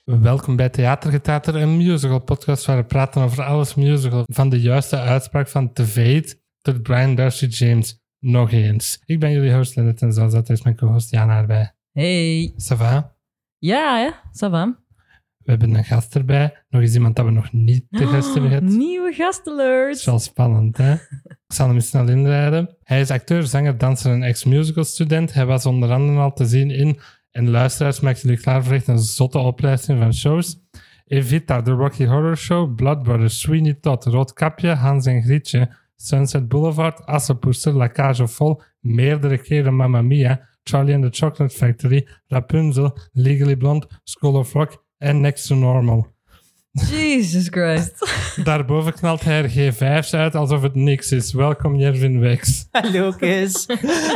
Welkom bij Theatergetater, een musical podcast waar we praten over alles musical. Van de juiste uitspraak van The Fate tot Brian Darcy James. Nog eens. Ik ben jullie host Lennet en zoals dat is mijn co-host Jana erbij. Hey. Ça va? Ja, ça va. We hebben een gast erbij. Nog eens iemand dat we nog niet te gast hebben gehad. Nieuwe gastalert. Dat is wel spannend, hè? Ik zal hem eens snel inleiden. Hij is acteur, zanger, danser en ex-musical student. Hij was onder andere al te zien in... En luisteraars, maak jullie klaar voor echt een zotte opleiding van shows. Evita, The Rocky Horror Show, Blood Brothers, Sweeney Todd, Roodkapje, Hans en Grietje, Sunset Boulevard, Assepoester, La Cage aux Folles, meerdere keren Mamma Mia, Charlie and the Chocolate Factory, Rapunzel, Legally Blonde, School of Rock en Next to Normal. Jesus Christ. Daarboven knalt hij er G5's uit alsof het niks is. Welkom, Jervin Wex. Hallo, Kees.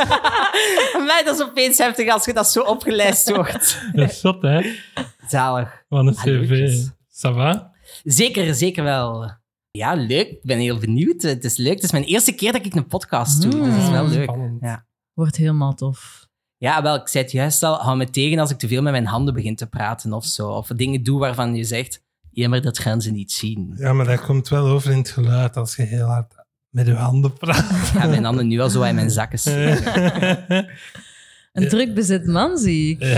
Mij, dat is opeens heftig als je dat zo opgelijst wordt. Dat is zot, hè? Zalig. Wat een Hallo, cv. Kees. Ça va? Zeker wel. Ja, leuk. Ik ben heel benieuwd. Het is leuk. Het is mijn eerste keer dat ik een podcast doe. Dus dat is wel leuk. Spannend. Ja. Wordt helemaal tof. Ja, wel, ik zei het juist al. Hou me tegen als ik te veel met mijn handen begin te praten of zo. Of dingen doe waarvan je zegt... Ja, maar dat gaan ze niet zien. Ja, maar dat komt wel over in het geluid als je heel hard met je handen praat. Ik ga mijn handen nu al zo in mijn zakken steken. Een druk bezet man, zie ik.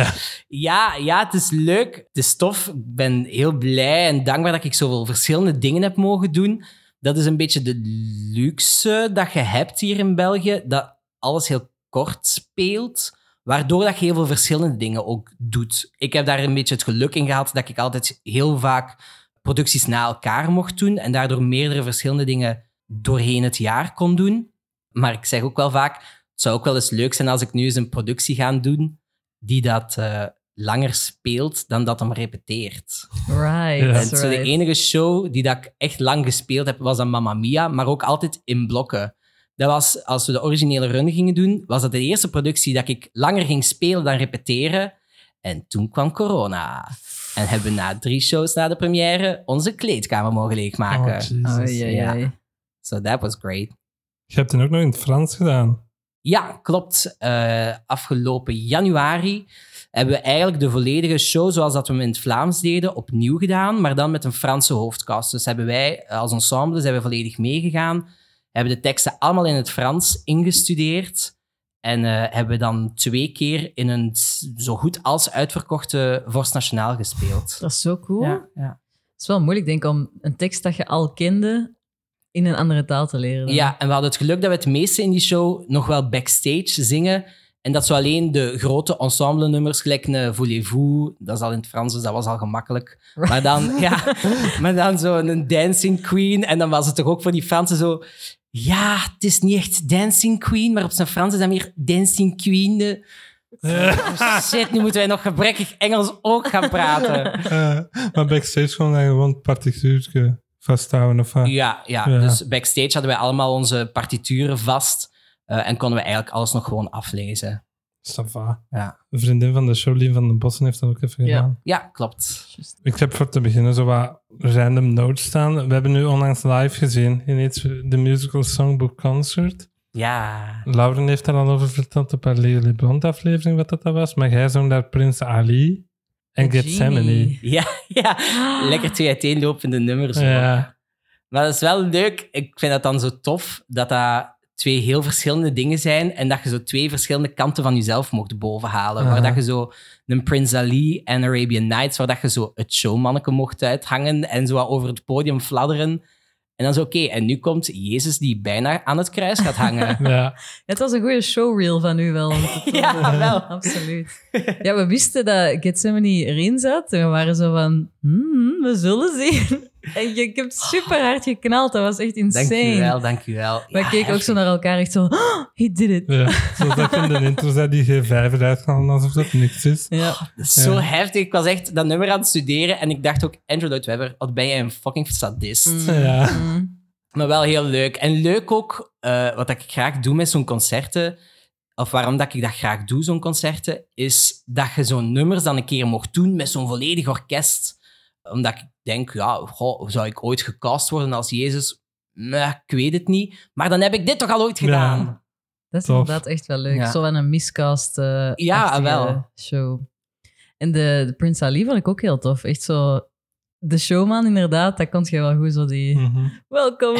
Ja. Het is leuk. Het is tof. Ik ben heel blij en dankbaar dat ik zoveel verschillende dingen heb mogen doen. Dat is een beetje de luxe dat je hebt hier in België, dat alles heel kort speelt, waardoor dat je heel veel verschillende dingen ook doet. Ik heb daar een beetje het geluk in gehad dat ik altijd heel vaak producties na elkaar mocht doen en daardoor meerdere verschillende dingen doorheen het jaar kon doen. Maar ik zeg ook wel vaak, het zou ook wel eens leuk zijn als ik nu eens een productie ga doen die dat langer speelt dan dat hem repeteert. Right. Ja. En zo de enige show die dat ik echt lang gespeeld heb, was dan Mamma Mia, maar ook altijd in blokken. Dat was, als we de originele run gingen doen, was dat de eerste productie dat ik langer ging spelen dan repeteren. En toen kwam corona. En hebben we na 3 shows na de première onze kleedkamer mogen leegmaken. Oh, Jesus. Ja. So that was great. Je hebt het ook nog in het Frans gedaan. Ja, klopt. Afgelopen januari hebben we eigenlijk de volledige show, zoals dat we hem in het Vlaams deden, opnieuw gedaan, maar dan met een Franse hoofdcast. Dus hebben wij als ensemble zijn we volledig meegegaan, hebben de teksten allemaal in het Frans ingestudeerd en hebben we dan 2 keer in een zo goed als uitverkochte Vorst Nationaal gespeeld. Dat is zo cool. Ja. Het is wel moeilijk, denk ik, om een tekst dat je al kende in een andere taal te leren. dan. Ja, en we hadden het geluk dat we het meeste in die show nog wel backstage zingen. En dat zo alleen de grote ensemble-nummers, gelijk een Voulez-vous, dat is al in het Frans, dus dat was al gemakkelijk. Maar dan zo een Dancing Queen. En dan was het toch ook voor die Fransen zo... Ja, het is niet echt Dancing Queen, maar op zijn Frans is dat meer Dancing Queen. Shit, nu moeten wij nog gebrekkig Engels ook gaan praten. Maar backstage gewoon het partituurtje vasthouden of wat? Ja, dus backstage hadden wij allemaal onze partituren vast en konden we eigenlijk alles nog gewoon aflezen. Ça va. Ja. Een vriendin van de show, Lien van den Bossen, heeft dat ook even Ja. gedaan. Ja, klopt. Ik heb voor te beginnen zo wat random notes staan. We hebben nu onlangs live gezien in de Musical Songbook Concert. Ja. Lauren heeft daar al over verteld op haar Legally Blonde aflevering, wat dat was. Maar jij zong daar Prins Ali en Gethsemane. Ja. Lekker 2 uiteenlopende nummers. Ja. Maar dat is wel leuk. Ik vind dat dan zo tof dat dat 2 heel verschillende dingen zijn en dat je zo 2 verschillende kanten van jezelf mocht bovenhalen. Waar dat je zo een Prince Ali en Arabian Nights, waar dat je zo het showmanneke mocht uithangen en zo wat over het podium fladderen. En dan zo, oké, en nu komt Jezus die bijna aan het kruis gaat hangen. Ja. Het was een goede showreel van u wel. Om te tonen. Ja, wel. Absoluut. Ja, we wisten dat Gethsemane erin zat. En we waren zo van, we zullen zien. En ik heb super hard geknald. Dat was echt insane. Dank u wel. We keken ook zo naar elkaar, echt zo, he did it. Ja. Zoals dat in de intro zei, die G5 eruit gaan alsof dat niks is. Ja. Dat is zo heftig. Ik was echt dat nummer aan het studeren en ik dacht ook, Andrew Lloyd Webber, wat ben jij een fucking sadist. Ja. Maar wel heel leuk. En leuk ook, wat ik graag doe met zo'n concerten, of waarom dat ik dat graag doe, zo'n concerten, is dat je zo'n nummers dan een keer mocht doen met zo'n volledig orkest. Omdat ik denk, zou ik ooit gecast worden als Jezus? Nee, ik weet het niet. Maar dan heb ik dit toch al ooit gedaan. Ja. Dat is Tof. inderdaad echt wel leuk. Ja. Zo aan een miscast Ja, wel. show. En de Prince Ali vond ik ook heel tof. Echt zo... De showman, inderdaad, dat kon je wel goed zo die... Welkom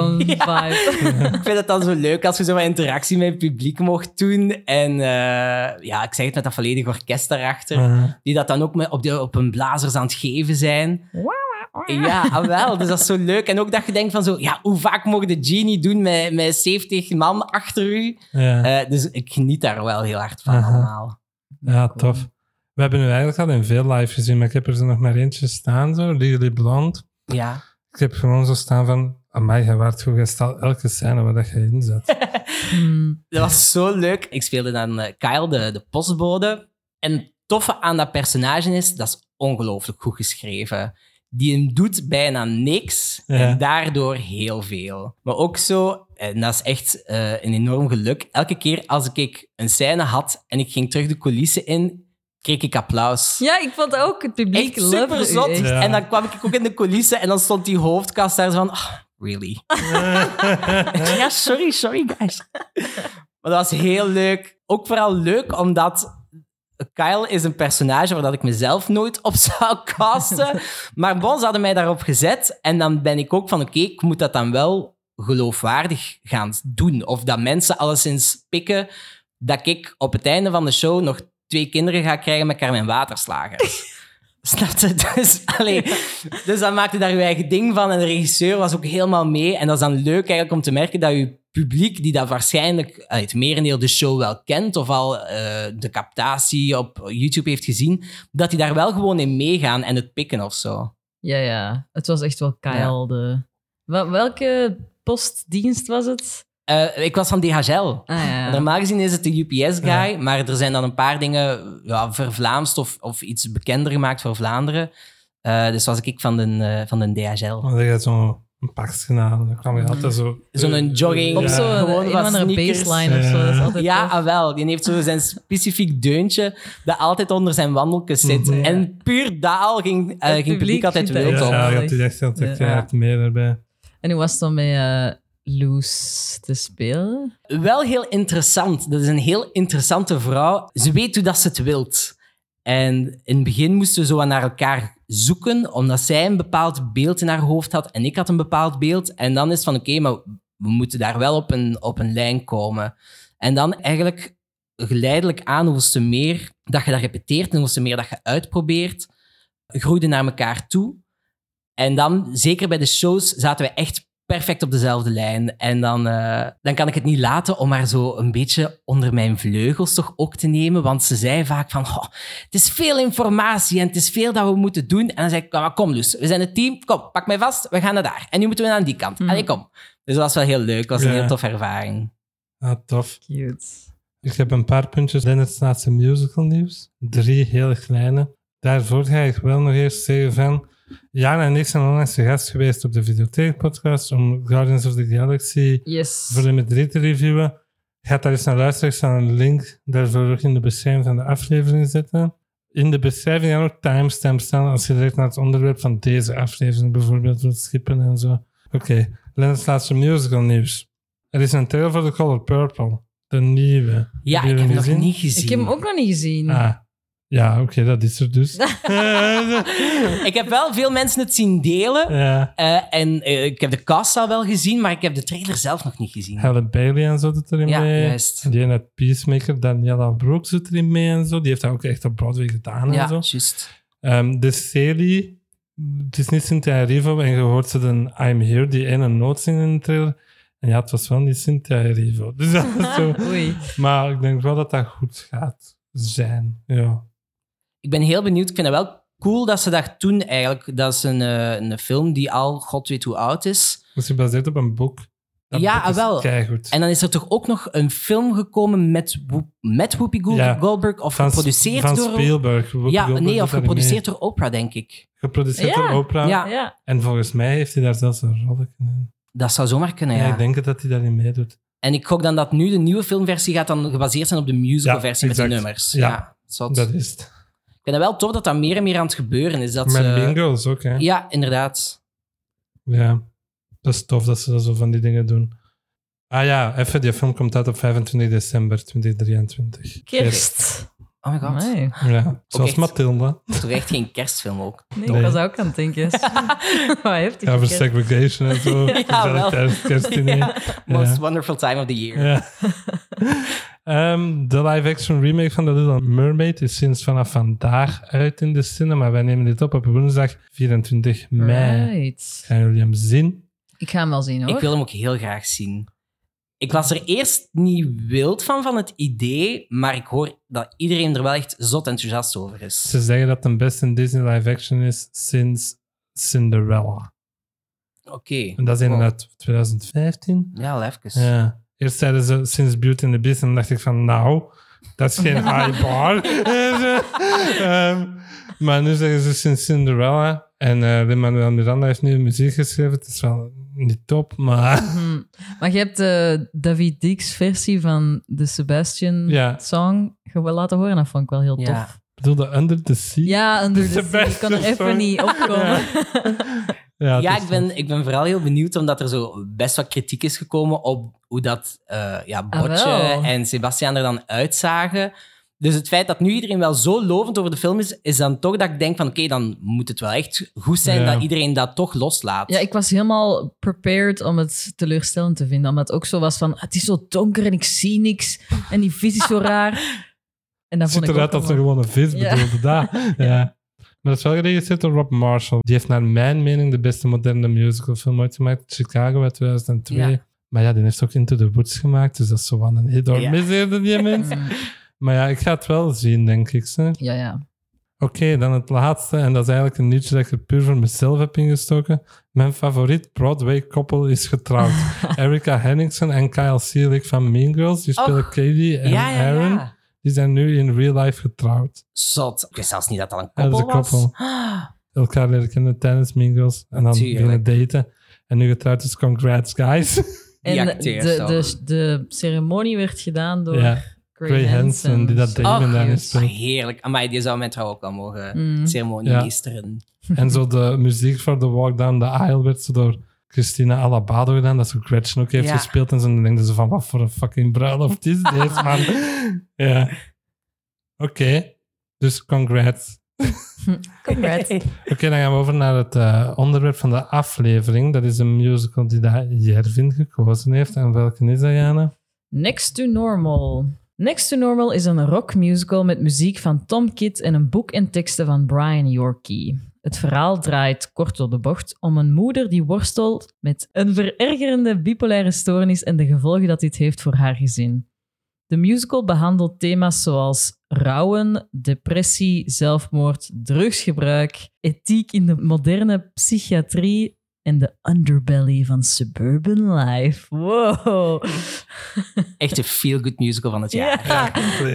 vibe. Ik vind het dan zo leuk als je zo wat interactie met het publiek mocht doen. En ik zeg het met dat volledige orkest daarachter. Die dat dan ook op hun blazers aan het geven zijn. Ja, wel. Dus dat is zo leuk. En ook dat je denkt van zo... Ja, hoe vaak mogen de Genie doen met 70 man achter u? Ja. Dus ik geniet daar wel heel hard van allemaal. Ja, tof. We hebben nu eigenlijk al in veel live gezien, maar ik heb er zo nog maar eentje staan, zo, Legally Blonde. Ja. Ik heb gewoon zo staan van, amai, je waart goed gesteld, elke scène waar dat je in zat. Dat was zo leuk. Ik speelde dan Kyle, de postbode. En het toffe aan dat personage is, dat is ongelooflijk goed geschreven. Die doet bijna niks en daardoor heel veel. Maar ook zo, en dat is echt een enorm geluk, elke keer als ik een scène had en ik ging terug de coulissen in, kreeg ik applaus. Ja, ik vond ook het publiek echt super zot. echt. Ja. En dan kwam ik ook in de coulissen en dan stond die hoofdkast daar zo van... really? Ja, sorry guys. Maar dat was heel leuk. Ook vooral leuk omdat Kyle is een personage waar dat ik mezelf nooit op zou casten. Maar bon, ze hadden mij daarop gezet. En dan ben ik ook van, oké, ik moet dat dan wel geloofwaardig gaan doen. Of dat mensen alleszins pikken dat ik op het einde van de show nog 2 kinderen ga krijgen met Carmen Waterslagers. Snap je? Dus dan maakte daar je eigen ding van. En de regisseur was ook helemaal mee. En dat is dan leuk eigenlijk om te merken dat je publiek, die dat waarschijnlijk het merendeel de show wel kent, of al de captatie op YouTube heeft gezien, dat die daar wel gewoon in meegaan en het pikken of zo. Ja. Het was echt wel Kyle. Ja. Welke postdienst was het? Ik was van DHL. Ja. Normaal gezien is het de UPS-guy, maar er zijn dan een paar dingen vervlaamst of iets bekender gemaakt voor Vlaanderen. Dus was ik van de DHL. Dan heb je zo'n pakje gedaan, dan kwam je altijd zo... Zo'n jogging. Op zo'n gewoon een wat of andere sneakers. baseline of zo. Dat is altijd Ja, tof. wel. Die heeft zo zijn specifiek deuntje dat altijd onder zijn wandeltjes zit. Mhm. En puur daar al ging het publiek altijd vindt wild dat op. Ja, wel je had die echt altijd Ja. keihard meer erbij. En hoe was het dan met Loes te spelen? Wel heel interessant. Dat is een heel interessante vrouw. Ze weet hoe dat ze het wilt. En in het begin moesten we zo naar elkaar zoeken, omdat zij een bepaald beeld in haar hoofd had en ik had een bepaald beeld. En dan is het van, oké, maar we moeten daar wel op een lijn komen. En dan eigenlijk geleidelijk aan, hoeveel meer dat je dat repeteert en hoeveel meer dat je uitprobeert, groeide naar elkaar toe. En dan, zeker bij de shows, zaten we echt perfect op dezelfde lijn. En dan kan ik het niet laten om haar zo een beetje onder mijn vleugels toch ook te nemen. Want ze zei vaak van, het is veel informatie en het is veel dat we moeten doen. En dan zei ik, kom Loes, we zijn het team. Kom, pak mij vast, we gaan naar daar. En nu moeten we naar die kant. Allee, kom. Dus dat was wel heel leuk. Dat was een heel toffe ervaring. Ja, tof. Cute. Ik heb een paar puntjes in het laatste musical nieuws. 3 hele kleine. Daarvoor ga ik wel nog eerst zeggen van... Jana en ik zijn onlangs de gast geweest op de Videotheek-podcast om Guardians of the Galaxy Yes. voor Limit 3 te reviewen. Ga daar eens naar luisteren. Ik zal een link daarvoor ook in de beschrijving van de aflevering zetten. In de beschrijving gaan ook timestamps staan als je direct naar het onderwerp van deze aflevering bijvoorbeeld wilt skippen en zo. Oké, Lennart's laatste musical nieuws. Er is een trailer voor The Color Purple. De nieuwe. Ja, ik heb hem nog niet gezien. Ik heb hem ook nog niet gezien. Ja, oké, dat is er dus. Ik heb wel veel mensen het zien delen. Ja. En ik heb de cast al wel gezien, maar ik heb de trailer zelf nog niet gezien. Halle Bailey en zo doet erin Ja, mee. juist. Die uit Peacemaker, Daniela Brooks zit erin mee en zo. Die heeft dat ook echt op Broadway gedaan Ja, en zo. juist. De serie, het is niet Cynthia Erivo en je hoort ze de I'm Here, die ene noot zingen in de trailer. En ja, het was wel niet Cynthia Erivo. Dus dat is zo. Oei. Maar ik denk wel dat dat goed gaat zijn. Ja. Ik ben heel benieuwd. Ik vind het wel cool dat ze dat doen eigenlijk. Dat is een film die al god weet hoe oud is. Het is gebaseerd op een boek. Dat Ja, boek is wel. keigoed. En dan is er toch ook nog een film gekomen met Whoopi Goldberg, of geproduceerd van door... Spielberg. Whoopi Ja, Goldberg nee, doet of daarin geproduceerd mee. door Oprah, denk ik. Geproduceerd Ja. door Oprah. Ja. Ja. En volgens mij heeft hij daar zelfs een rol in. Dat zou zomaar kunnen, Ja, ja. ik denk dat hij daarin meedoet. En ik gok dan dat nu de nieuwe filmversie gaat dan gebaseerd zijn op de musicalversie Ja, met de exact. nummers. Ja, zot. Dat is het. Ik vind het wel tof dat dat meer en meer aan het gebeuren is. Dat Met ze... Bingos ook, hè. Ja, inderdaad. Ja, dat is tof dat ze dat zo van die dingen doen. Ah ja, even, die film komt uit op 25 december 2023. Kerst. Oh my god. Nee, Ja, zoals echt. Mathilda. Toch echt geen kerstfilm ook. nee, Nee. ik was ook aan het denken. Wat heftig. Ja, voor hè? segregation en zo. Ja, wel. Tijdens het kerstdiner. Ja, most Ja. wonderful time of the year. Ja. De live-action remake van The Little Mermaid is sinds vanaf vandaag uit in de cinema. Wij nemen dit op woensdag 24 mei. Right. Gaan jullie hem zien? Ik ga hem wel zien, hoor. Ik wil hem ook heel graag zien. Ik was er eerst niet wild van het idee, maar ik hoor dat iedereen er wel echt zot enthousiast over is. Ze zeggen dat het de beste Disney live-action is sinds Cinderella. Oké. En dat is Wow. inderdaad 2015. Ja, al even. Ja. Eerst zeiden ze sinds Beauty and the Beast en dan dacht ik van nou, dat is geen high bar. Maar nu zeggen ze sinds Cinderella. En Lin-Manuel Miranda heeft nu muziek geschreven. Het is wel niet top, maar... Maar je hebt de David Dix versie van de Sebastian Ja. song laten horen. Dat vond ik wel heel tof. Ja. Ik bedoelde Under the Sea. Ja, Under the Sea. Ik Sebastian kon er even song. niet opkomen. Ja, Ja, het is ik ben vooral heel benieuwd, omdat er zo best wat kritiek is gekomen op hoe dat Botje wel. en Sebastian er dan uitzagen. Dus het feit dat nu iedereen wel zo lovend over de film is dan toch dat ik denk van oké, dan moet het wel echt goed zijn Ja. dat iedereen dat toch loslaat. Ja, ik was helemaal prepared om het teleurstellend te vinden. Omdat het ook zo was van, het is zo donker en ik zie niks. En die vis is zo raar. En dat Het vond ziet ik eruit ook als ze gewoon- gewoon een vis Ja. bedoelde. Daar. Ja. Maar dat is wel geregisseerd door Rob Marshall. Die heeft naar mijn mening de beste moderne musicalfilm ooit gemaakt. Chicago uit 2002. Ja. Maar ja, die heeft ook Into the Woods gemaakt. Dus dat is zo van een hit or Ja. miss eerder, die mens. Mm, Maar ja, ik ga het wel zien, denk ik. Hè. Ja, ja. Oké, dan het laatste. En dat is eigenlijk een liedje dat ik er puur voor mezelf heb ingestoken. Mijn favoriet Broadway-koppel is getrouwd. Erica Henningsen en Kyle Seelig van Mean Girls. Die spelen Och. Katie en ja, ja, Aaron. ja. Die zijn nu in real life getrouwd. Zot. Ik wist zelfs niet dat dat een Ja, dat koppel is een was. koppel. Elkaar leren kennen tijdens Mean Girls. En dan Tuurlijk. beginnen daten. En nu getrouwd is congrats, guys. Die En acteert de ceremonie werd gedaan door ja, Gray Hansen, die dat Damon Oh, dan juist. Ah, speelt. heerlijk. Amai, die zou mij trouwens ook wel mogen ceremoniemeesteren. En zo de muziek voor The Walk Down the Aisle werd zo door Christina Alabado gedaan, dat ze Gretchen ook heeft Ja. gespeeld. En dan denken ze van, wat voor een fucking bruiloft is deze, man? Ja. Oké. Dus congrats. Congrats. Oké, dan gaan we over naar het onderwerp van de aflevering. Dat is een musical die dat Jervin gekozen heeft. En welke is dat, Jana? Next to Normal. Next to Normal is een rockmusical met muziek van Tom Kidd en een boek en teksten van Brian Yorkey. Het verhaal draait kort door de bocht om een moeder die worstelt met een verergerende bipolaire stoornis en de gevolgen dat dit heeft voor haar gezin. De musical behandelt thema's zoals rouwen, depressie, zelfmoord, drugsgebruik, ethiek in de moderne psychiatrie en de underbelly van suburban life. Wow. Echt een feel-good musical van het jaar. Ja.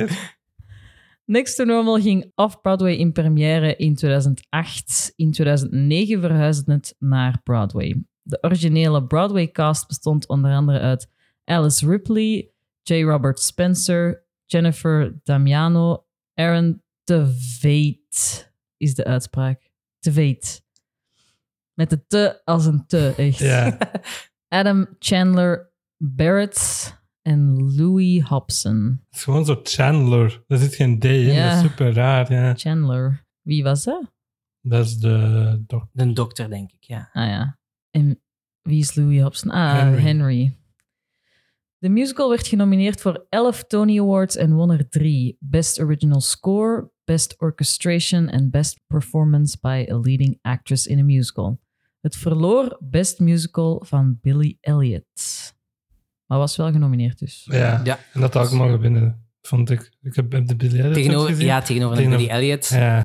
Next to Normal ging off-Broadway in première in 2008. In 2009 verhuisde het naar Broadway. De originele Broadway-cast bestond onder andere uit Alice Ripley, J. Robert Spencer, Jennifer Damiano, Aaron Tveit is de uitspraak. Tveit. Met de te als een te, echt. Ja. Adam Chandler Barrett en Louis Hobson. Het is gewoon zo Chandler. Er zit geen D in. Ja. Dat is super raar, ja. Chandler. Wie was dat? Dat is de dokter. De dokter, denk ik, ja. Ah ja. En wie is Louis Hobson? Ah, Henry. De musical werd genomineerd voor 11 Tony Awards en won er 3. Best Original Score, Best Orchestration en Best Performance by a Leading Actress in a Musical. Het verloor Best Musical van Billy Elliot. Maar was wel genomineerd dus. Ja. Ja. En dat had ik mogen winnen, vond ik. Ik heb de biljetten Tegenover gezien. een Billy Elliot. Ja,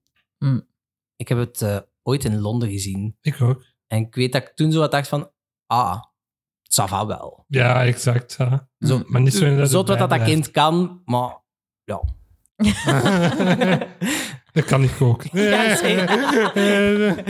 Ik heb het ooit in Londen gezien. ik ook. En ik weet dat ik toen zo wat dacht van... ça va wel. Ja, exact. Ja. Zo, Maar niet zo inderdaad zot wat dat erbij kind kan, maar... Ja. Dat kan niet koken. Ja, zeker.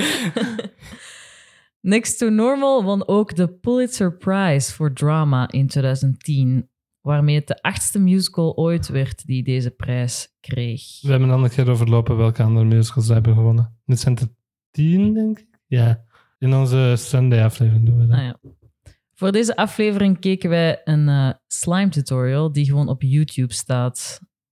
Next to Normal won ook de Pulitzer Prize voor Drama in 2010, waarmee het de 8e musical ooit werd die deze prijs kreeg. We hebben dan een keer overlopen welke andere musicals ze hebben gewonnen. Dit zijn er 10, denk ik. Ja. In onze Sunday-aflevering doen we dat. Ah, ja. Voor deze aflevering keken wij een slime tutorial die gewoon op YouTube staat.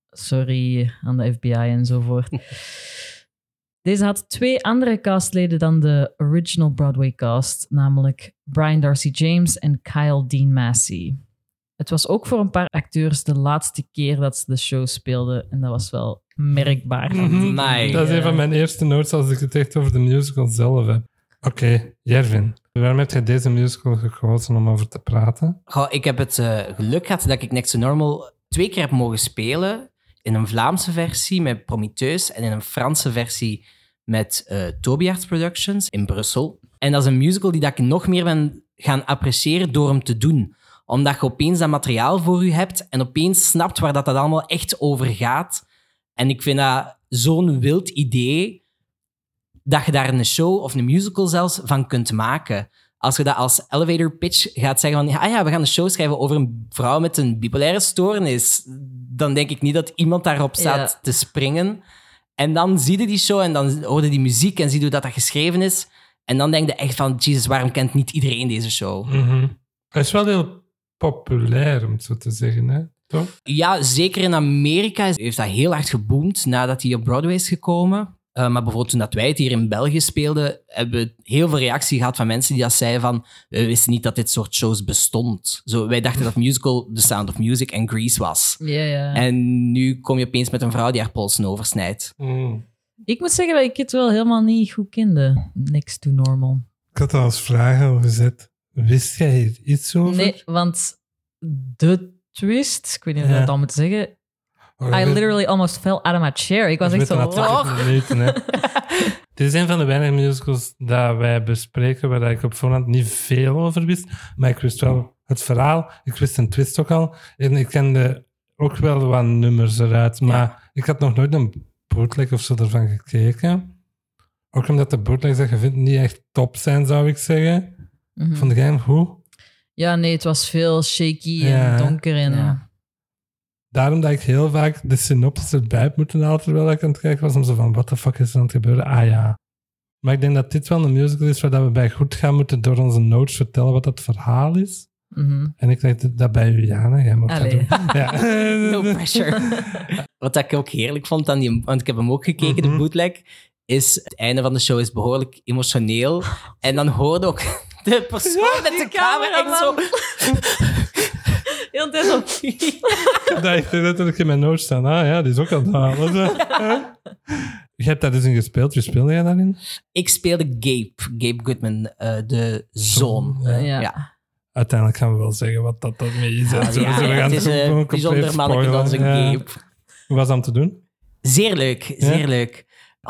Sorry aan de FBI enzovoort. Deze had 2 andere castleden dan de original Broadway cast, namelijk Brian Darcy James en Kyle Dean Massey. Het was ook voor een paar acteurs de laatste keer dat ze de show speelden en dat was wel merkbaar. Amai. Dat is een van mijn eerste notes als ik het echt over de musical zelf heb. Oké, Jervin. Waarom heb je deze musical gekozen om over te praten? Goh, ik heb het geluk gehad dat ik Next to Normal 2 keer heb mogen spelen. In een Vlaamse versie met Prometheus en in een Franse versie met Tobiarts Productions in Brussel. En dat is een musical die dat ik nog meer ben gaan appreciëren door hem te doen. Omdat je opeens dat materiaal voor je hebt en opeens snapt waar dat allemaal echt over gaat. En ik vind dat zo'n wild idee dat je daar een show of een musical zelfs van kunt maken. Als je dat als elevator pitch gaat zeggen van ja, we gaan een show schrijven over een vrouw met een bipolaire stoornis, dan denk ik niet dat iemand daarop staat te springen. En dan zie je die show en dan hoor je die muziek en zie je hoe dat geschreven is. En dan denk je echt van, Jesus, waarom kent niet iedereen deze show? Hij is wel heel populair, om het zo te zeggen, hè? Toch? Ja, zeker in Amerika heeft dat heel hard geboomd nadat hij op Broadway is gekomen. Maar bijvoorbeeld toen dat wij het hier in België speelden, hebben we heel veel reactie gehad van mensen die dat zeiden van we wisten niet dat dit soort shows bestond. Zo, wij dachten dat musical The Sound of Music en Grease was. Ja. En nu kom je opeens met een vrouw die haar polsen oversnijdt. Ik moet zeggen dat ik het wel helemaal niet goed kende. Next to Normal. Ik had al eens vragen over gezet. Wist jij hier iets over? Nee, want de twist, ik weet niet hoe ik dat al moet zeggen. I literally almost fell out of my chair. Ik was echt zo... Dit is een van de weinige musicals dat wij bespreken waar ik op voorhand niet veel over wist. Maar ik wist wel het verhaal. Ik wist een twist ook al. En ik kende ook wel wat nummers eruit. Maar ik had nog nooit een bootleg of zo ervan gekeken. Ook omdat de bootlegs dat je vindt niet echt top zijn, zou ik zeggen. Vond jij hem hoe? Ja, nee, het was veel shaky en donker en... Ja. Daarom dat ik heel vaak de synopsis erbij heb moeten halen terwijl ik aan het kijken was. Om zo van, what the fuck is er aan het gebeuren? Ah ja. Maar ik denk dat dit wel een musical is waar we bij goed gaan moeten door onze notes vertellen wat het verhaal is. En ik dacht dat bij u, Jana. Jij mag dat doen. Ja. No pressure. Wat ik ook heerlijk vond aan die... Want ik heb hem ook gekeken, de bootleg. Is het einde van de show is behoorlijk emotioneel. En dan hoorde ook de persoon met de camera echt zo... Heel tijd zo... Ik dacht letterlijk in mijn notes staan. Ah ja, die is ook aan het halen. Je hebt daar dus in gespeeld. Wie speelde jij daarin? Ik speelde Gabe Goodman, de zoon. Ja. Uiteindelijk gaan we wel zeggen wat dat mee is. Het is een bijzonder mannetje dan zijn Gabe. Hoe was dat om te doen? Zeer leuk, zeer leuk.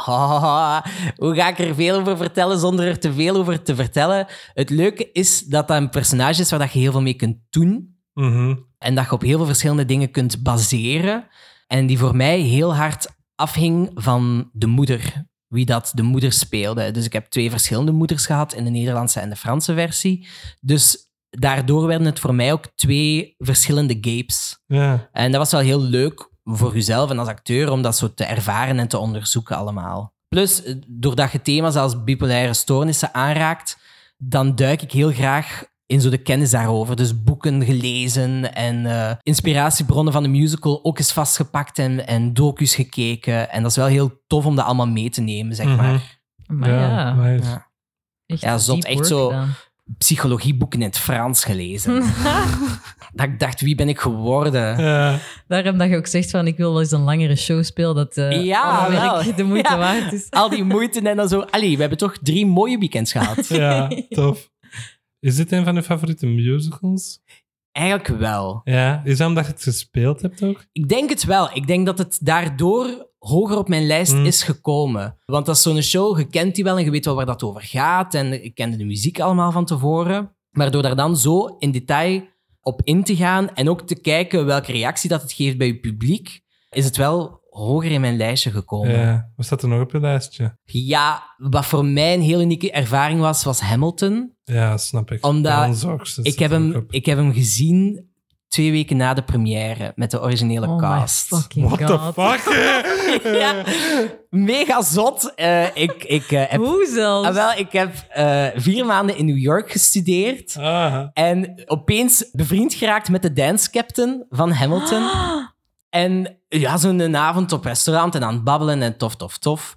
Hoe ga ik er veel over vertellen zonder er te veel over te vertellen? Het leuke is dat dat een personage is waar je heel veel mee kunt doen. En dat je op heel veel verschillende dingen kunt baseren. En die voor mij heel hard afhing van de moeder. Wie dat de moeder speelde. Dus ik heb 2 verschillende moeders gehad in de Nederlandse en de Franse versie. Dus daardoor werden het voor mij ook 2 verschillende Gabes. Ja. En dat was wel heel leuk voor jezelf en als acteur om dat zo te ervaren en te onderzoeken allemaal. Plus, doordat je thema's als bipolaire stoornissen aanraakt, dan duik ik heel graag in zo de kennis daarover. Dus boeken gelezen en inspiratiebronnen van de musical ook eens vastgepakt en docus gekeken. En dat is wel heel tof om dat allemaal mee te nemen, zeg maar. Maar nice. Ja, zot. Echt zo psychologieboeken in het Frans gelezen. Dat ik dacht, wie ben ik geworden? Daarom dat je ook zegt van, ik wil wel eens een langere show spelen, dat werk de moeite waard is. Al die moeite en dan zo... Allee, we hebben toch 3 mooie weekends gehad. Ja, tof. Is dit een van je favoriete musicals? Eigenlijk wel. Ja, is dat omdat je het gespeeld hebt ook? Ik denk het wel. Ik denk dat het daardoor hoger op mijn lijst is gekomen. Want dat is zo'n show, je kent die wel en je weet wel waar dat over gaat. En ik kende de muziek allemaal van tevoren. Maar door daar dan zo in detail op in te gaan en ook te kijken welke reactie dat het geeft bij je publiek, is het wel hoger in mijn lijstje gekomen. Ja, wat staat er nog op je lijstje? Ja, wat voor mij een heel unieke ervaring was Hamilton. Ja, snap ik. Omdat ik heb hem gezien 2 weken na de première met de originele cast. What the fuck? Ja, mega zot. Hoe zelfs? Ik heb 4 maanden in New York gestudeerd. En opeens bevriend geraakt met de dance captain van Hamilton. En ja, zo'n avond op restaurant en aan het babbelen en tof.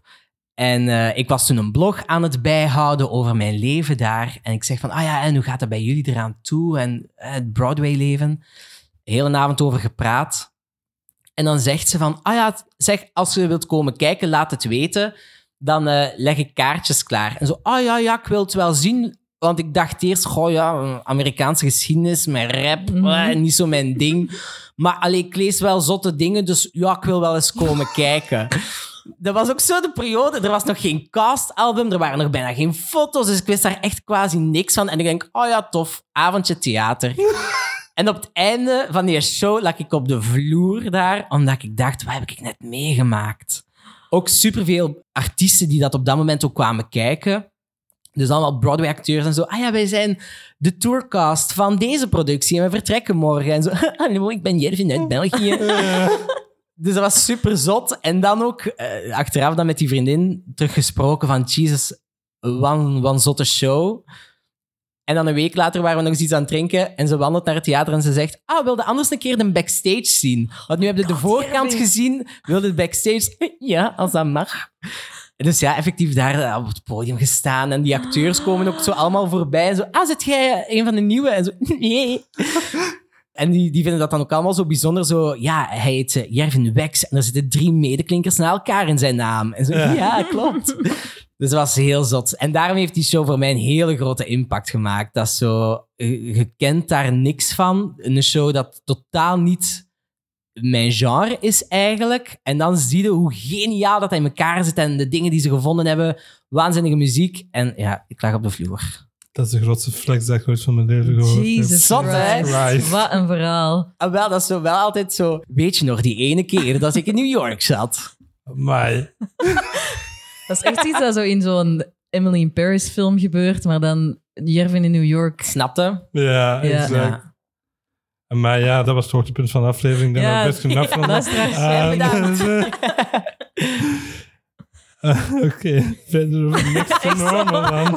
En ik was toen een blog aan het bijhouden over mijn leven daar. En ik zeg van, en hoe gaat het bij jullie eraan toe? En het Broadway-leven. Hele avond over gepraat. En dan zegt ze van, zeg, als je wilt komen kijken, laat het weten. Dan leg ik kaartjes klaar. En zo, ik wil het wel zien. Want ik dacht eerst, Amerikaanse geschiedenis, met rap, niet zo mijn ding. Maar ik lees wel zotte dingen, dus ja, ik wil wel eens komen kijken. Dat was ook zo de periode. Er was nog geen castalbum, er waren nog bijna geen foto's, dus ik wist daar echt quasi niks van. En ik denk, tof, avondje theater. En op het einde van die show lag ik op de vloer daar, omdat ik dacht, wat heb ik net meegemaakt? Ook superveel artiesten die dat op dat moment ook kwamen kijken. Dus allemaal Broadway-acteurs en zo. Wij zijn de tourcast van deze productie en we vertrekken morgen. En zo, hallo, ik ben Jervin uit België. Dus dat was super zot. En dan ook achteraf dan met die vriendin teruggesproken van Jesus, wat een zotte show. En dan een week later waren we nog eens iets aan het drinken en ze wandelt naar het theater en ze zegt, wilde anders een keer de backstage zien? Want nu heb je de voorkant gezien, wilde de backstage? Ja, als dat mag. Dus ja, effectief daar op het podium gestaan en die acteurs komen ook zo allemaal voorbij en zo, zit jij een van de nieuwe? En zo, nee. En die vinden dat dan ook allemaal zo bijzonder. Zo, ja, hij heet Jervin Wex en er zitten 3 medeklinkers na elkaar in zijn naam. En zo, ja klopt. Dus dat was heel zot. En daarom heeft die show voor mij een hele grote impact gemaakt. Dat is zo, je kent daar niks van. Een show dat totaal niet mijn genre is eigenlijk. En dan zie je hoe geniaal dat hij in elkaar zit en de dingen die ze gevonden hebben. Waanzinnige muziek. En ja, ik lag op de vloer. Dat is de grootste flex dat ik ooit van mijn leven gehoord heb. Jesus Zot, hè? Christ. Wat een verhaal. En wel, dat is zo wel altijd zo... Weet je nog, die ene keer dat ik in New York zat? Maar Dat is echt iets dat zo in zo'n Emily in Paris film gebeurt, maar dan Jervin in New York. Snapte? ja, exact. Ja. Maar ja, dat was het hoogtepunt van de aflevering. Dan Ja, best genoeg van. luisteraars, bedankt. Oké, verder over Next to Normal dan.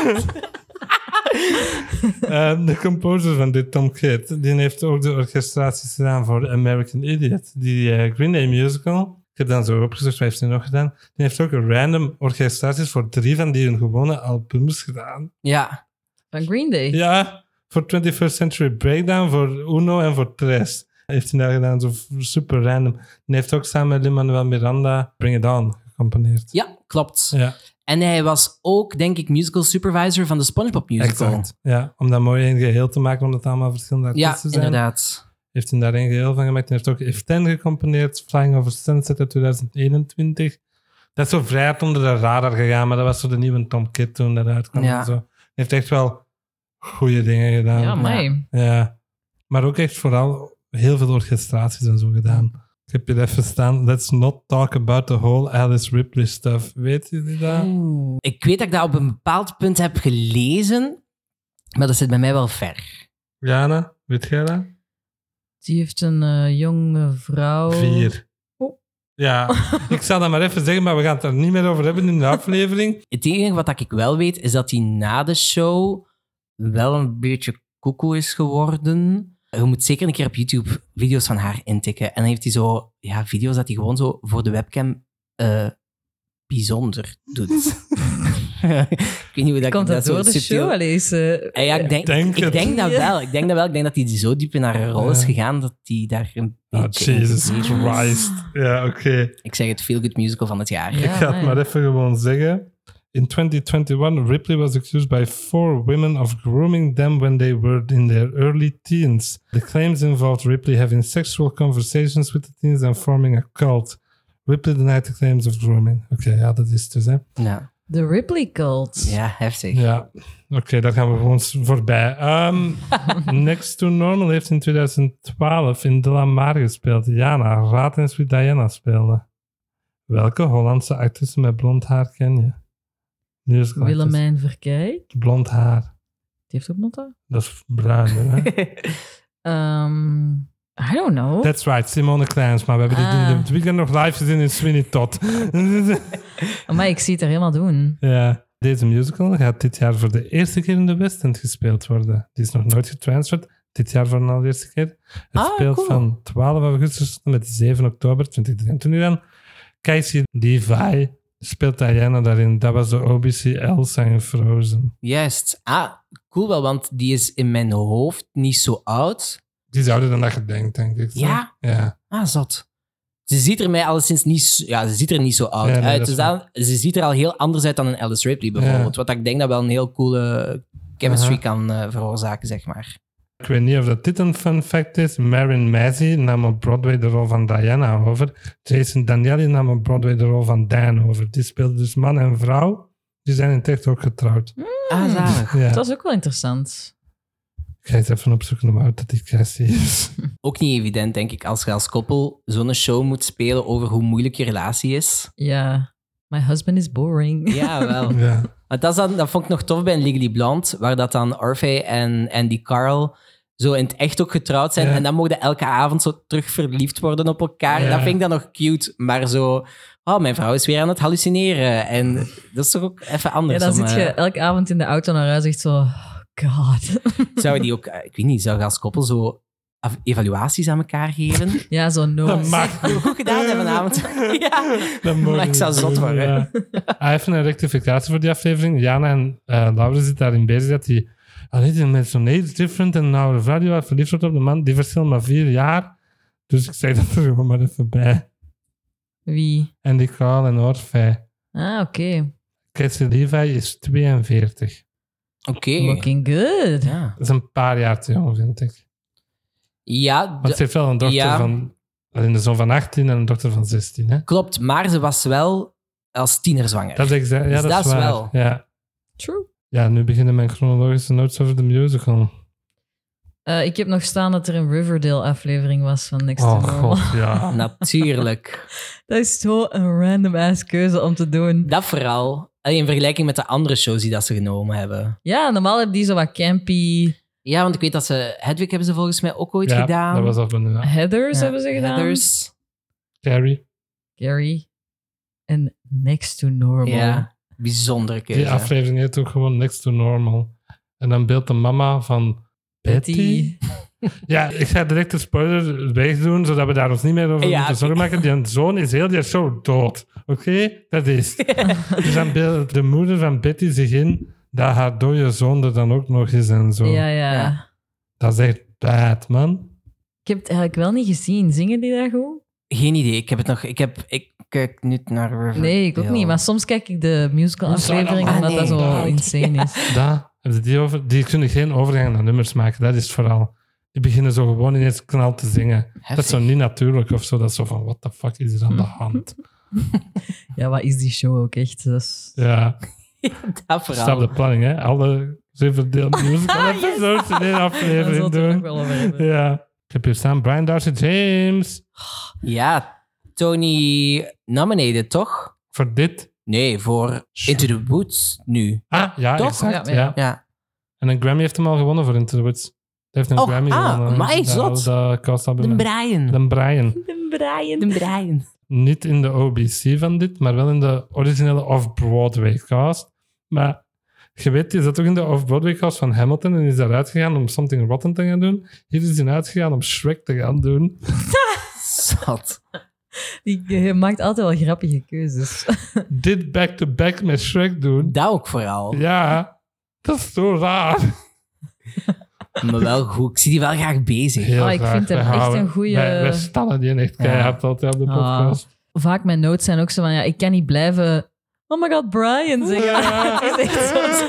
De composer van dit, Tom Kidd, die heeft ook de orchestraties gedaan voor American Idiot. Die Green Day musical. Ik heb dan zo opgezocht, wat heeft hij nog gedaan? Die heeft ook random orchestraties voor 3 van die hun gewone albums gedaan. Ja. Van Green Day. Ja, voor 21st Century Breakdown, voor Uno en voor Tres. Heeft hij daar gedaan, zo super random. Die heeft ook samen met Lin-Manuel Miranda Bring It On gecomponeerd. Ja, klopt. Ja, En hij was ook, denk ik, musical supervisor van de SpongeBob musical. exact. Ja, om dat mooi in geheel te maken, omdat het allemaal verschillende Ja, artiesten zijn. inderdaad. Heeft hij daar een geheel van gemaakt. Hij heeft ook If 10 gecomponeerd, Flying Over Sunset uit 2021. Dat is zo vrij hard onder de radar gegaan, maar dat was zo de nieuwe Tom Kidd toen dat uitkwam. Ja. En zo. Hij heeft echt wel goede dingen gedaan. Ja, mij. Ja. Maar ook echt vooral heel veel orchestraties en zo gedaan. Ik heb hier even staan, let's not talk about the whole Alice Ripley stuff. Weet jullie dat? Oeh. Ik weet dat ik dat op een bepaald punt heb gelezen, maar dat zit bij mij wel ver. Jana, weet jij dat? Die heeft een jonge vrouw. 4. Oh. Ja, ik zal dat maar even zeggen, maar we gaan het er niet meer over hebben in de aflevering. Het enige wat ik wel weet, is dat hij na de show wel een beetje koekoe is geworden. Je moet zeker een keer op YouTube video's van haar intikken. En dan heeft hij zo video's dat hij gewoon zo voor de webcam bijzonder doet. Ik weet niet hoe dat Komt dat zo door de subtiel- show? Allee, Ja, ik denk dat wel. Ik denk dat hij zo diep in haar rol is Ja. gegaan dat hij daar een Oh, beetje in Jesus gebleven is. Christ. Ja, oké. Ik zeg het, Feel Good Musical van het jaar. Ja. Ik ga het maar even gewoon zeggen. In 2021, Ripley was accused by 4 women of grooming them when they were in their early teens. The claims involved Ripley having sexual conversations with the teens and forming a cult. Ripley denied the claims of grooming. Oké, ja, dat is het dus, hè. Ja, de Ripley cult. ja heftig. Ja, oké, daar gaan we gewoon voorbij. Next to Normal heeft in 2012 in De La Mar gespeeld. Jana, raad eens wie Diana speelde. Welke Hollandse actrice met blond haar ken je? Musical actrice. Willemijn Verkijk. Blond haar. Die heeft ook nog dat? Dat is bruin, hè? I don't know. That's right, Simone Kleins. Maar we hebben dit in het weekend nog live gezien in Sweeney Todd. Maar ik zie het er helemaal doen. Ja, deze musical gaat dit jaar voor de eerste keer in de West End gespeeld worden. Die is nog nooit getransferd. dit jaar voor de allereerste keer. Het speelt cool. van 12 augustus tot en met 7 oktober 2023 aan. Casey Levi speelt Diana daarin. Dat was de OBC Elsa in Frozen. Juist. Cool wel, want die is in mijn hoofd niet zo oud. Die is ouder dan dat je denkt, denk ik. Ja? Ja. Zot. Ze ziet er mij alleszins niet... Ze ziet er niet zo oud Ja, nee, uit. dat is Dus ze ziet er al heel anders uit dan een Alice Ripley bijvoorbeeld. Wat ik denk dat wel een heel coole chemistry kan veroorzaken, zeg maar. Ik weet niet of dit een fun fact is. Marin Mazzie nam op Broadway de rol van Diana over. Jason Danieli nam op Broadway de rol van Dan over. Die speelden dus man en vrouw. Die zijn in het echt ook getrouwd. Zalig. Ja. Dat is ook wel interessant. Ik ga eens even opzoeken hoe oud dat die Cassie is. Ook niet evident, denk ik, als je als koppel zo'n show moet spelen over hoe moeilijk je relatie is. Ja. My husband is boring. Ja, wel. Ja. Want dat vond ik nog tof bij Legally Blonde, waar dat dan Orphe en Andy Carl zo in het echt ook getrouwd zijn. Ja. En dan mogen elke avond zo terug verliefd worden op elkaar. Ja. Dat vind ik dan nog cute. Maar zo... mijn vrouw is weer aan het hallucineren. En dat is toch ook even Ja, anders. dan om, zit je elke avond in de auto naar huis echt zo... Oh god. Zou die ook... ik weet niet, zou je als koppel zo evaluaties aan elkaar geven? Ja, zo no. Dat mag niet. Goed gedaan hè, vanavond. Ja. Dat mogen Maar ik zou we zot doen, worden. ja. Even een rectificatie voor die aflevering. Jana en Laura zitten daarin bezig dat die... die met zo'n age different en een oude vrouw die wat verliefd wordt op de man, die verschillen maar 4 jaar. Dus ik zeg dat er gewoon maar even bij. Wie? En die Carl en Orphe. Oké. Casey Levi is 42. Oké. Looking good. Ja. Dat is een paar jaar te jong, vind ik. Ja, Want ze heeft wel een dochter ja. van... Een zoon van 18 en een dochter van 16. Hè? klopt. Maar ze was wel als tiener zwanger. Dat is exact, ja, Dus dat is waar. wel. Ja. True. Ja, nu beginnen mijn chronologische notes over de musical. Ik heb nog staan dat er een Riverdale-aflevering was van Next to Oh Normal. god, ja. Natuurlijk. Dat is zo een random-ass keuze om te doen. Dat vooral. In vergelijking met de andere shows die dat ze genomen hebben. Ja, normaal hebben die zo wat campy... Ja, want ik weet dat ze... Hedwig hebben ze volgens mij ook ooit Ja, gedaan. dat was al van... Ja. Heathers Ja, hebben ze gedaan. Heathers. Carrie. Gary. En Next to Normal. Ja, bijzondere keuze. Die aflevering heet ook gewoon Next to Normal. En dan beeldt de mama van Betty. Ja, ik ga direct de spoiler wegdoen, zodat we daar ons niet meer over Ja, moeten zorgen maken. Die zoon is heel die show dood. Oké? Dat is. Dus dan beeldt de moeder van Betty zich in dat haar dode zoon er dan ook nog is en zo. Ja, ja. Ja. Dat is echt bad, man. Ik heb het eigenlijk wel niet gezien. Zingen die dat goed? Geen idee. Ik heb het nog... Ik kijk nu naar Riverdale. Nee, ik ook niet. Maar soms kijk ik de musical-aflevering Ah, omdat nee. dat zo Dat. insane is. Die kunnen geen overgang naar nummers maken. Dat is het vooral. Die beginnen zo gewoon ineens knal te zingen. Dat is zo niet natuurlijk of zo. Dat is zo van, what the fuck is er aan de hand? Ja, wat is die show ook echt? Dat is... Ja, Dat stap vooral. de planning, hè. Alle 7 deel musical episodes in één Daar aflevering zullen we het nog doen. wel over hebben. Ja. Ik heb hier staan Brian Darcy James. Ja, Tony nominated, toch? Voor dit. Nee, voor Into the Woods nu. Ah, ja, Toch? exact. Ja, Ja, ja. Ja. En een Grammy heeft hem al gewonnen voor Into the Woods. Hij heeft een Oh, Grammy gewonnen. amai, zot. Dat castalbum. De Brian. De Brian. De Brian. Niet in de OBC van dit, maar wel in de originele Off-Broadway cast. Maar je weet, die zat ook in de Off-Broadway cast van Hamilton en is daaruit gegaan om Something Rotten te gaan doen. Hier is hij uitgegaan om Shrek te gaan doen. Zat. Je maakt altijd wel grappige keuzes. Dit back-to-back met Shrek doen. Dat ook vooral. Ja, dat is zo raar. Maar wel goed. Ik zie die wel graag bezig. Heel ik graag. vind hem Wij echt houden- een goeie- Wij stallen die echt keihard altijd op de podcast. Vaak mijn notes zijn ook zo van, ja, ik kan niet blijven... Oh my god, Brian zeggen. Ja. Het is echt zo.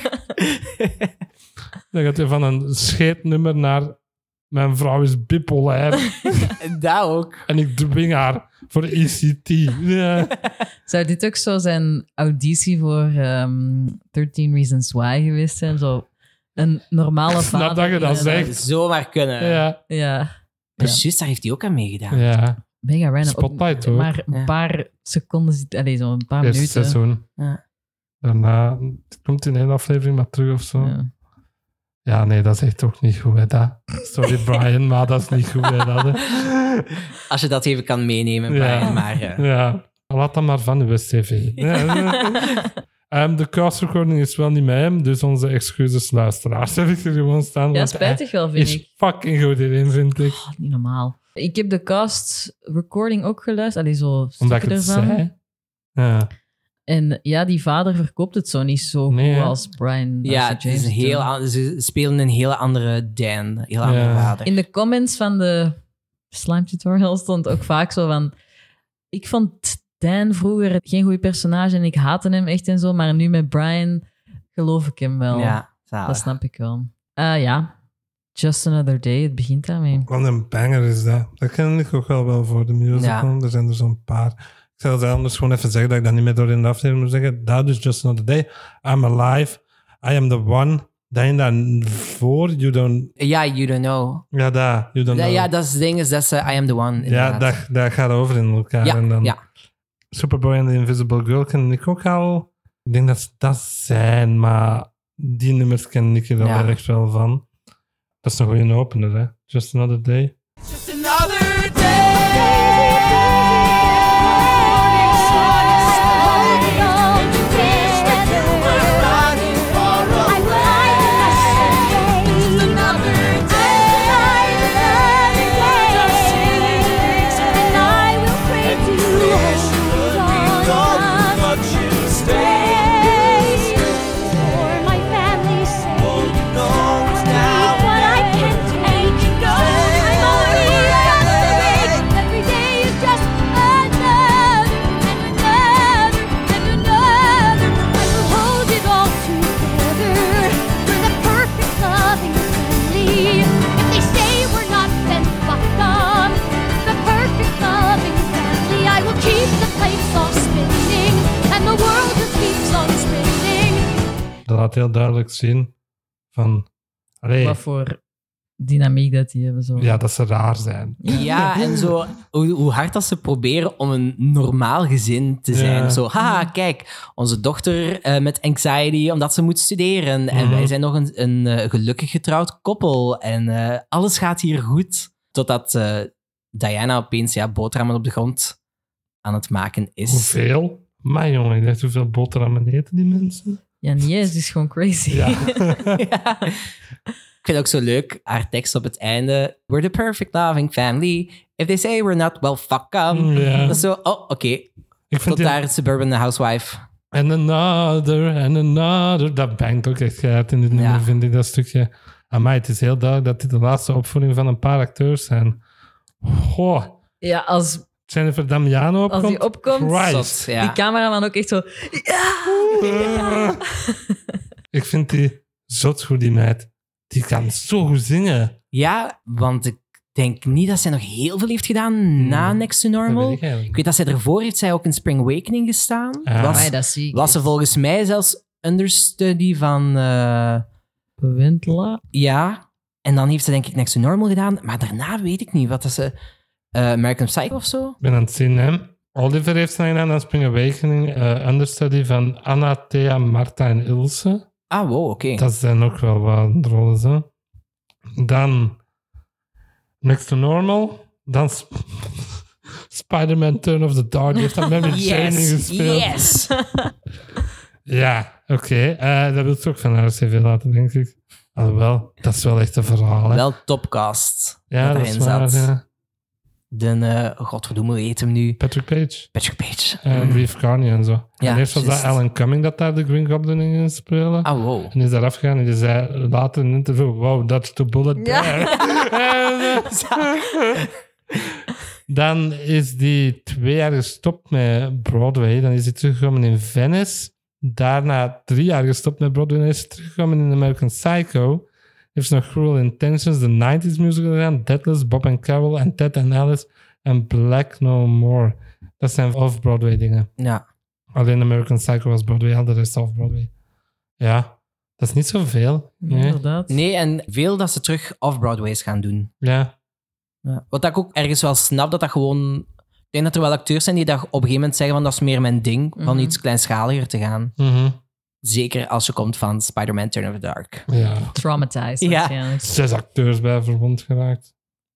Dan gaat hij van een scheetnummer naar mijn vrouw is bipolair Dat ook. en ik dwing haar voor ECT. Ja. Zou dit ook zo zijn auditie voor 13 Reasons Why geweest zijn? Zo een normale Snap vader. dat je dat in een- zegt. Zomaar kunnen. Ja. Ja. Precies, daar heeft hij ook aan meegedaan. Ja. Mega random. Spotlight ook. Maar een Ja. paar seconden zit... Allee, zo een paar Eerste minuten. seizoen. Ja. Daarna komt hij in één aflevering maar terug of zo. Ja. Ja, nee, dat is echt ook niet goed. Hè, dat. Sorry Brian, maar dat is niet goed. Hè, dat, hè. Als je dat even kan meenemen, Ja. Brian. Maar Ja, laat dat maar van uw CV. Ja. De cast recording is wel niet met hem, dus onze excuses luisteraars heb ik er gewoon staan. Ja, want spijtig wel, hij vind is ik. fucking goed hierin, vind ik. Oh, niet normaal. Ik heb de cast recording ook geluisterd. Allee, zo Omdat ik stukken het ervan. zei. Ja. En ja, die vader verkoopt het zo niet zo Nee, goed hè? als Brian. Ja, Darcy het is James een heel doet. ze spelen een hele andere Dan, een heel andere vader. In de comments van de slime tutorial stond ook vaak zo van... Ik vond Dan vroeger geen goede personage en ik haatte hem echt en zo, maar nu met Brian geloof ik hem wel. Ja, zalig. Dat snap ik wel. Ja, Just Another Day, het begint daarmee. Wat een banger is dat. Dat ken ik ook wel voor de musical. Ja. Er zijn er zo'n paar. Ik zal het anders gewoon even zeggen dat ik dat niet meer door in de aflevering moet zeggen. Dat is Just Another Day. I'm Alive. I Am The One. Dan voor You Don't... Ja, You Don't Know. Ja, dat. You Don't Know. Ja, dat is het ding, is dat ze I Am The One. Ja, inderdaad. dat gaat over in elkaar. Ja, en dan ja. Superboy and the Invisible Girl ken ik ook al. Ik denk dat ze dat zijn, maar die nummers ken ik er al Ja. erg wel van. Dat is een goede opener, hè? Just Another Day. Just another day. Holding on together. We're running far I will away. just Another and I will pray to you. God, you stay. For my family's sake. Holding on now. What I can do. I'm only just every day is just another and another and another. I will hold it all together. We're the perfect loving family. If they say we're not, then fuck them. The perfect loving family. I will keep the plates all spinning and the world just keeps on spinning. Dat laat heel duidelijk zien van... Allee, Wat voor dynamiek dat die hebben. Zo. ja, dat ze raar zijn. Ja, en zo, hoe hard dat ze proberen om een normaal gezin te zijn. Ja. Zo, haha, kijk, onze dochter met anxiety omdat ze moet studeren. En wij zijn nog een gelukkig getrouwd koppel. En alles gaat hier goed. Totdat Diana opeens boterhammen op de grond aan het maken is. Hoeveel? Maar jongen, je dacht hoeveel boterhammen eten die mensen? Ja, nee, het is gewoon crazy. Ja. Ja. Ik vind het ook zo leuk, haar tekst op het einde. We're the perfect loving family. If they say we're not, well, fuck them. Ja. Dat is zo, oké. Ik vind Tot die... daar Suburban Housewife. And another. Dat bangt ook echt uit in dit nummer, Ja. vind ik, dat stukje. Amai, het is heel duidelijk dat dit de laatste opvoering van een paar acteurs zijn. Goh. Ja, als Jennifer Damiano opkomt. die opkomt, Christ. Zot, ja. die cameraman ook echt zo... Ik vind die zot goed, die meid. Die kan zo goed zingen. Ja, want ik denk niet dat zij nog heel veel heeft gedaan na Next to Dat Normal. weet ik Ik eigenlijk. weet dat zij ervoor heeft zij ook in Spring Awakening gestaan. Ah. Was, dat zie ik. was ze volgens mij zelfs understudy van... Windla? ja, en dan heeft ze denk ik Next to Normal gedaan. Maar daarna weet ik niet wat dat ze... American Psycho of zo? Ik ben aan het zien, hè. Oliver heeft snel gedaan aan Spring Awakening. Understudy van Anna, Thea, Marta en Ilse. Ah, wow, oké. Dat zijn ook wel wat rollen, hè. Dan Next to Normal. Dan Spider-Man Turn of the Dark. Die heeft dat met Mary Jane gespeeld. Yes! Ja, oké. Dat wil ze ook van haar cv laten, denk ik. Alhoewel, dat is wel echt een verhaal, hè. Wel topcast. Ja, dat is waar, ja. De, godverdomme, hoe heet hem nu? Patrick Page. Patrick Page. En Reeve Carney en zo. Ja, en eerst was dat juist. Alan Cumming dat daar de Green Goblin in ging spelen. Ah, wow. En die is daar afgegaan en die zei later in een interview, wow, that's the bullet Ja. there. Dan is die 2 jaar gestopt met Broadway. Dan is hij teruggekomen in Venice. Daarna 3 jaar gestopt met Broadway. Dan is hij teruggekomen in American Psycho. Heeft nog Cruel Intentions, de 90s musical gedaan. Deadless, Bob and Carol en Ted and Alice en Black No More. Dat zijn off-Broadway dingen. Ja. Alleen American Psycho was Broadway, al de rest off-Broadway. Ja, dat is niet zoveel. Nee. Inderdaad. Nee, en veel dat ze terug off-Broadways gaan doen. Ja. Ja. Wat ik ook ergens wel snap, dat gewoon... Ik denk dat er wel acteurs zijn die dat op een gegeven moment zeggen van dat is meer mijn ding, van iets kleinschaliger te gaan. Mhm. Zeker als je komt van Spider-Man Turn of the Dark. Ja. Traumatized Ja. waarschijnlijk. 6 acteurs bij verbond geraakt.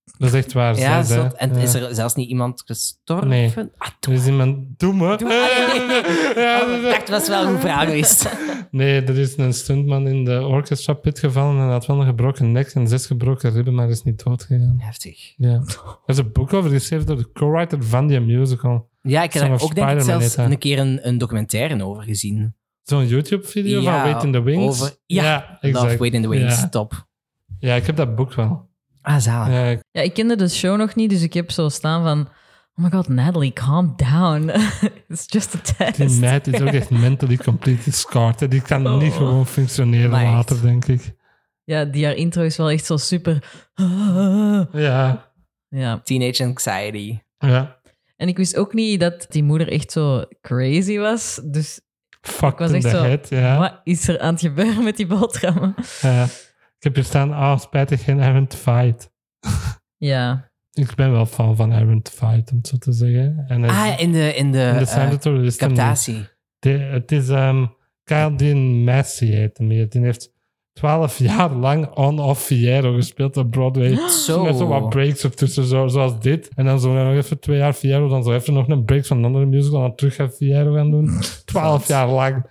Dat is echt waar. Ja, zeg, hè. zot. En Ja. is er zelfs niet iemand gestorven? Nee. Ah, Er is iemand... Doe me. Ja, ik dacht, het was wel een vraag geweest. Nee, er is een stuntman in de orchestra pit gevallen en hij had wel een gebroken nek en 6 gebroken ribben, maar is niet dood gegaan. Heftig. Ja. Er is een boek over geschreven door de co-writer van die musical. Ja, ik heb Son daar of ook denk ik Spider-Man zelfs heet dat. een keer een documentaire over gezien. Zo'n YouTube-video van Wait in the Wings. Ja, Love, exact. Wait in the Wings, Ja. top. Ja, ik heb dat boek wel. Ah, zalig. Ja, Ja, ik kende de show nog niet, dus ik heb zo staan van... Oh my god, Natalie, calm down. It's just a test. die meid is ook echt mentally completely scarred. Hè. Die kan niet gewoon functioneren Maar echt. later, denk ik. Ja, die haar intro is wel echt zo super... Ja, Ja. Teenage Anxiety. ja. En ik wist ook niet dat die moeder echt zo crazy was. Dus Fucked was in echt the zo... head, ja. Wat is er aan het gebeuren met die boterhammen? Ik heb hier staan, spijtig geen Iron to Fight. Ja. Ik ben wel fan van Iron to Fight, om het zo te zeggen. En In de in de Sanatory is het hem niet. captatie. Het is Kyle Dean Massey heet hem hier. Die heeft 12 jaar lang on-off Fierro gespeeld op Broadway. Zo. Met zo wat breaks ertussen, zoals dit. En dan zo nog even 2 jaar Fierro, dan zo even nog een break van een andere musical, dan terug gaan Fierro gaan doen. 12 jaar lang.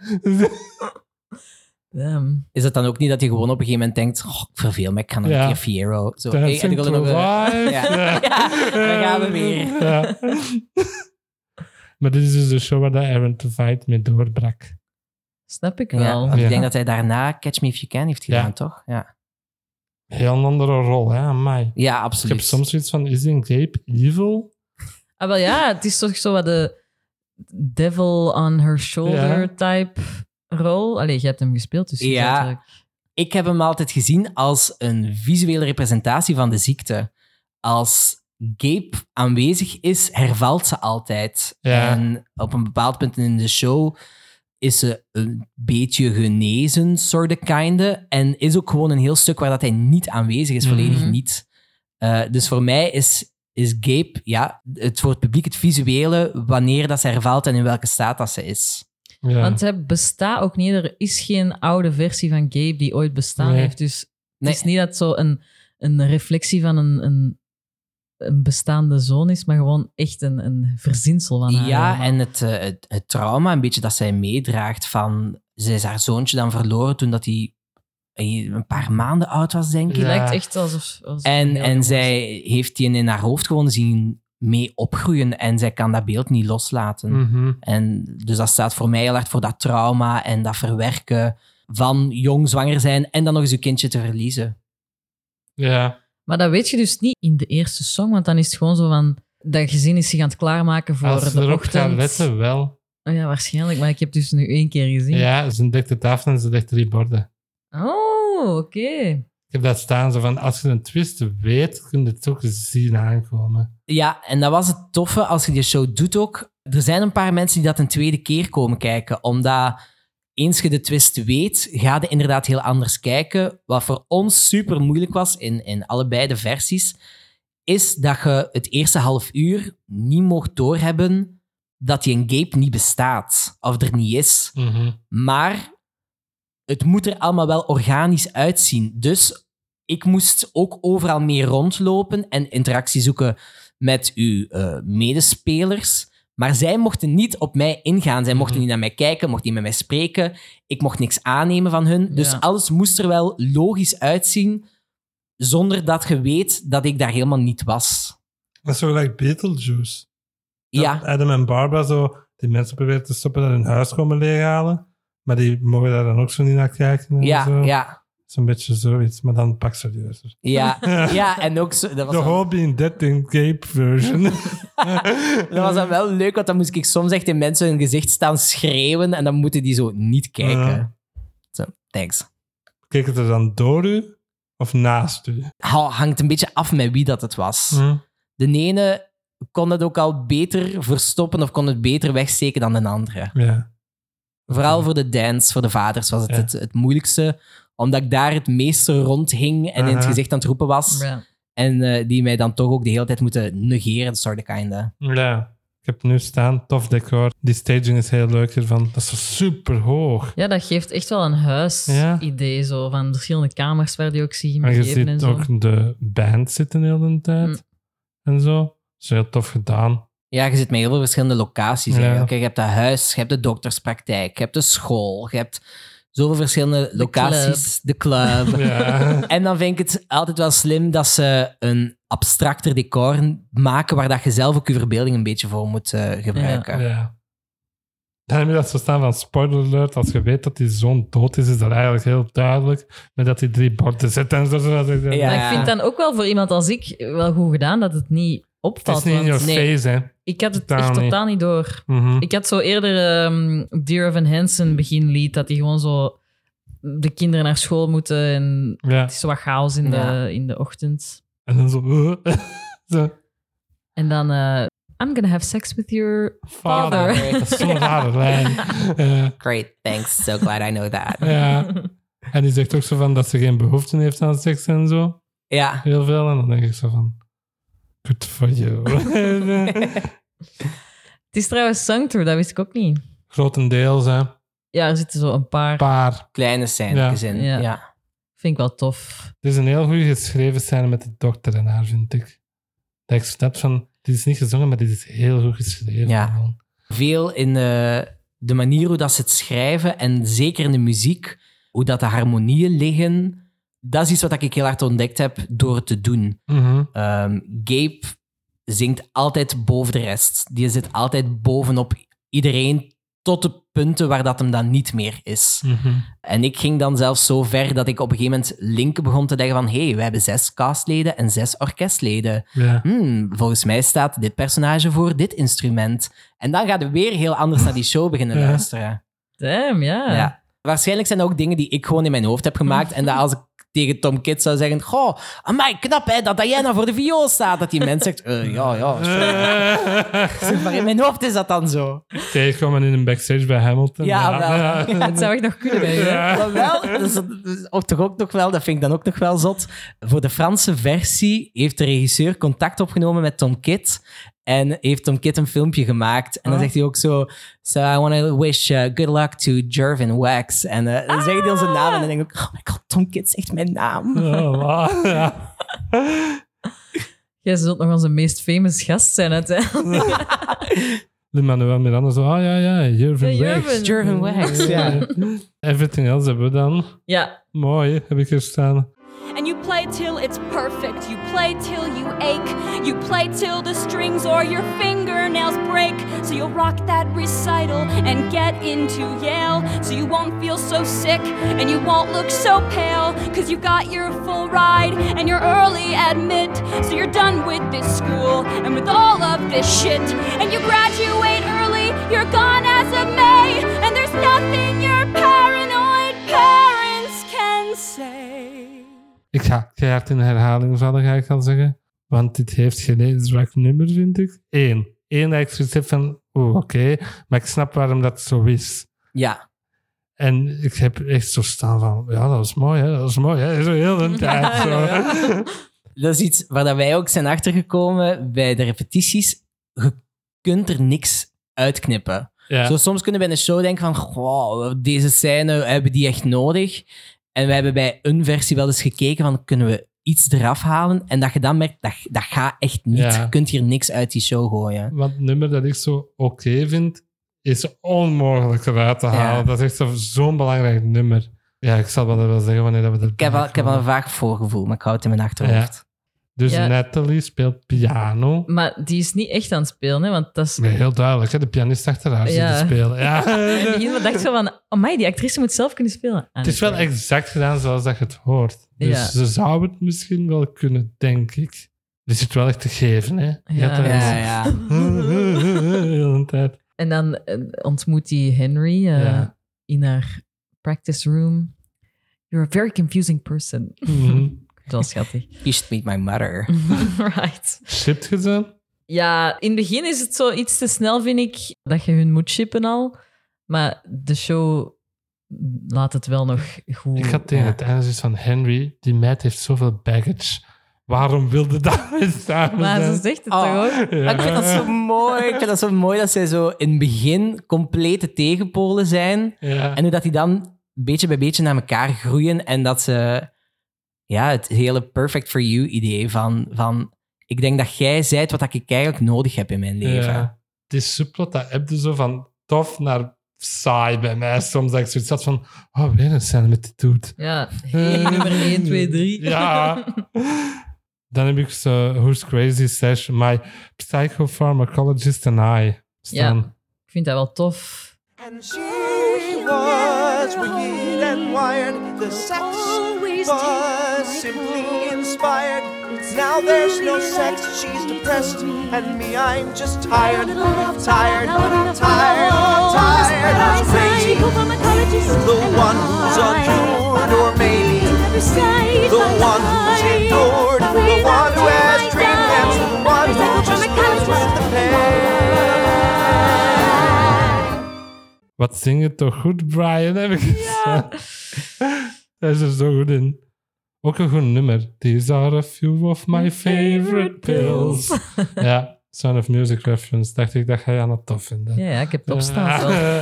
Damn. Is het dan ook niet dat je gewoon op een gegeven moment denkt, ik verveel me, ik ga nog Ja. een keer Fiero. Zo, hey, Dancing en ik wil to nog een... Life. Ja. Ja, daar gaan we weer. Ja. Maar dit is dus de show waar de Iron to Fight mee doorbrak. Snap ik Ja, wel. want ik Ja. denk dat hij daarna Catch Me If You Can heeft gedaan, Ja. toch? Ja, Heel een andere rol, hè, amai. ja Ik absoluut. heb soms zoiets van, is die een Gabe evil? Ah, wel ja, het is toch zo wat de devil on her shoulder Ja. type rol. Allee, je hebt hem gespeeld, dus je Ja. zou het Ik heb hem altijd gezien als een visuele representatie van de ziekte. Als Gabe aanwezig is, hervalt ze altijd. Ja. En op een bepaald punt in de show is ze een beetje genezen, soort of kinde. En is ook gewoon een heel stuk waar dat hij niet aanwezig is, volledig Mhm. niet. Dus voor mij is Gabe het voor het publiek het visuele, wanneer dat ze hervalt en in welke staat dat ze is. Ja. Want hij bestaat ook niet. Er is geen oude versie van Gabe die ooit bestaan Nee. heeft. Dus Nee. het is niet dat het zo een reflectie van een bestaande zoon is, maar gewoon echt een verzinsel van haar. Ja, allemaal. en het trauma een beetje dat zij meedraagt van... Ze is haar zoontje dan verloren toen dat hij een paar maanden oud was, denk ik. Die Ja. lijkt echt alsof... En zij heeft die in haar hoofd gewoon zien mee opgroeien en zij kan dat beeld niet loslaten. Mhm. En dus dat staat voor mij heel hard voor dat trauma en dat verwerken van jong zwanger zijn en dan nog eens je kindje te verliezen. Ja. Maar dat weet je dus niet in de eerste song, want dan is het gewoon zo van... Dat gezin is zich aan het klaarmaken voor Als ze de erop ochtend. gaan letten, wel. Oh ja, waarschijnlijk. Maar ik heb dus nu 1 keer gezien. Ja, ze dekt het af en ze legt 3 borden. Oh, oké. Ik heb dat staan, zo van, als je een twist weet, kun je het ook zien aankomen. Ja, en dat was het toffe als je die show doet ook. Er zijn een paar mensen die dat een tweede keer komen kijken, omdat eens je de twist weet, ga je inderdaad heel anders kijken. Wat voor ons super moeilijk was in allebei de versies, is dat je het eerste half uur niet mocht doorhebben dat die een Gabe niet bestaat of er niet is. Mhm. Maar het moet er allemaal wel organisch uitzien. Dus ik moest ook overal mee rondlopen en interactie zoeken met uw medespelers. Maar zij mochten niet op mij ingaan. Zij mochten niet naar mij kijken, mochten niet met mij spreken. Ik mocht niks aannemen van hun. Dus Ja. alles moest er wel logisch uitzien, zonder dat je weet dat ik daar helemaal niet was. Dat is zo gelijk Beetlejuice. Ja, Dat Adam en Barbara zo die mensen proberen te stoppen dat hun huis komen leeghalen. Maar die mogen daar dan ook zo niet naar kijken. En ja, zo. ja. Zo'n beetje zoiets, maar dan pak serieuzer. Ja, ja, en ook zo, dat was The dan- whole being dead in Gabe version. dat was dan wel leuk, want dan moest ik soms echt in mensen hun gezicht staan schreeuwen en dan moeten die zo niet kijken. Ja. Zo, thanks. Keek het er dan door u of naast u? Hangt een beetje af met wie dat het was. Hm? De ene kon het ook al beter verstoppen of kon het beter wegsteken dan de andere. Ja. Vooral voor de dance, voor de vaders was het Ja. het moeilijkste, omdat ik daar het meeste rondhing en in het Aha. gezicht aan het roepen was. Ja. En die mij dan toch ook de hele tijd moeten negeren, soort of kinda. Ja. Ik heb het nu staan, tof decor. Die staging is heel leuk hiervan. Dat is zo super hoog. Ja, dat geeft echt wel een huisidee, zo van verschillende kamers waar die ook zich in En je begeven en ziet zo. ook de band zitten de hele tijd. En zo. Dat is heel tof gedaan. Ja, je zit met heel veel verschillende locaties. Ja. Eigenlijk. Je hebt dat huis, je hebt de dokterspraktijk, je hebt de school, je hebt zoveel verschillende locaties. De club. Ja. En dan vind ik het altijd wel slim dat ze een abstracter decor maken waar dat je zelf ook je verbeelding een beetje voor moet gebruiken. Ja. Dan heb je dat zo staan van spoiler alert. Als je weet dat die zoon dood is dat eigenlijk heel duidelijk. Met dat die 3 borden zit en zo. Ja. Maar ik vind dan ook wel voor iemand als ik wel goed gedaan dat het niet Het opvalt. is niet in want your face, hè. ik had het Totaal echt niet. totaal niet door. Mhm. Ik had zo eerder Dear Evan Hansen beginlied, dat die gewoon zo de kinderen naar school moeten en Ja. het is zo wat chaos in de ochtend. En dan zo... zo. En dan I'm gonna have sex with your father. Dat is zo'n rare lijn. Great, thanks. So glad I know that. Ja. En die zegt ook zo van dat ze geen behoefte heeft aan seks en zo. Ja. Heel veel. En dan denk ik zo van... Good for you. Het is trouwens Songtour, dat wist ik ook niet. Grotendeels, hè. Ja, er zitten zo een paar. Paar. Kleine scènes in. Ja. Ja. Vind ik wel tof. Het is een heel goed geschreven scène met de dokter en haar, vind ik. Dat ik snap van... Dit is niet gezongen, maar dit is heel goed geschreven. Ja. Man. Veel in de manier hoe dat ze het schrijven en zeker in de muziek, hoe dat de harmonieën liggen, dat is iets wat ik heel hard ontdekt heb door het te doen. Mhm. Gabe zingt altijd boven de rest. Die zit altijd bovenop iedereen tot de punten waar dat hem dan niet meer is. Mhm. En ik ging dan zelfs zo ver dat ik op een gegeven moment linken begon te denken van hey, we hebben 6 castleden en 6 orkestleden. Ja. Volgens mij staat dit personage voor dit instrument. En dan gaat het weer heel anders naar die show beginnen Ja. luisteren. Damn, ja. Ja. Waarschijnlijk zijn dat ook dingen die ik gewoon in mijn hoofd heb gemaakt. En dat als ik tegen Tom Kitt zou zeggen, goh, amai, knap hè, dat Diana voor de viool staat. Dat die mens zegt, ja, sure. Maar in mijn hoofd is dat dan zo. Tegenkomen in een backstage bij Hamilton. Ja, wel. Het zou echt nog kunnen bij u, hè? Ja. Maar wel, dus ook toch ook nog wel, dat vind ik dan ook nog wel zot. Voor de Franse versie heeft de regisseur contact opgenomen met Tom Kitt en heeft Tom Kitt een filmpje gemaakt. En dan zegt hij ook zo, so I want to wish good luck to Jervin Wax. En dan zegt hij onze naam en dan denk ik, oh my god, Tom Kitt zegt mijn naam. Oh, wow. Ja. Jij zult nog onze meest famous gast zijn uiteindelijk. Lin-Manuel Miranda zo, ja, Jervin Ja, Wax. Jervin. Jervin Wax, ja. Everything else hebben we dan. Ja, Mooi, heb ik hier staan. And you play till it's perfect. You play till you ache. You play till the strings or your fingernails break. So you'll rock that recital and get into Yale. So you won't feel so sick and you won't look so pale. Cause you got your full ride and you're early admit. So you're done with this school and with all of this shit. And you graduate early, you're gone as of May. And there's nothing your paranoid parents can say. Ik ga keihard in herhaling vallen, ga ik al zeggen. Want dit heeft geen zwak nummer, vind ik. Eén dat ik zoiets heb van, oké. Maar ik snap waarom dat zo is. Ja. En ik heb echt zo staan van, ja, dat was mooi, hè. Dat was mooi, hè. Zo heel de tijd. Zo. Dat is iets waar dat wij ook zijn achtergekomen bij de repetities. Je kunt er niks uitknippen. Ja. Zo, soms kunnen we bij een show denken van, goh, deze scène, hebben die echt nodig? En we hebben bij een versie wel eens gekeken van, kunnen we iets eraf halen? En dat je dan merkt, dat gaat echt niet. Ja. Je kunt hier niks uit die show gooien. Want het nummer dat ik zo oké vind, is onmogelijk eruit te halen. Ja. Dat is echt zo'n belangrijk nummer. Ja, ik zal wel zeggen wanneer dat we er. Ik heb al een vaag voorgevoel, maar ik hou het in mijn achterhoofd. Dus Ja. Natalie speelt piano. maar die is niet echt aan het spelen, hè, want dat is... Nee, heel duidelijk, hè? De pianist achter haar zit Ja. te spelen. Ja. In het begin dacht ik zo van, amai, die actrice moet zelf kunnen spelen. Het is wel exact gedaan zoals dat je het hoort. Dus Ja. ze zou het misschien wel kunnen, denk ik. Er zit wel echt te geven, hè? Ja. Ja. Heel een tijd. En dan ontmoet hij Henry Ja. in haar practice room. You're a very confusing person. Mhm. Dat was schattig. You should meet my mother. Right. Shipt je ze? Ja, in het begin is het zo iets te snel, vind ik, dat je hun moet shippen al. Maar de show laat het wel nog goed. Ik had tegen Ja. het einde zoiets van Henry, die meid heeft zoveel baggage. waarom wilde dat samen Maar zijn? ze zegt het Oh. toch ook? Ja. Maar ik vind dat zo mooi. Ik vind dat zo mooi dat zij zo in het begin complete tegenpolen zijn. Ja. En hoe dat die dan beetje bij beetje naar elkaar groeien. En dat ze... Ja, het hele perfect for you idee van ik denk dat jij zijt wat ik eigenlijk nodig heb in mijn leven. Ja. Die subplot, dat heb je zo van tof naar saai bij mij. Soms dat ik zoiets had van, oh, weer een scène met die dude. Ja, hey, nummer 1, 2, 3. Ja. Dan heb ik zo Who's Crazy Sash, My Psychopharmacologist and I staan. Ja, ik vind dat wel tof. And she was wicked and wired. The sex was simply inspired. Now there's no sex, she's depressed. And me, I'm just tired. Tired, tired, tired. Crazy. The one who's uncured, or maybe the one who's ignored. The one who has dream dance. The one who just deals with the pain. Wat zing je toch goed, Brian? Heb ik gezegd. Hij is er zo goed in. Ook een goed nummer. These are a few of my favorite pills. Ja, Sound of Music reference. Dacht ik dat jij aan het tof vindt. Ja, ik heb het opstaan zelf.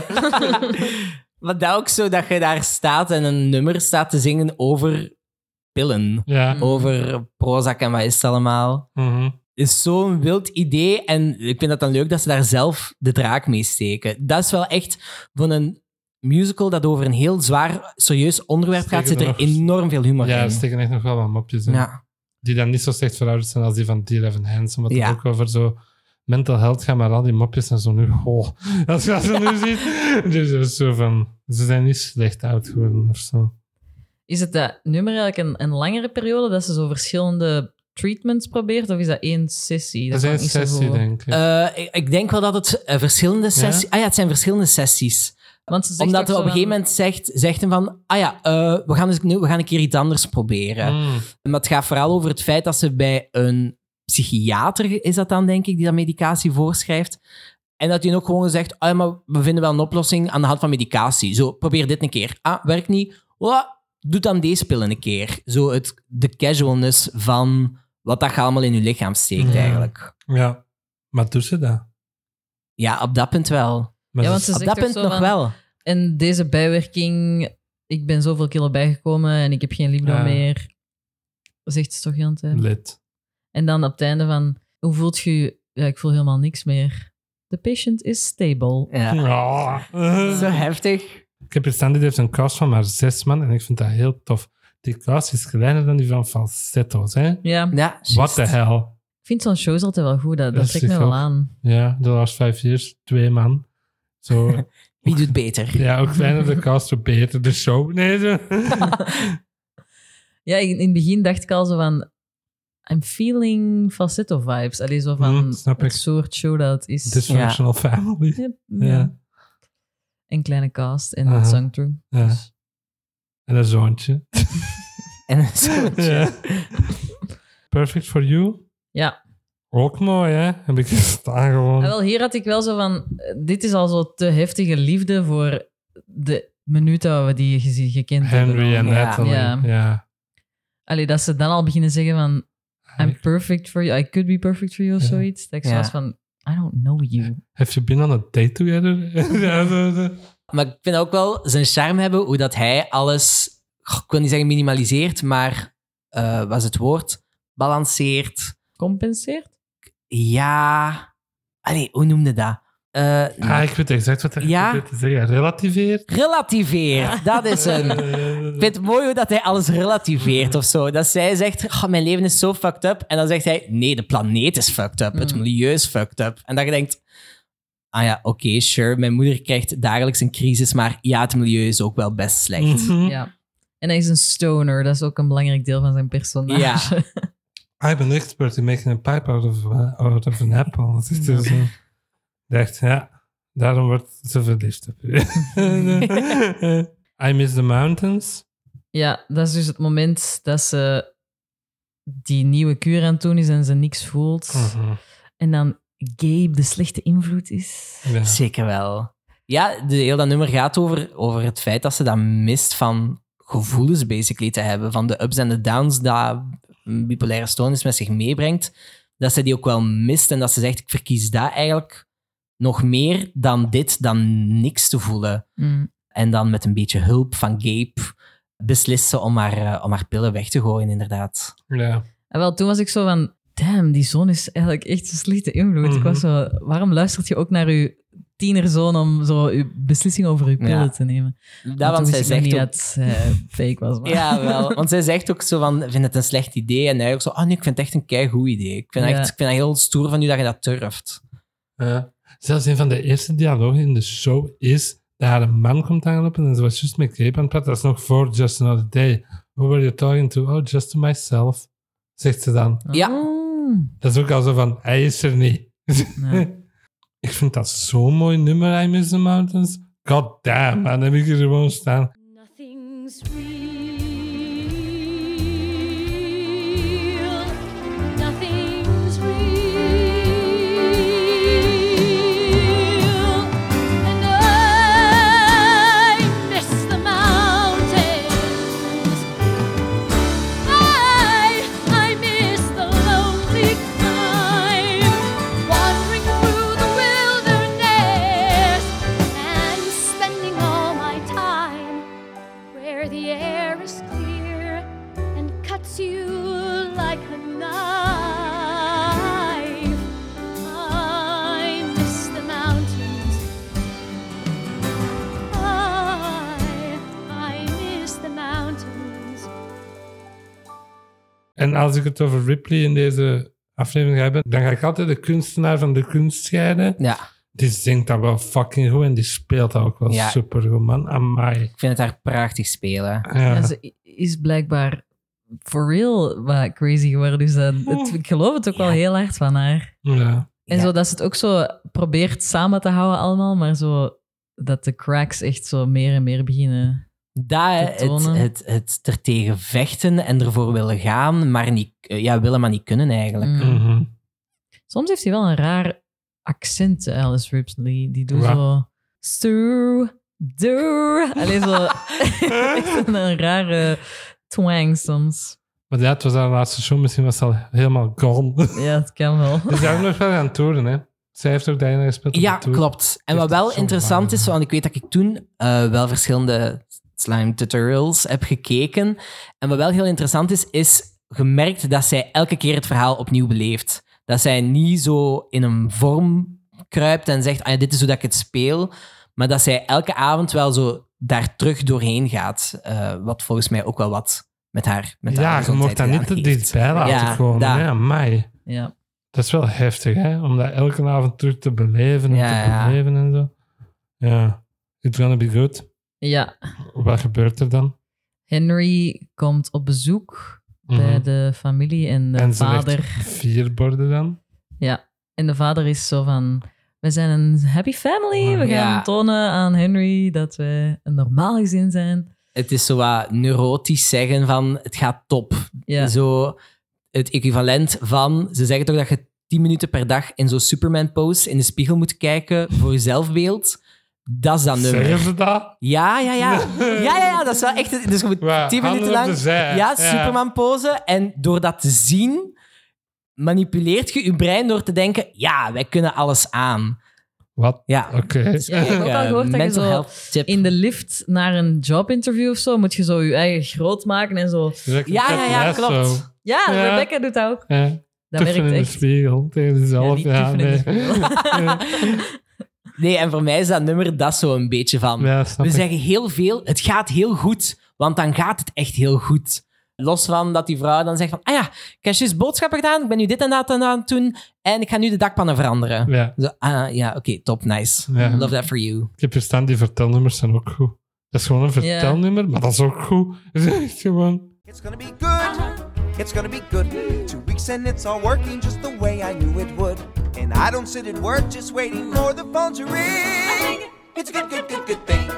Maar dat ook zo dat je daar staat en een nummer staat te zingen over pillen. Ja. Over Prozac en wat is het allemaal. Mhm. Is zo'n wild idee. En ik vind dat dan leuk dat ze daar zelf de draak mee steken. Dat is wel echt van een musical dat over een heel zwaar, serieus onderwerp gaat, zit Steken er er nog- enorm veel humor Ja, er in. steken echt nog wel wat mopjes in. Ja. Die dan niet zo slecht verouderd zijn als die van Dear Evan Hansen. Wat Ja. ook over zo mental health gaat, maar al die mopjes zijn zo nu... Oh, als je dat zo nu ziet. Dus het is zo van... Ze zijn niet slecht oud geworden of zo. Is het dat nummer eigenlijk een langere periode, dat ze zo verschillende treatments probeert, of is dat één sessie? Dat is kan een ik niet zo sessie, goed- denk ik. Ik denk wel dat het verschillende sessies... Ah ja, het zijn verschillende sessies. Want ze zegt Omdat ook er zo op een gegeven van- moment zegt hem van... we gaan een keer iets anders proberen. Mm. Maar het gaat vooral over het feit dat ze bij een psychiater, is dat dan, denk ik, die dat medicatie voorschrijft. En dat hij ook gewoon zegt, maar we vinden wel een oplossing aan de hand van medicatie. Zo, probeer dit een keer. Werkt niet. Doe dan deze pillen een keer. Zo de casualness van wat dat je allemaal in je lichaam steekt, Ja. eigenlijk. Ja, maar doet ze dat? Ja, op dat punt wel. Maar Ja, ze- want ze Op zegt dat ook punt zo nog van, wel. En deze bijwerking, ik ben zoveel kilo bijgekomen en ik heb geen libido Ja. meer. Zegt ze toch heel de tijd. Lid. En dan op het einde van, hoe voelt je je? Ja, ik voel helemaal niks meer. The patient is stable. Ja. Ja. Zo heftig. Ik heb hier staan, die heeft een cast van maar 6 man en ik vind dat heel tof. Die cast is kleiner dan die van Falsetto's, hè? Ja, Ja, What the hell? ik vind zo'n shows altijd wel goed. Dat Dat trekt me is wel ook. aan. Ja, The Last 5 Years, 2 man. Zo, Wie doet beter? ja, ook kleiner de cast, hoe beter de show. Nee, zo. Ja, in het begin dacht ik al zo van... I'm feeling falsetto vibes. Allee, zo van snap het ik. soort show dat het is. Dysfunctional Family. Ja, Ja. ja. En kleine cast en Aha. songthrough. Ja. Dus, En een zoontje. En een zoontje. Ja. Perfect for You. ja. Ook mooi, hè? Heb ik gestaan gewoon. En wel, hier had ik wel zo van... dit is al zo te heftige liefde voor de minuten waar we die gekend Henry en hebben. Ja. Natalie. Ja. Ja. Allee, dat ze dan al beginnen zeggen van... I'm perfect for you. I could be perfect for you of Ja. zoiets. Dat ik zo Ja. was van... I don't know you. Have you been on a date together? Ja, zo. Maar ik vind ook wel zijn charme hebben, hoe dat hij alles, ik wil niet zeggen minimaliseert, maar wat is het woord? Balanceert. Compenseert? Ja. Allee, hoe noemde dat? Ik weet exact wat hij Ja? probeert te zeggen. Relativeert. Relativeert, dat is een. Ik vind het mooi hoe dat hij alles relativeert of zo. Dat zij zegt, mijn leven is zo fucked up. En dan zegt hij, nee, de planeet is fucked up. Het milieu is fucked up. En dat je denkt, oké, sure, mijn moeder krijgt dagelijks een crisis, maar ja, het milieu is ook wel best slecht. Mhm. Ja. En hij is een stoner. Dat is ook een belangrijk deel van zijn personage. I ben expert in making a pipe out of an apple. Dat is dus zo. Ik dacht, ja, daarom wordt ze verliefd op u. I Miss the Mountains. Ja, dat is dus het moment dat ze die nieuwe kuur aan het doen is en ze niks voelt. Mhm. En dan Gabe de slechte invloed is. Ja. Zeker wel. Ja, heel dat nummer gaat over het feit dat ze dat mist van gevoelens basically te hebben. Van de ups en de downs dat bipolaire stoornis met zich meebrengt, dat ze die ook wel mist en dat ze zegt, ik verkies dat eigenlijk nog meer dan dit, dan niks te voelen. En dan met een beetje hulp van Gabe beslist ze om haar pillen weg te gooien, inderdaad. Ja. En wel, toen was ik zo van, damn, die zoon is eigenlijk echt een slechte invloed. Ik was zo, waarom luistert je ook naar je tienerzoon om zo je beslissing over je pillen te nemen? Want zij zegt niet ook... dat fake was. Maar. Ja, wel. Want zij zegt ook zo van, vind het een slecht idee? En hij ook zo, nee, ik vind het echt een keigoed idee. Ik vind het heel stoer van u dat je dat durft. Zelfs een van de eerste dialogen in de show is dat haar een man komt aanlopen en ze was juist met Gabe aan het praten. Dat is nog voor Just Another Day. Who were you talking to? Oh, just to myself, zegt ze dan. Ja. Dat is ook al zo van, hij is er niet. Nee. Ik vind dat zo'n mooi nummer, I Miss the Mountains. God damn, man, dan heb ik er gewoon staan. Nothing's real. Nothing's real. And I miss the mountains. I miss the lonely climb. Wandering through the wilderness and spending all my time where the air is clear and cuts you like a knife. I miss the mountains. I miss the mountains. En als ik het over Ripley in deze aflevering heb, dan ga ik altijd de kunstenaar van de kunst scheiden. Ja, Die zingt dat wel fucking goed en die speelt dat ook wel Ja. supergoed, man. Amai. ik vind het haar prachtig spelen. Ja. Ja, ze is blijkbaar for real wat crazy geworden. Dus ik geloof het ook wel heel hard van haar. Ja. En Ja. zo dat ze het ook zo probeert samen te houden allemaal, maar zo dat de cracks echt zo meer en meer beginnen. Dat, te tonen. het ertegen vechten en ervoor willen gaan, maar niet, willen maar niet kunnen eigenlijk. Mhm. Soms heeft hij wel een raar accent, Alice Ripley. Die doet Wat? zo... Stu, doe. Alleen zo... echt een rare twang soms. Maar ja, het was haar laatste show, misschien was ze al helemaal gone. Ja, het kan wel. Die is ook nog wel aan toeren, hè. Zij heeft ook Diana gespeeld op Ja, de tour. klopt. En wat Heeft wel het zo interessant is, warm. want ik weet dat ik toen wel verschillende slime tutorials heb gekeken. En wat wel heel interessant is gemerkt dat zij elke keer het verhaal opnieuw beleeft. Dat zij niet zo in een vorm kruipt en zegt, dit is hoe dat ik het speel. Maar dat zij elke avond wel zo daar terug doorheen gaat. Wat volgens mij ook wel wat met haar Ja, je mocht dat niet te dichtbij laten Ja, komen. dat. Hè, amai. Ja. Dat is wel heftig, hè? Om dat elke avond terug te beleven en Ja, te ja. beleven en zo. Ja. It's gonna be good. Ja. Wat gebeurt er dan? Henry komt op bezoek bij Mhm. de familie en de En ze legt vader... 4 borden dan. Ja, en de vader is zo van... We zijn een happy family. We gaan Ja. tonen aan Henry dat we een normaal gezin zijn. Het is zo wat neurotisch zeggen van, het gaat top. Ja. Zo het equivalent van, ze zeggen toch dat je 10 minuten per dag in zo'n Superman-pose in de spiegel moet kijken voor je zelfbeeld. Dat is dat nummer. Zeggen ze dat? Ja, dat is wel echt... Dus je moet Waar? 10 minuten Handen op lang... de zij. Ja, Superman-pose. En door dat te zien, manipuleert je je brein door te denken, ja, wij kunnen alles aan. Wat? Ja. Oké. Ja, ik heb ook al gehoord dat je mental zo health tip. in de lift naar een jobinterview of zo moet je zo je eigen groot maken en zo. Ja, klopt. Ja, Ja. Rebecca doet dat ook. Ja. Dat Tuffen werkt in de echt. spiegel tegen jezelf. niet Ja, tuffen in de nee. spiegel. Nee, en voor mij is dat nummer dat zo een beetje van... Ja, snap We ik. zeggen heel veel, het gaat heel goed, want dan gaat het echt heel goed. Los van dat die vrouw dan zegt van, ik heb juist boodschappen gedaan, ik ben nu dit en dat aan het doen en ik ga nu de dakpannen veranderen. Ja. Zo, oké, top, nice. Ja. Love that for you. Ik heb hier staan, die vertelnummers zijn ook goed. Dat is gewoon een vertelnummer, maar dat is ook goed. Dat is echt gewoon... It's gonna be good. It's gonna be good. 2 weeks and it's all working just the way I knew it would. And I don't sit at work just waiting for the phone to ring. It's a good, good, good, good thing.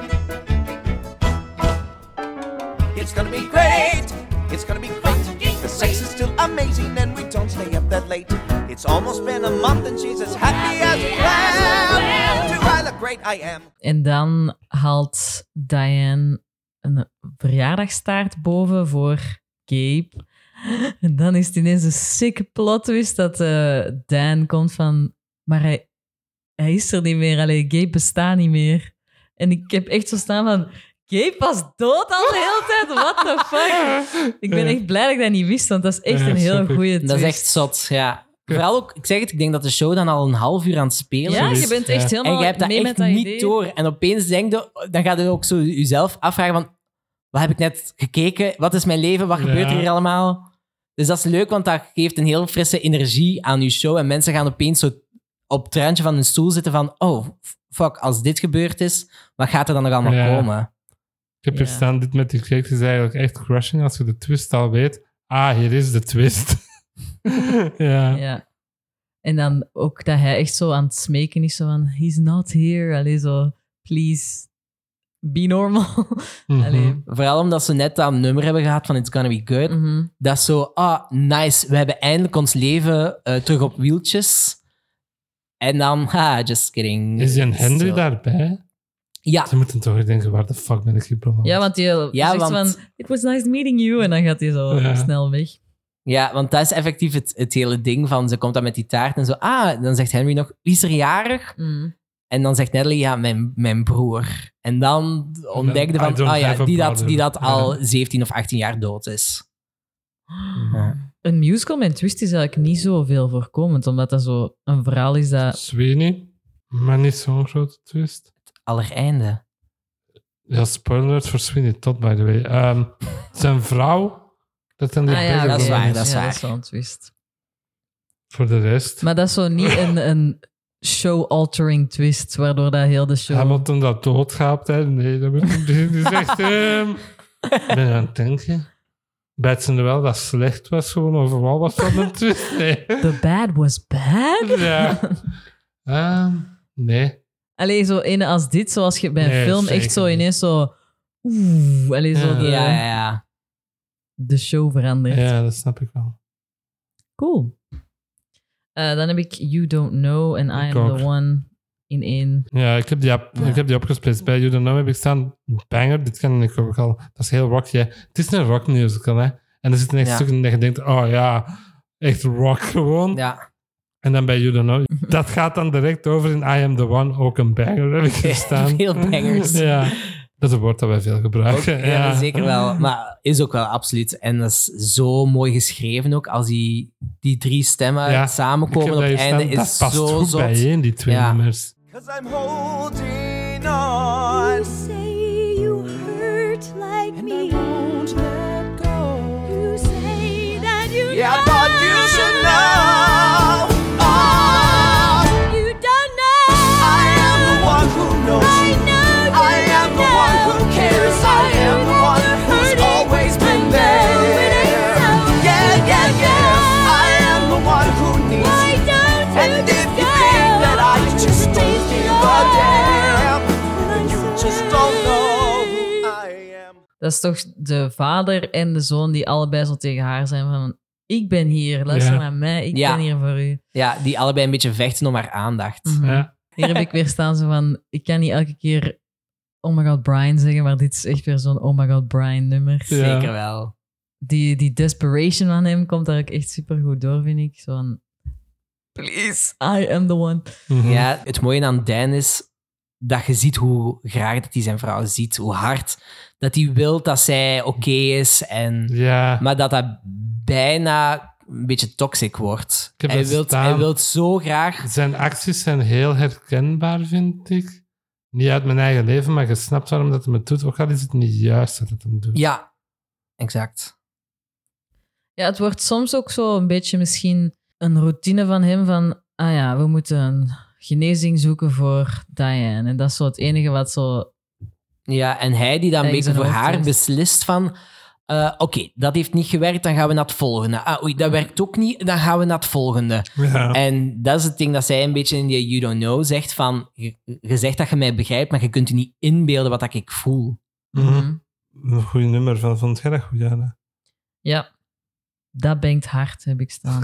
It's gonna be great. It's gonna be great. The sex is still amazing and we don't stay up that late. It's almost been a month and she's as happy as a clam. Do I look great? I am. En dan haalt Diane een verjaardagstaart boven voor Gabe. En dan is het ineens een sick plot twist dat Dan komt van... Maar hij is er niet meer. Allee, Gabe bestaat niet meer. En ik heb echt zo staan van... Gabe was dood al de hele tijd? What the fuck? Ik ben echt blij dat ik dat niet wist, want dat is echt Ja, een heel snap ik. goede twist. Dat is echt zot, ja. Vooral ook, ik zeg het, ik denk dat de show dan al een half uur aan het spelen Ja, is. je bent echt Ja. helemaal En je hebt dat mee echt met dat niet idee. door. En opeens denk je, dan ga je ook zo jezelf afvragen van... Wat heb ik net gekeken? Wat is mijn leven? Wat Ja. gebeurt er hier allemaal? Dus dat is leuk, want dat geeft een heel frisse energie aan je show. En mensen gaan opeens zo op het randje van hun stoel zitten van... Oh, fuck, als dit gebeurd is, wat gaat er dan nog allemaal Ja. komen? Ik heb hier Ja. staan, dit met die characters is eigenlijk echt crushing als je de twist al weet. Ah, hier is de twist. ja. Ja. En dan ook dat hij echt zo aan het smeken is, zo van... He's not here. Allee, zo... Please, be normal. Mhm. Allee. Vooral omdat ze net dat nummer hebben gehad van It's Gonna Be Good. Mhm. Dat is zo, nice, we hebben eindelijk ons leven terug op wieltjes. En dan, just kidding. Is die een Henry Zo. daarbij? Ja, Ze moeten toch denken, waar de fuck ben ik gebleven? Ja, want je Ja, zegt want- van... It was nice meeting you. En dan gaat hij zo Ja. snel weg. ja, want dat is effectief het hele ding van, ze komt dan met die taart en zo, dan zegt Henry nog, wie is er jarig? Mm. En dan zegt Natalie, ja, mijn broer. En dan ontdekte I van, don't have a die brother. dat al Ja. 17 of 18 jaar dood is. Ja. Een musical met een twist is eigenlijk niet zoveel voorkomend, omdat dat zo een verhaal is dat... Sweeney, maar niet zo'n grote twist. Allereinde. Ja, spoilers voor Sweeney Todd, by the way. Zijn vrouw, dat dan die Ah ja, beggar dat is oké. waar, woman dat is Ja, waar. dat is wel een twist. Voor de rest. Maar dat is zo niet een show-altering twist, waardoor dat heel de show... Hamilton dat doodgaat, hè? Nee, dat moet ik niet. Die zegt, ik ben aan het denken. Betsende wel dat slecht was, gewoon overal was van een twist. Nee. The bad was bad? Ja. Nee. Allee, zo ene als dit, zoals je bij een Nee, film zeker echt zo niet. ineens zo... Oeh, allee, zo Ja. de, Ja. de show verandert. Ja, dat snap ik wel. Cool. Dan heb ik You Don't Know en I Ik Am ook. The One in één. Ja, ik heb die opgesplitst. Bij You Don't Know heb ik staan banger. Dit ken ik ook al. Dat is heel rocky. Hè. Het is een rock musical, hè. En er zitten echt Ja. stukken in dat je denkt, oh ja, echt rock gewoon. Ja. En dan bij You Don't Know. Dat gaat dan direct over in I Am The One, ook een banger heb ik hier staan. Veel bangers. Ja, dat is een woord dat wij veel gebruiken. Ja, zeker wel. Maar is ook wel absoluut. En dat is zo mooi geschreven ook. Als die drie stemmen Ja, samenkomen op Ik heb het dat hier einde, staan. is Dat past zo goed zot. bijeen, die twee Ja. nummers. 'Cause I'm holding You on. say you hurt like And me. I won't let go. You say that you Yeah, know. but you should know. Oh, You don't know. I am the one who knows I you. know you I am the know. one who cares. I am the one who's always been there. Yeah, yeah, yeah. I am the one who needs Why you. don't you And if just you go? think that I just don't give a damn, then you just don't know who I am. Dat is toch de vader en de zoon die allebei zo tegen haar zijn van... Ik ben hier, luister Ja. naar mij, ik Ja. ben hier voor u. Ja, die allebei een beetje vechten om haar aandacht. Mhm. Ja. Hier heb ik weer staan zo van... Ik kan niet elke keer Oh My God Brian zeggen, maar dit is echt weer zo'n Oh My God Brian nummer. Ja. Zeker wel. Die desperation van hem komt daar ook echt super goed door, vind ik. Zo van... Please, I am the one. Mhm. Ja, het mooie aan Dan is dat je ziet hoe graag dat hij zijn vrouw ziet. Hoe hard dat hij wil dat zij oké is. Ja. Maar dat bijna een beetje toxic wordt. Ik heb Hij dat wil staan. zo graag... Zijn acties zijn heel herkenbaar, vind ik. Niet uit mijn eigen leven, maar je snapt waarom dat hij het doet. Ook al is het niet juist dat het hem doet. Ja, exact. Ja, het wordt soms ook zo een beetje misschien een routine van hem van... Ah ja, we moeten een genezing zoeken voor Diane. En dat is zo het enige wat zo... Ja, en hij die dan een Ergens beetje in voor hoofd haar heeft. beslist van... Oké, dat heeft niet gewerkt, dan gaan we naar het volgende. Oei, dat werkt ook niet, dan gaan we naar het volgende. Ja. En dat is het ding dat zij een beetje in die You Don't Know zegt van... Je zegt dat je mij begrijpt, maar je kunt je niet inbeelden wat dat ik voel. Mhm. Een goed nummer van. Vond jij dat goed, Jana? Ja, dat bangt hard, heb ik staan.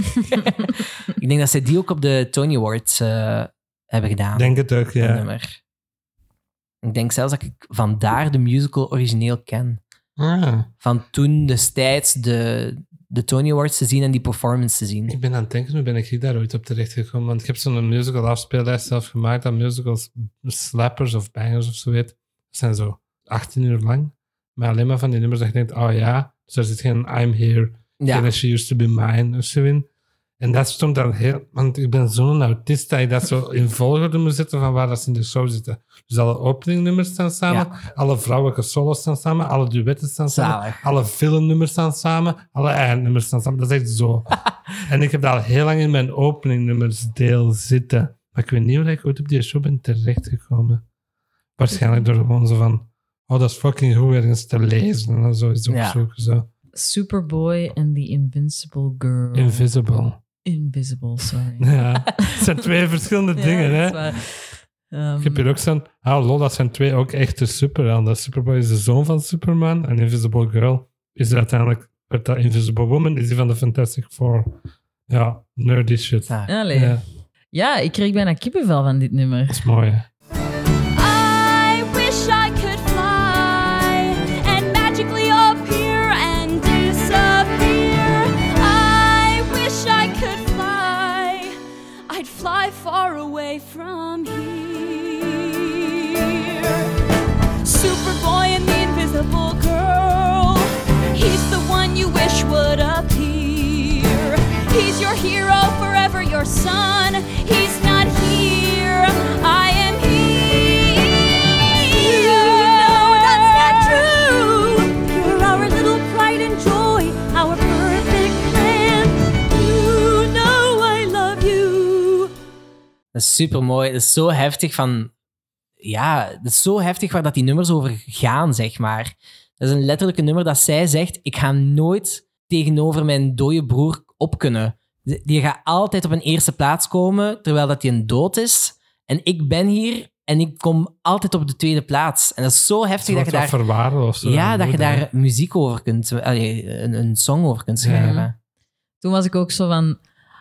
Ik denk dat zij die ook op de Tony Awards hebben gedaan. Denk het ook, dat ja. nummer. Ik denk zelfs dat ik vandaar de musical origineel ken. Ah. Van toen destijds de Tony Awards te zien en die performance te zien. Ik ben aan het denken, hoe ben ik daar ooit op terecht gekomen? Want ik heb zo'n musical afspeellijst zelf gemaakt, dat musicals slappers of bangers of zo heet. Dat zijn zo 18 uur lang. Maar alleen maar van die nummers dat je denkt, oh ja, dus er zit geen I'm Here, geen She Used To Be Mine of zo in. En dat stond dan heel... Want ik ben zo'n autist dat je dat zo in volgorde moet zetten van waar dat ze in de show zitten. Dus alle openingnummers staan samen, alle vrouwelijke solos staan samen, alle duetten staan samen, Zalig. alle filmnummers staan samen, alle eindnummers staan samen. Dat is echt zo. En ik heb dat al heel lang in mijn openingnummersdeel zitten. Maar ik weet niet hoe ik ooit op die show ben terechtgekomen. Waarschijnlijk door gewoon zo van... Oh, dat is fucking goed ergens te lezen. En dan zo eens opzoeken. Zo. Superboy en The Invincible Girl. Invisible, sorry. Ja, het zijn 2 verschillende dingen, hè. dat is waar. Ik heb hier ook staan... Ah, lol, dat zijn 2 ook echte superhelden. Superboy is de zoon van Superman. En Invisible Girl is uiteindelijk... Werd dat Invisible Woman is die van de Fantastic Four. Ja, nerdy shit. Allee. Ja, Ja, ik kreeg bijna kippenvel van dit nummer. dat is mooi, hè. I wish I could fly and magically appear and disappear. I wish I could fly. I'd fly far away from here. Superboy and the Invisible Girl. He's the one you wish would appear. He's your hero, forever your son. He's not here. I am here. No, that's not true. You're our little pride and joy, our perfect plan. You know I love you. Dat is super mooi. Dat is zo heftig van... Ja, dat is zo heftig waar dat die nummers over gaan, zeg maar. Dat is een letterlijke nummer dat zij zegt... Ik ga nooit tegenover mijn dode broer op kunnen. Die gaat altijd op een eerste plaats komen, terwijl dat hij een dood is. En ik ben hier en ik kom altijd op de tweede plaats. En dat is zo heftig dat je daar... verwaarloosd. Ja, dat je daar muziek over kunt... een song over kunt schrijven. Toen was ik ook zo van...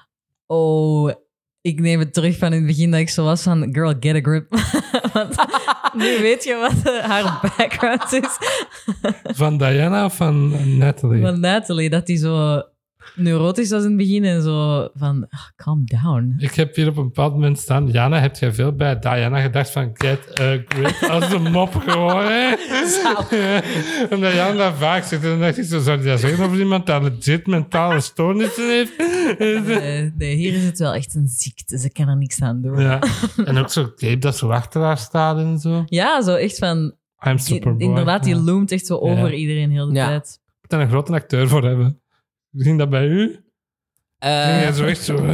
Oh, ik neem het terug van in het begin dat ik zo was van... Girl, get a grip. Want nu weet je wat haar background is. Van Diana of van Natalie? Van Natalie, dat die zo neurotisch was in het begin en zo van... calm down. Ik heb hier op een bepaald moment staan... Jana, heb jij veel bij Diana gedacht van... Get a grip als de mop gewoon, hè? Ja, omdat Jana dat vaak zegt. En dan dacht ik zo... Zou je dat zeggen over iemand dat legit mentale stoornissen heeft? Nee, hier is het wel echt een ziekte. Ze kan er niks aan doen. Ja. En ook zo tape dat zo achter haar staat en zo. Ja, zo echt van... I'm Superboy. Inderdaad, die Ja. loomt echt zo over iedereen heel de Ja. tijd. Je moet daar een grote acteur voor hebben. Ging dat bij u? Ging jij zo echt zo...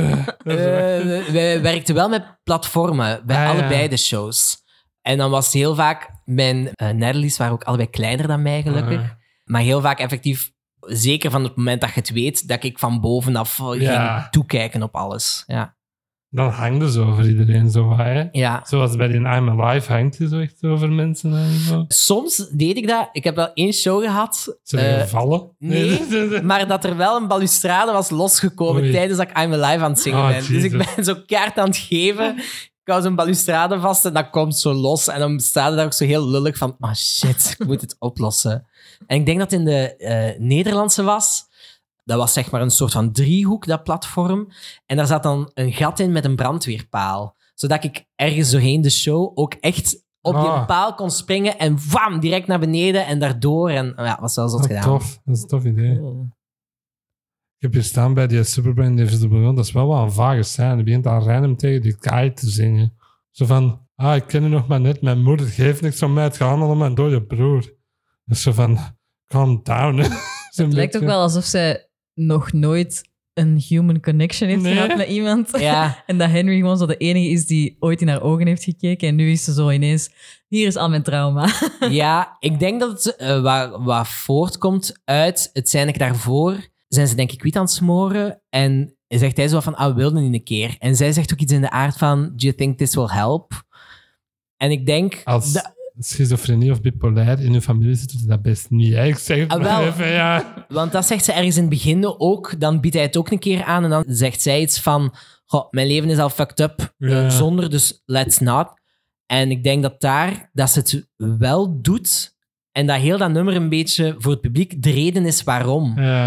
Wij werkten wel met platformen bij Ah, ja. allebei de shows. En dan was heel vaak... Mijn Natalie's waren ook allebei kleiner dan mij, gelukkig. Ah. Maar heel vaak effectief... Zeker van het moment dat je het weet, dat ik van bovenaf Ja. ging toekijken op alles. Ja. Dan hangt het zo over iedereen zo wat, hè? Ja. Zoals bij die I'm Alive hangt hij zo echt over mensen en zo. Soms deed ik dat. Ik heb wel 1 show gehad. Zijn die gevallen? Nee, maar dat er wel een balustrade was losgekomen Oei. tijdens dat ik I'm Alive aan het zingen Oh, ben. Dus ik Jesus. ben zo kaart aan het geven. Ik hou zo'n balustrade vast en dat komt zo los. En dan staat het daar ook zo heel lullig van... Oh shit, ik moet het oplossen. En ik denk dat het in de Nederlandse was. Dat was zeg maar een soort van driehoek, dat platform. En daar zat dan een gat in met een brandweerpaal. Zodat ik ergens doorheen de show ook echt op die Ah. paal kon springen en wam, direct naar beneden en daardoor. En ja, was wel zot Oh, gedaan. tof. Dat is een tof idee. Oh. Ik heb hier staan bij die Superboy en Invisible Girl. Dat is wel een vage scène. Die begint al random tegen die kaai te zingen. Zo van... Ah, ik ken je nog maar net. Mijn moeder geeft niks om mij. Het gaat allemaal om mijn dode broer. Dus zo van... Calm down. Het lijkt ook wel alsof zij nog nooit een human connection heeft Nee. gehad met iemand. Ja. En dat Henry gewoon zo de enige is die ooit in haar ogen heeft gekeken. En nu is ze zo ineens... Hier is al mijn trauma. Ja, ik denk dat het wat voortkomt uit het zijn dat daarvoor zijn ze denk ik wiet aan het smoren en zegt hij zo van, we wilden niet een keer. En zij zegt ook iets in de aard van, do you think this will help? En ik denk... Als schizofrenie of bipolair in uw familie zit, doet hij dat best niet. Hè? Ik zeg het maar wel. even, ja. Want dat zegt ze ergens in het begin ook. Dan biedt hij het ook een keer aan en dan zegt zij iets van, goh, mijn leven is al fucked up Ja. zonder, dus let's not. En ik denk dat ze het wel doet en dat heel dat nummer een beetje voor het publiek de reden is waarom. Ja.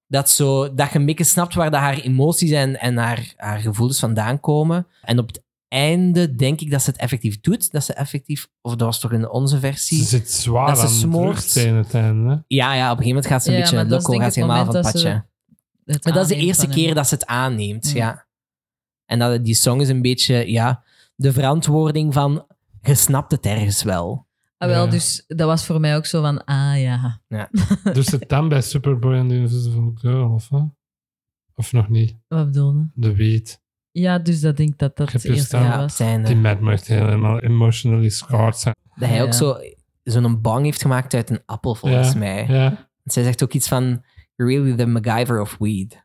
Dat je een beetje snapt waar dat haar emoties en haar gevoelens vandaan komen. En op het einde denk ik dat ze het effectief doet. Dat ze effectief... Of dat was toch in onze versie? Ze zit zwaar Dat ze aan de smoort. drugs tegen het einde. Hè? Ja, op een gegeven moment gaat ze een Ja, beetje maar dat is loco, denk gaat ik ze het helemaal van het moment padje. dat Maar dat is de aanneemt eerste van keer hem. dat ze het aanneemt, Ja. ja. En dat die song is een beetje, de verantwoording van... Je snapt het ergens wel. Ah, wel, Ja. dus dat was voor mij ook zo van, ja. Dus het dan bij Superboy en The Invisible Girl, of wat? Of nog niet? Wat bedoel je? De Weed. Ja, dus dat denk ik dat dat Ik heb het eerste verstaan. Ja, op was. het einde. Die Mad mag helemaal emotionally scarred zijn. Dat hij ook Ja. zo'n bang heeft gemaakt uit een appel, volgens Ja, mij. Ja. Zij zegt ook iets van... You're really the MacGyver of weed.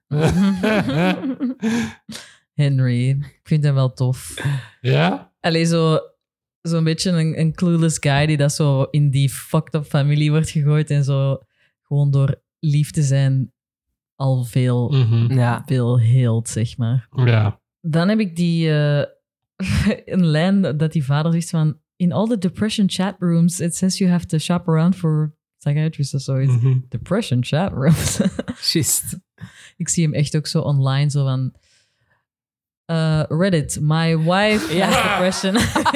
Henry, ik vind hem wel tof. Ja? Allee, zo'n beetje een clueless guy die dat zo in die fucked up familie wordt gegooid en zo gewoon door lief te zijn al veel, Mhm. Ja. veel heelt, zeg maar. Ja. Dan heb ik die een lijn dat die vader zegt van in all the depression chat rooms it says you have to shop around for psychiatrists of zoiets. Mhm. Depression chat rooms. Juist. Ik zie hem echt ook zo online zo van Reddit, my wife Ja. has depression.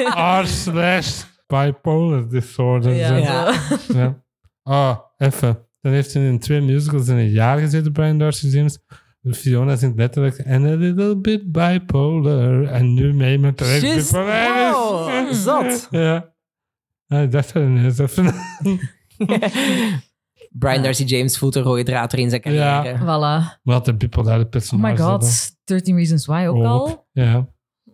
r/bipolar disorder. Ja, Ja. zo. Ja. Oh, even. Dan heeft hij in 2 musicals in een jaar gezeten, Brian Darcy James. Fiona zingt letterlijk and a little bit bipolar. En nu mee met de Juist. bipolair is. Wow, zot. Ja. Ah, ik dacht dat ineens even. Brian Darcy James voelt een rode draad door in zijn carrière. Voilà. Wat de bipolaire Oh personage. my god, 13 Reasons Why ook al. Ja.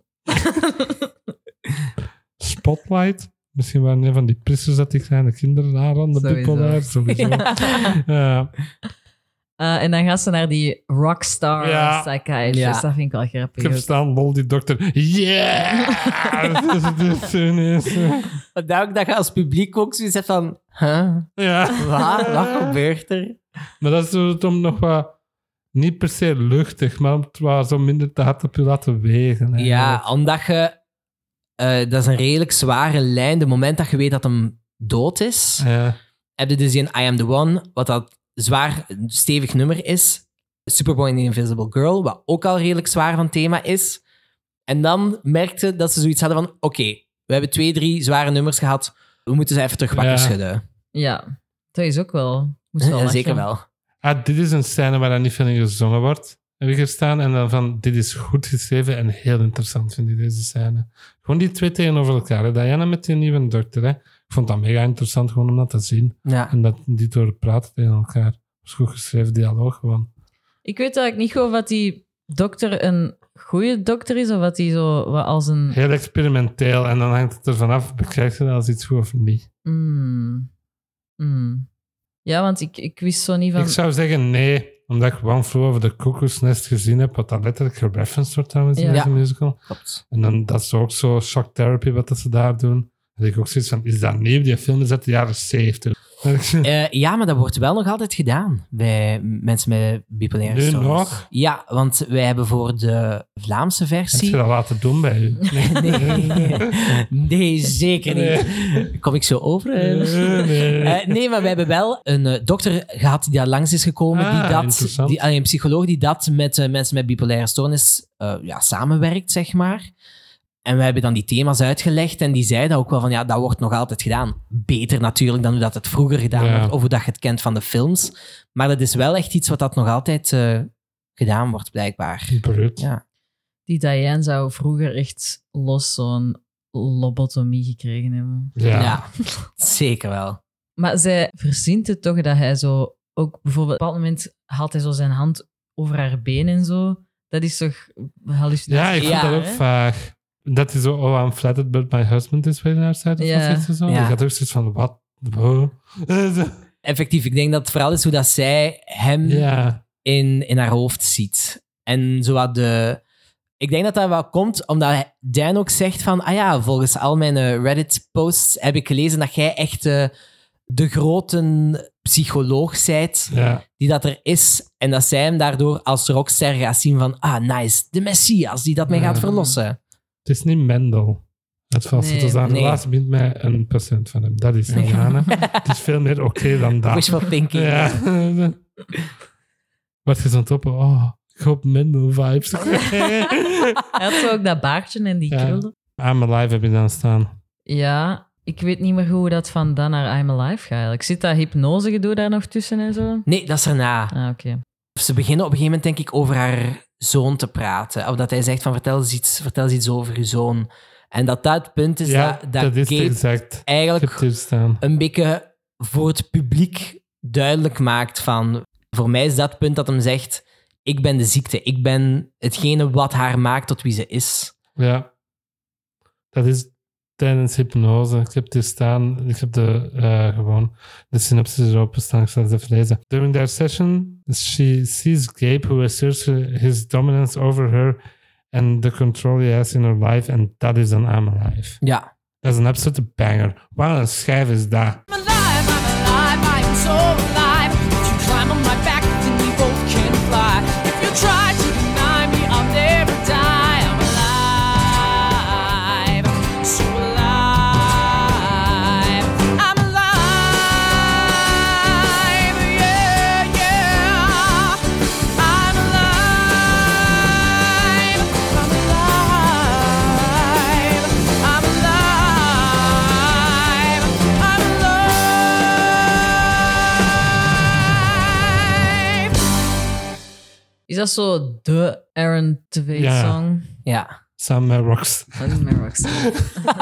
Spotlight. Misschien waren een van die prissers dat die kleine kinderen aanranden, Sowieso. bipolair. Sowieso. Ja. En dan gaat ze naar die rockstar Ja. psychiatrist. Ja. Dat vind ik wel Ik grappig. heb ook. staan, lol, die dokter. Yeah! Dat is zo ineens. Maar ook dat je als publiek ook zoiets hebt van... Huh? Ja. Wat gebeurt er? Maar dat is zo om nog wat... Niet per se luchtig, maar om het wat zo minder te hard op je laten wegen. Ja, eigenlijk. omdat je... dat is een redelijk zware lijn. De moment dat je weet dat hem dood is, Ja. heb je dus in I Am The One, wat dat zwaar stevig nummer is. Superboy and the Invisible Girl, wat ook al redelijk zwaar van thema is. En dan merkte dat ze zoiets hadden van... Oké, we hebben 2-3 zware nummers gehad. We moeten ze even terug wakker Ja. schudden. Ja, dat is ook wel... Moest wel Ja, lachen. zeker wel. Ah, dit is een scène waar dan niet veel in gezongen wordt. Heb ik er staan. En dan van, dit is goed geschreven en heel interessant vind ik deze scène. Gewoon die twee tegenover elkaar. Hè. Diana met die nieuwe dokter. Hè. Ik vond dat mega interessant gewoon om dat te zien. Ja. En dat die door praten tegen elkaar. Dat is goed geschreven dialoog gewoon. Ik weet eigenlijk niet goed of dat die dokter een goede dokter is, of wat hij zo wat als een... Heel experimenteel. En dan hangt het ervan af, bekijkt je dat als iets goed of niet. Ja, want ik wist zo niet van... Ik zou zeggen nee, omdat ik One Flew Over the Cuckoo's Nest gezien heb, wat dat letterlijk gereferenced wordt trouwens in Ja. deze musical. Klopt. En dan, dat is ook zo shock therapy wat dat ze daar doen. Dan denk ik ook zoiets van, is dat nieuw? Die film is uit de jaren 70. Ja, maar dat wordt wel nog altijd gedaan bij mensen met bipolaire Nu stoornis. nog? Ja, want wij hebben voor de Vlaamse Heb je versie... dat laten doen bij u? Nee, zeker niet. Kom ik zo over? Nee, maar we hebben wel een dokter gehad die daar langs is gekomen. Interessant. Een psycholoog die dat met mensen met bipolaire stoornis samenwerkt, zeg maar. En we hebben dan die thema's uitgelegd en die zeiden ook wel van ja, dat wordt nog altijd gedaan. Beter natuurlijk dan hoe dat het vroeger gedaan Ja. wordt of hoe dat je het kent van de films. Maar dat is wel echt iets wat dat nog altijd gedaan wordt, blijkbaar. Brut. Ja. Die Diane zou vroeger echt los zo'n lobotomie gekregen hebben. Ja, zeker wel. Maar zij verzint het toch dat hij zo... Ook bijvoorbeeld, op een bepaald moment haalt hij zo zijn hand over haar been en zo. Dat is toch hallucinatie? Ja, ik vind Ja, dat ook hè? vaag. Dat is zo, oh, I'm flattered, but my husband is waiting outside. Of Ja. zoiets of zo. Ja. Ik had ook zoiets van, wat? Wow. Effectief, ik denk dat het vooral is hoe dat zij hem Ja. in haar hoofd ziet. En zo wat ik denk dat dat wel komt omdat Dan ook zegt van volgens al mijn Reddit-posts heb ik gelezen dat jij echt de grote psycholoog zijt Ja. die dat er is. En dat zij hem daardoor als rockster gaat zien van nice, de Messias die dat mij gaat verlossen. Het is niet Mendel. Het valt Nee. dus aan de Nee. laatste biedt mij een patiënt van hem. Dat is niet gedaan. Hè. Het is veel meer oké dan dat. Wishful thinking. Ja. Wat je zo'n toppen, ik hoop minder vibes. Hij had zo ook dat baardje en die Ja. krullen. I'm Alive heb je dan staan. Ja, ik weet niet meer hoe dat van dan naar I'm Alive gaat eigenlijk. Zit dat hypnosegedoe daar nog tussen en zo? Nee, dat is erna. Ah, oké. Ze beginnen op een gegeven moment, denk ik, over haar zoon te praten. Of dat hij zegt van, vertel eens iets over je zoon. En dat het punt is Ja, dat is Gabe exact. Ik heb eigenlijk het hier staan. een beetje voor het publiek duidelijk maakt van... Voor mij is dat het punt dat hem zegt, ik ben de ziekte. Ik ben hetgene wat haar maakt tot wie ze is. Ja. Dat is tijdens hypnose. Ik heb het hier staan. Ik heb gewoon de synopsis erop staan. Ik zal het even lezen. During their session, she sees Gabe, who asserts his dominance over her and the control he has in her life. And that is an I'm Alive. Ja. Dat is een absolute banger. Wat een schijf is dat. I'm alive, I'm so alive. If you climb on my back, then we both can fly. If you try to deny me, I'll never die. I'm alive, so alive. I'm alive, yeah, yeah. I'm alive, I'm alive, I'm alive, I'm alive. Is dat zo de Aaron Tveit Ja. song? Ja. Samen met Rox. Dat is mijn rockstar.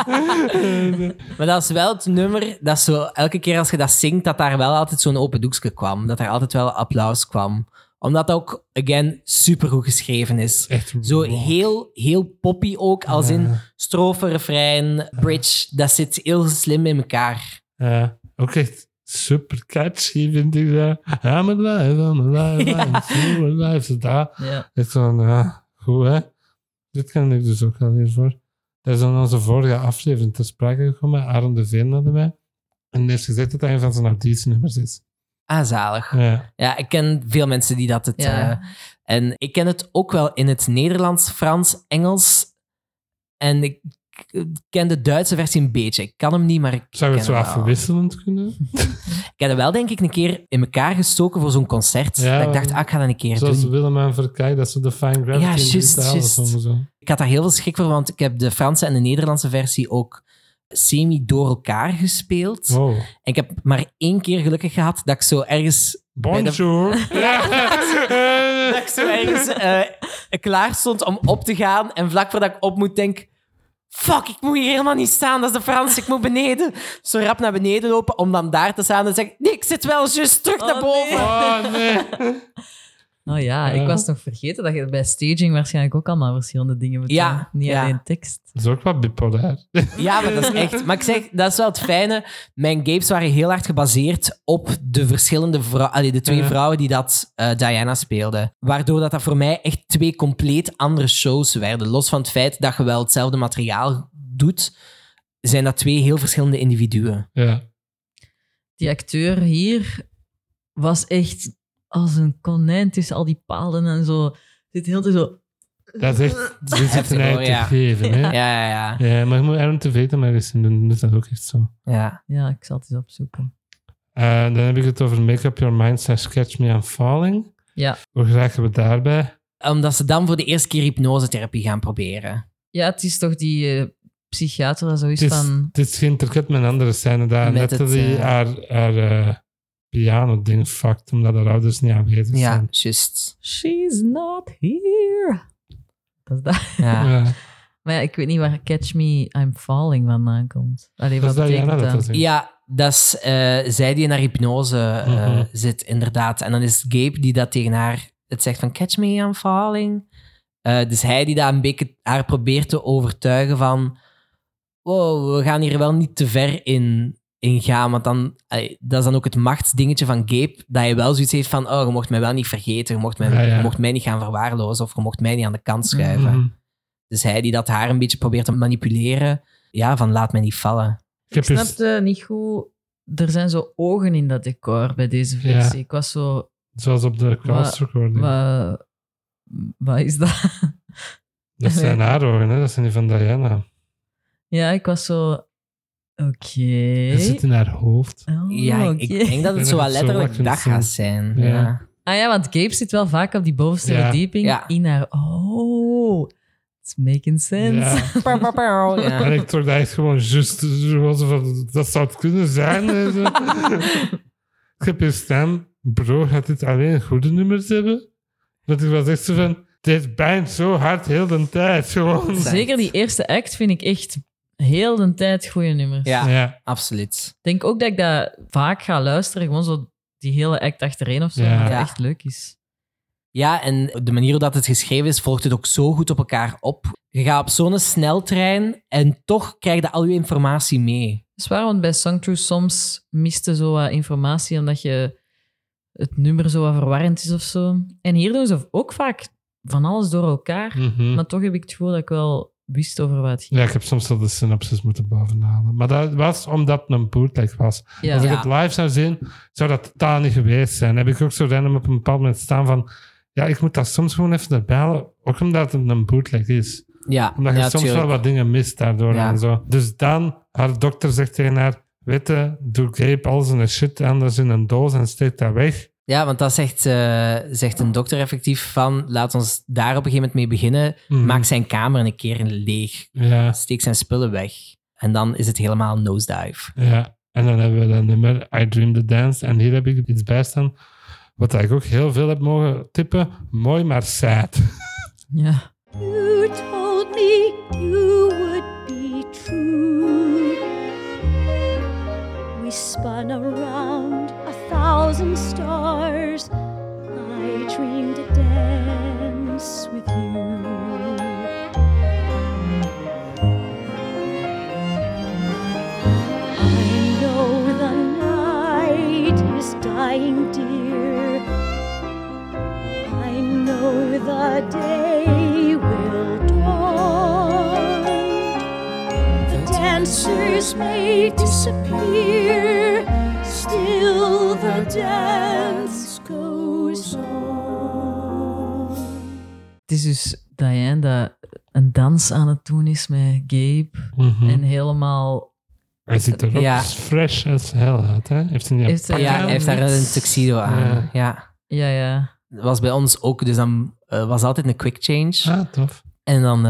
Maar dat is wel het nummer dat zo... Elke keer als je dat zingt, dat daar wel altijd zo'n open doekje kwam. Dat er altijd wel applaus kwam. Omdat dat ook, again, supergoed geschreven is. Echt Zo raw. heel poppy ook, als in strofe, refrein, bridge. Dat zit heel slim in elkaar. Ook echt super catchy, vind ik dat. I'm alive, Ja. I'm so alive. Zo dat. Ja. Echt van, goed hè. Dit kan ik dus ook al hiervoor. Dat is in onze vorige aflevering ter sprake gekomen. Aaron de Veen hadden wij. En hij heeft gezegd dat dat een van zijn auditienummers is. Ah, zalig. Ja. Ja, ik ken veel mensen die dat het... Ja. En ik ken het ook wel in het Nederlands, Frans, Engels. En ik ken de Duitse versie een beetje. Ik kan hem niet, maar ik Zou het ken zo hem wel. afwisselend kunnen? Ik heb dat wel, denk ik, een keer in elkaar gestoken voor zo'n concert. Ja, dat ik dacht, ik ga dat een keer Zoals doen. Willem en Verkijk, dat ze de Fine Gravity Ja, in juist, Itaal juist. zongen zo. Ik had daar heel veel schrik voor, want ik heb de Franse en de Nederlandse versie ook semi door elkaar gespeeld. Wow. En ik heb maar 1 keer gelukkig gehad dat ik zo ergens... Bonjour. Dat ik zo ergens klaar stond om op te gaan. En vlak voordat ik op moet, denk... Fuck, ik moet hier helemaal niet staan. Dat is de Frans. Ik moet beneden. Zo rap naar beneden lopen om dan daar te staan en zeggen... Nee, ik zit wel juist terug naar boven. Oh nee. Oh ja, ik was nog vergeten dat je bij staging waarschijnlijk ook allemaal verschillende dingen moet Ja, doen. Niet ja. alleen tekst. Dat is ook wat bipolair. Ja, maar dat is echt... Maar ik zeg, dat is wel het fijne. Mijn games waren heel hard gebaseerd op de verschillende vrouwen... de 2 Ja. vrouwen die dat Diana speelden. Waardoor dat voor mij echt 2 compleet andere shows werden. Los van het feit dat je wel hetzelfde materiaal doet, zijn dat 2 heel verschillende individuen. Ja. Die acteur hier was echt als een konijn tussen al die palen en zo. Zit heel te zo... Dat is echt... Ze zitten Oh, eigenlijk ja. te geven, hè? Ja. Ja, maar je moet Aaron te weten, maar eens doen. Dat is dat ook echt zo. Ja. Ja, ik zal het eens opzoeken. Dan heb ik het over Make Up Your Mind / Catch Me I'm Falling. Ja. Hoe geraken we daarbij? Omdat ze dan voor de eerste keer hypnosetherapie gaan proberen. Ja, het is toch die psychiater dat zo is Het is, van... het is geïnterpreteerd met een andere scène. Daar Met net het, die haar piano-ding fucked, omdat haar ouders niet aanwezig Ja, zijn. juist. She's not here. Dat is dat. Ja. Ja. Maar ja, ik weet niet waar Catch Me, I'm Falling vandaan komt. Allee, Dat wat is Diana betekent dat dat? zingt. Ja, dat is zij die naar hypnose zit, inderdaad. En dan is het Gabe die dat tegen haar het zegt van catch me, I'm falling. Dus hij die dat een beetje haar probeert te overtuigen van wow, we gaan hier wel niet te ver in gaan, want dan, dat is dan ook het machtsdingetje van Gabe, dat hij wel zoiets heeft van oh, je mocht mij wel niet vergeten, je mocht mij niet gaan verwaarlozen of je mocht mij niet aan de kant schuiven. Mhm. Dus hij die dat haar een beetje probeert te manipuleren, ja, van laat mij niet vallen. Ik heb Ik snapte niet goed... Er zijn zo ogen in dat decor bij deze versie. Ja. Ik was zo... Zoals op de cross recording. Wat is dat? Dat zijn haar ogen, hè? Dat zijn die van Diana. Ja, ik was zo... Oké. Dat zit in haar hoofd. Oh, Ja, ik oké. denk dat het Ik zo denk wel dat het zo letterlijk wat kunt dat zien. gaat zijn. Ja. Ja. Ah ja, want Gabe zit wel vaak op die bovenste Ja. verdieping Ja. in haar... Oh, it's making sense. Ja. Ja. En ik trok dat echt gewoon juist zo van, dat zou het kunnen zijn. En zo. Ik heb hier staan, bro, gaat dit alleen goede nummers hebben? Dat ik was echt zo van, dit bijnt zo hard heel de tijd. Gewoon. Zeker die eerste act vind ik echt heel de tijd goede nummers. Ja, Ja. absoluut. Ik denk ook dat ik dat vaak ga luisteren, gewoon zo die hele act achtereen of zo, Ja. omdat het Ja. echt leuk is. Ja, en de manier hoe dat het geschreven is, volgt het ook zo goed op elkaar op. Je gaat op zo'n sneltrein en toch krijg je al je informatie mee. Dat is waar, want bij Songtrue soms miste zo wat informatie omdat je het nummer zo wat verwarrend is of zo. En hier doen ze ook vaak van alles door elkaar, Mhm. maar toch heb ik het gevoel dat ik wel wist over wat het ging. Ja, ik heb soms wel de synopsis moeten bovenhalen. Maar dat was omdat het een bootleg was. Ja. Als ik Ja. het live zou zien, zou dat totaal niet geweest zijn. Heb ik ook zo random op een bepaald moment staan van... Ja, ik moet dat soms gewoon even erbij halen, ook omdat het een bootleg is. Ja, Omdat je ja, soms tuurlijk. wel wat dingen mist daardoor Ja. en zo. Dus dan, haar dokter zegt tegen haar... Weet je, doe Gabe al zijn shit anders in een doos en steekt dat weg. Ja, want dat zegt een dokter effectief van, laat ons daar op een gegeven moment mee beginnen. Mhm. Maak zijn kamer een keer leeg. Ja, Steek zijn spullen weg. En dan is het helemaal nosedive. ja. En dan hebben we dat nummer I Dream the Dance. En hier heb ik iets bij staan. Wat ik ook heel veel heb mogen tippen. Mooi, maar sad. Ja. You told me you would be true. We spun around 1,000 stars. I dreamed a dance with you. I know the night is dying, dear. I know the day will dawn. The dancers may disappear, still the dance goes on. Het is dus Diane dat een dans aan het doen is met Gabe Mhm. en helemaal... Hij ziet er ook Ja. fresh as hell uit, hè? Heeft hij niet Heeft hij- een pak Ja, aan? hij heeft daar een tuxedo aan. Ja. Ja. Ja. Dat was bij ons ook. Dus dan was altijd een quick change. Ah, tof. En dan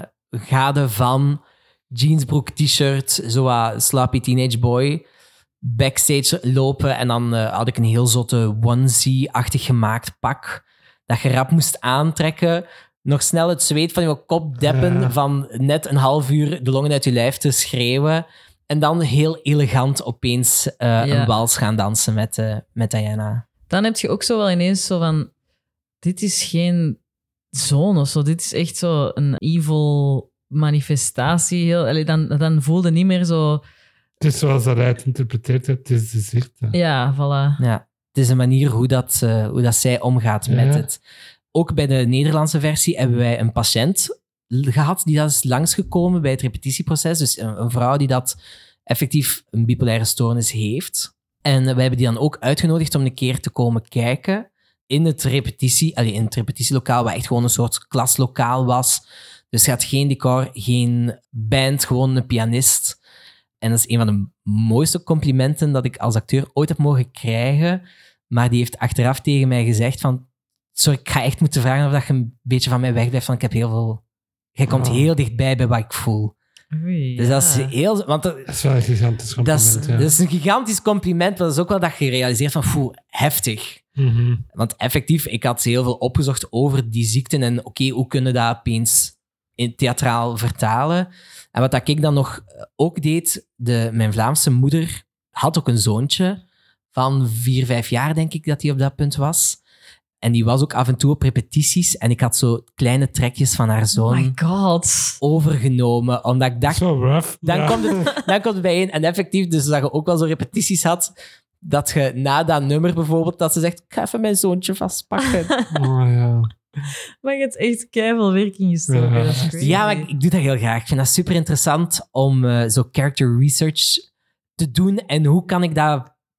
ga je van jeansbroek, t-shirt, zo wat sloppy teenage boy, backstage lopen. En dan had ik een heel zotte onesie-achtig gemaakt pak dat je rap moest aantrekken. Nog snel het zweet van je kop deppen, Ja. van net een half uur de longen uit je lijf te schreeuwen. En dan heel elegant opeens een wals gaan dansen met Diana. Dan heb je ook zo wel ineens zo van... Dit is geen zoon of zo. Dit is echt zo een evil manifestatie. Dan voelde niet meer zo... Het is zoals dat hij het interpreteert, het is de ziekte. Ja, voilà. Ja, het is een manier hoe dat zij omgaat met Ja. het. Ook bij de Nederlandse versie hebben wij een patiënt gehad die dat is langsgekomen bij het repetitieproces. Dus een vrouw die dat effectief een bipolaire stoornis heeft. En wij hebben die dan ook uitgenodigd om een keer te komen kijken in het repetitielokaal, wat echt gewoon een soort klaslokaal was. Dus je had geen decor, geen band, gewoon een pianist. En dat is een van de mooiste complimenten dat ik als acteur ooit heb mogen krijgen. Maar die heeft achteraf tegen mij gezegd van... Sorry, ik ga echt moeten vragen of dat je een beetje van mij wegblijft, want ik heb heel veel... Jij komt Oh. heel dichtbij bij wat ik voel. Oei, Dus ja. dat is heel... Want Dat is wel een gigantisch compliment, ja. dat is een gigantisch compliment, maar dat is ook wel dat je realiseert van... heftig. Mhm. Want effectief, ik had heel veel opgezocht over die ziekten en oké, hoe kunnen dat opeens in theatraal vertalen? En wat dat ik dan nog ook deed, mijn Vlaamse moeder had ook een zoontje van 4-5 jaar, denk ik, dat hij op dat punt was. En die was ook af en toe op repetities en ik had zo kleine trekjes van haar Oh zoon my god. overgenomen, omdat ik dacht, Zo rough. dan, ja. komt het bijeen. En effectief, dus dat je ook wel zo repetities had, dat je na dat nummer bijvoorbeeld, dat ze zegt, ik ga even mijn zoontje vastpakken. Oh, ja. Maar je hebt echt keiveel werking gestoken. Ja. Dat is crazy. Ja, maar ik doe dat heel graag. Ik vind dat super interessant om zo character research te doen. En hoe kan ik dat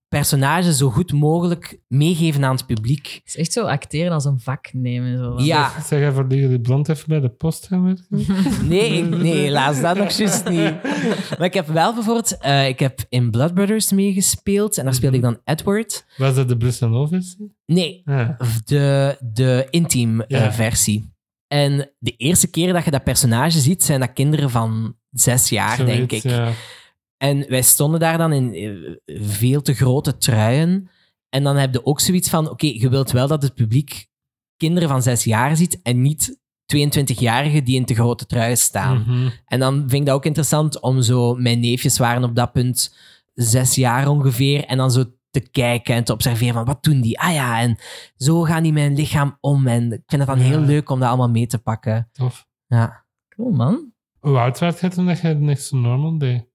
personage zo goed mogelijk meegeven aan het publiek. Het is echt zo acteren als een vak nemen. Zo. Ja, Zeg jij voor die blond even bij de post gaan werken? nee, helaas, dat nog juist niet. Maar ik heb wel bijvoorbeeld... ik heb in Blood Brothers meegespeeld en daar speelde ik dan Edward. Was dat de Bristol-versie? Nee, Ja. de intiem Ja. versie. En de eerste keer dat je dat personage ziet, zijn dat kinderen van 6 jaar, Zoiets, denk ik. Ja. En wij stonden daar dan in veel te grote truien. En dan heb je ook zoiets van, oké, je wilt wel dat het publiek kinderen van 6 jaar ziet en niet 22-jarigen die in te grote truien staan. Mhm. En dan vind ik dat ook interessant om zo... Mijn neefjes waren op dat punt 6 jaar ongeveer. En dan zo te kijken en te observeren van, wat doen die? Ah ja, en zo gaan die met hun lichaam om. En ik vind het dan heel Ja. leuk om dat allemaal mee te pakken. Tof. Ja. Cool, man. Hoe oud werd je toen dat je het Next to Normal deed?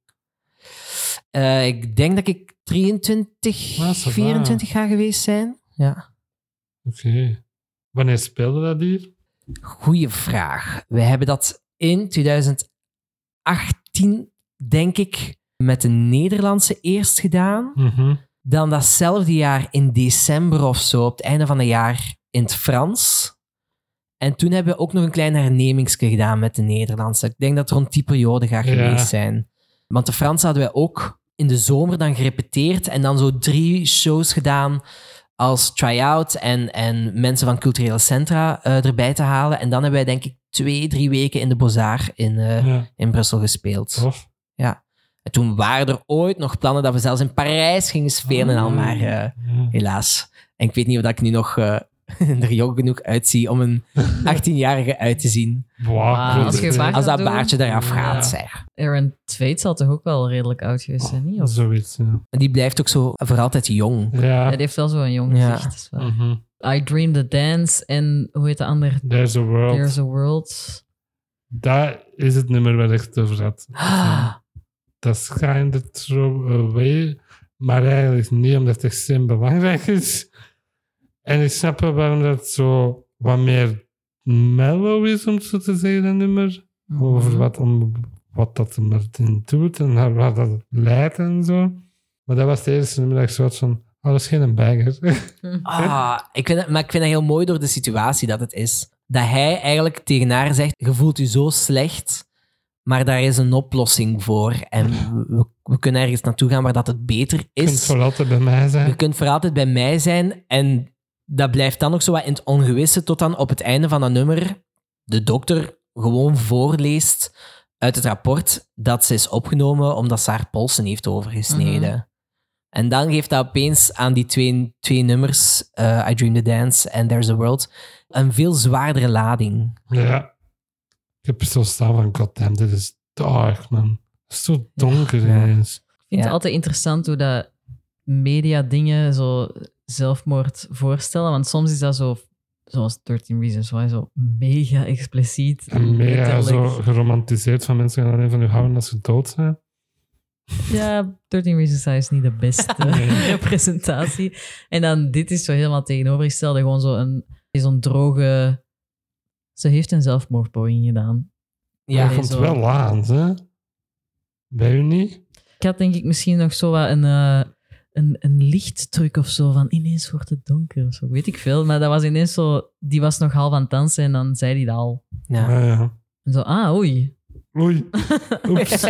Ik denk dat ik 23, Ah, ça va. 24 ga geweest zijn. Ja. Oké. Wanneer speelde dat hier? Goeie vraag. We hebben dat in 2018, denk ik, met de Nederlandse eerst gedaan. Mhm. Dan datzelfde jaar in december of zo, op het einde van het jaar, in het Frans. En toen hebben we ook nog een klein hernemingsje gedaan met de Nederlandse. Ik denk dat het rond die periode gaat Ja. geweest zijn. Want de Frans hadden wij ook in de zomer dan gerepeteerd en dan zo 3 shows gedaan als try-out en mensen van culturele centra erbij te halen. En dan hebben wij denk ik 2-3 weken in de Beaux-Arts Ja. in Brussel gespeeld. Tof. En toen waren er ooit nog plannen dat we zelfs in Parijs gingen spelen en al, maar Ja. helaas. En ik weet niet of dat ik nu nog er jong genoeg uitzie om een 18-jarige uit te zien. Wow, als je baard Als dat doen. baardje eraf Ja. gaat, zeg. Aaron Tveit zal toch ook wel redelijk oud geweest zijn, niet? Of? Zoiets, ja. En die blijft ook zo voor altijd jong. Ja, Ja. die heeft wel zo'n jong Ja. gezicht. is wel. Mhm. I Dream the Dance en hoe heet de ander? There's a World. There's a World. Dat is het nummer waar ik het over had. Ah, Dat is kind of throw away, maar eigenlijk niet, omdat het extreem belangrijk is. En ik snap wel waarom dat zo wat meer mellow is, om het zo te zeggen, dat nummer. Over wat dat er maar in doet en naar waar dat leidt en zo. Maar dat was het eerste nummer dat ik zo had van, oh, dat is geen banger. ik vind het heel mooi door de situatie dat het is. Dat hij eigenlijk tegen haar zegt, je voelt je zo slecht, maar daar is een oplossing voor. En we kunnen ergens naartoe gaan waar dat het beter Je kunt is. voor altijd bij mij zijn. Je kunt voor altijd bij mij zijn. En dat blijft dan ook zo wat in het ongewisse tot dan op het einde van dat nummer de dokter gewoon voorleest uit het rapport dat ze is opgenomen omdat ze haar polsen heeft overgesneden. En dan geeft dat opeens aan die twee nummers, I Dream the Dance en There's a World, een veel zwaardere lading. Ja. Ik heb er zo staan van, goddamn, dit is dark, man. Het is zo donker ineens. Ik vind Ja. het altijd interessant hoe dat media dingen zo zelfmoord voorstellen. Want soms is dat zo, zoals 13 Reasons Why, zo mega expliciet. En mega letterlijk. zo geromantiseerd van mensen gaan alleen van u houden als ze dood zijn. Ja, 13 Reasons Why is niet de beste representatie. En dan dit is zo helemaal tegenovergestelde. Gewoon zo'n droge... Ze heeft een zelfmoordpoging gedaan. Ja, Ja, ik vond zo. het wel laat, hè? Bij u niet? Ik had denk ik misschien nog zo wat een lichttruc of zo, van ineens wordt het donker of zo, weet ik veel. Maar dat was ineens zo, die was nog half aan het dansen en dan zei hij dat al. Ja. Ah, ja. En zo, oei. Oei. Oeps.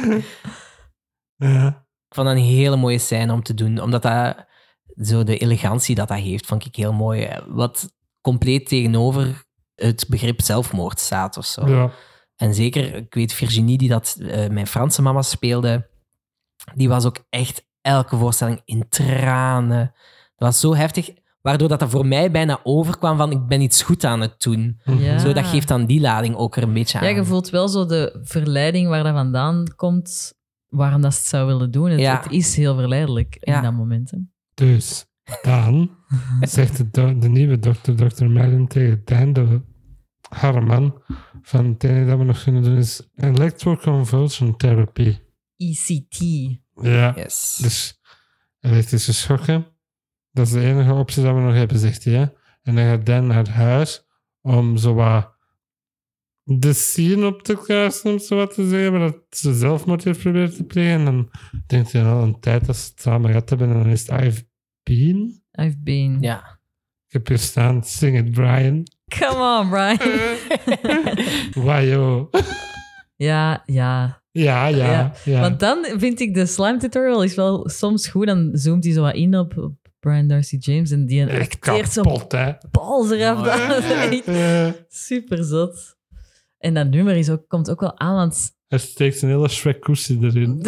Ja. Ik vond dat een hele mooie scène om te doen, omdat dat zo de elegantie dat heeft, vond ik heel mooi. Wat compleet tegenover het begrip zelfmoord staat of zo. Ja. En zeker, ik weet Virginie, die dat mijn Franse mama speelde, die was ook echt elke voorstelling in tranen. Dat was zo heftig, waardoor dat voor mij bijna overkwam van ik ben iets goed aan het doen. Ja. Zo, dat geeft dan die lading ook er een beetje aan. Ja, je voelt wel zo de verleiding waar dat vandaan komt, waarom dat ze het zou willen doen. Ja. Het is heel verleidelijk Ja. in dat moment. Hè. Dus, dan zegt de nieuwe dokter, Dr. Merlin, tegen Dan, haar man, van het enige dat we nog kunnen doen is electroconvulsion therapy. ECT. Ja, Yes. dus elektrische schokken. Dat is de enige optie dat we nog hebben, zegt hij. Hè? En dan gaat Dan naar huis om zo wat de scene op te kruisen, om zo wat te zeggen, maar dat ze zelfmoord heeft proberen te plegen. En dan denkt hij al een tijd dat ze het samen gehad hebben en dan is het I've been. I've been. Ja. Ik heb hier staan, sing it, Brian. Come on, Brian. Wajo. Ja. Ja. Want dan vind ik de slime tutorial is wel soms goed. Dan zoomt hij zo wat in op Brian Darcy James en die Echt acteert zo kapot, hè. bals eraf. Dat is echt super zot. En dat nummer komt ook wel aan, want Hij steekt een hele Shrek Koesie erin.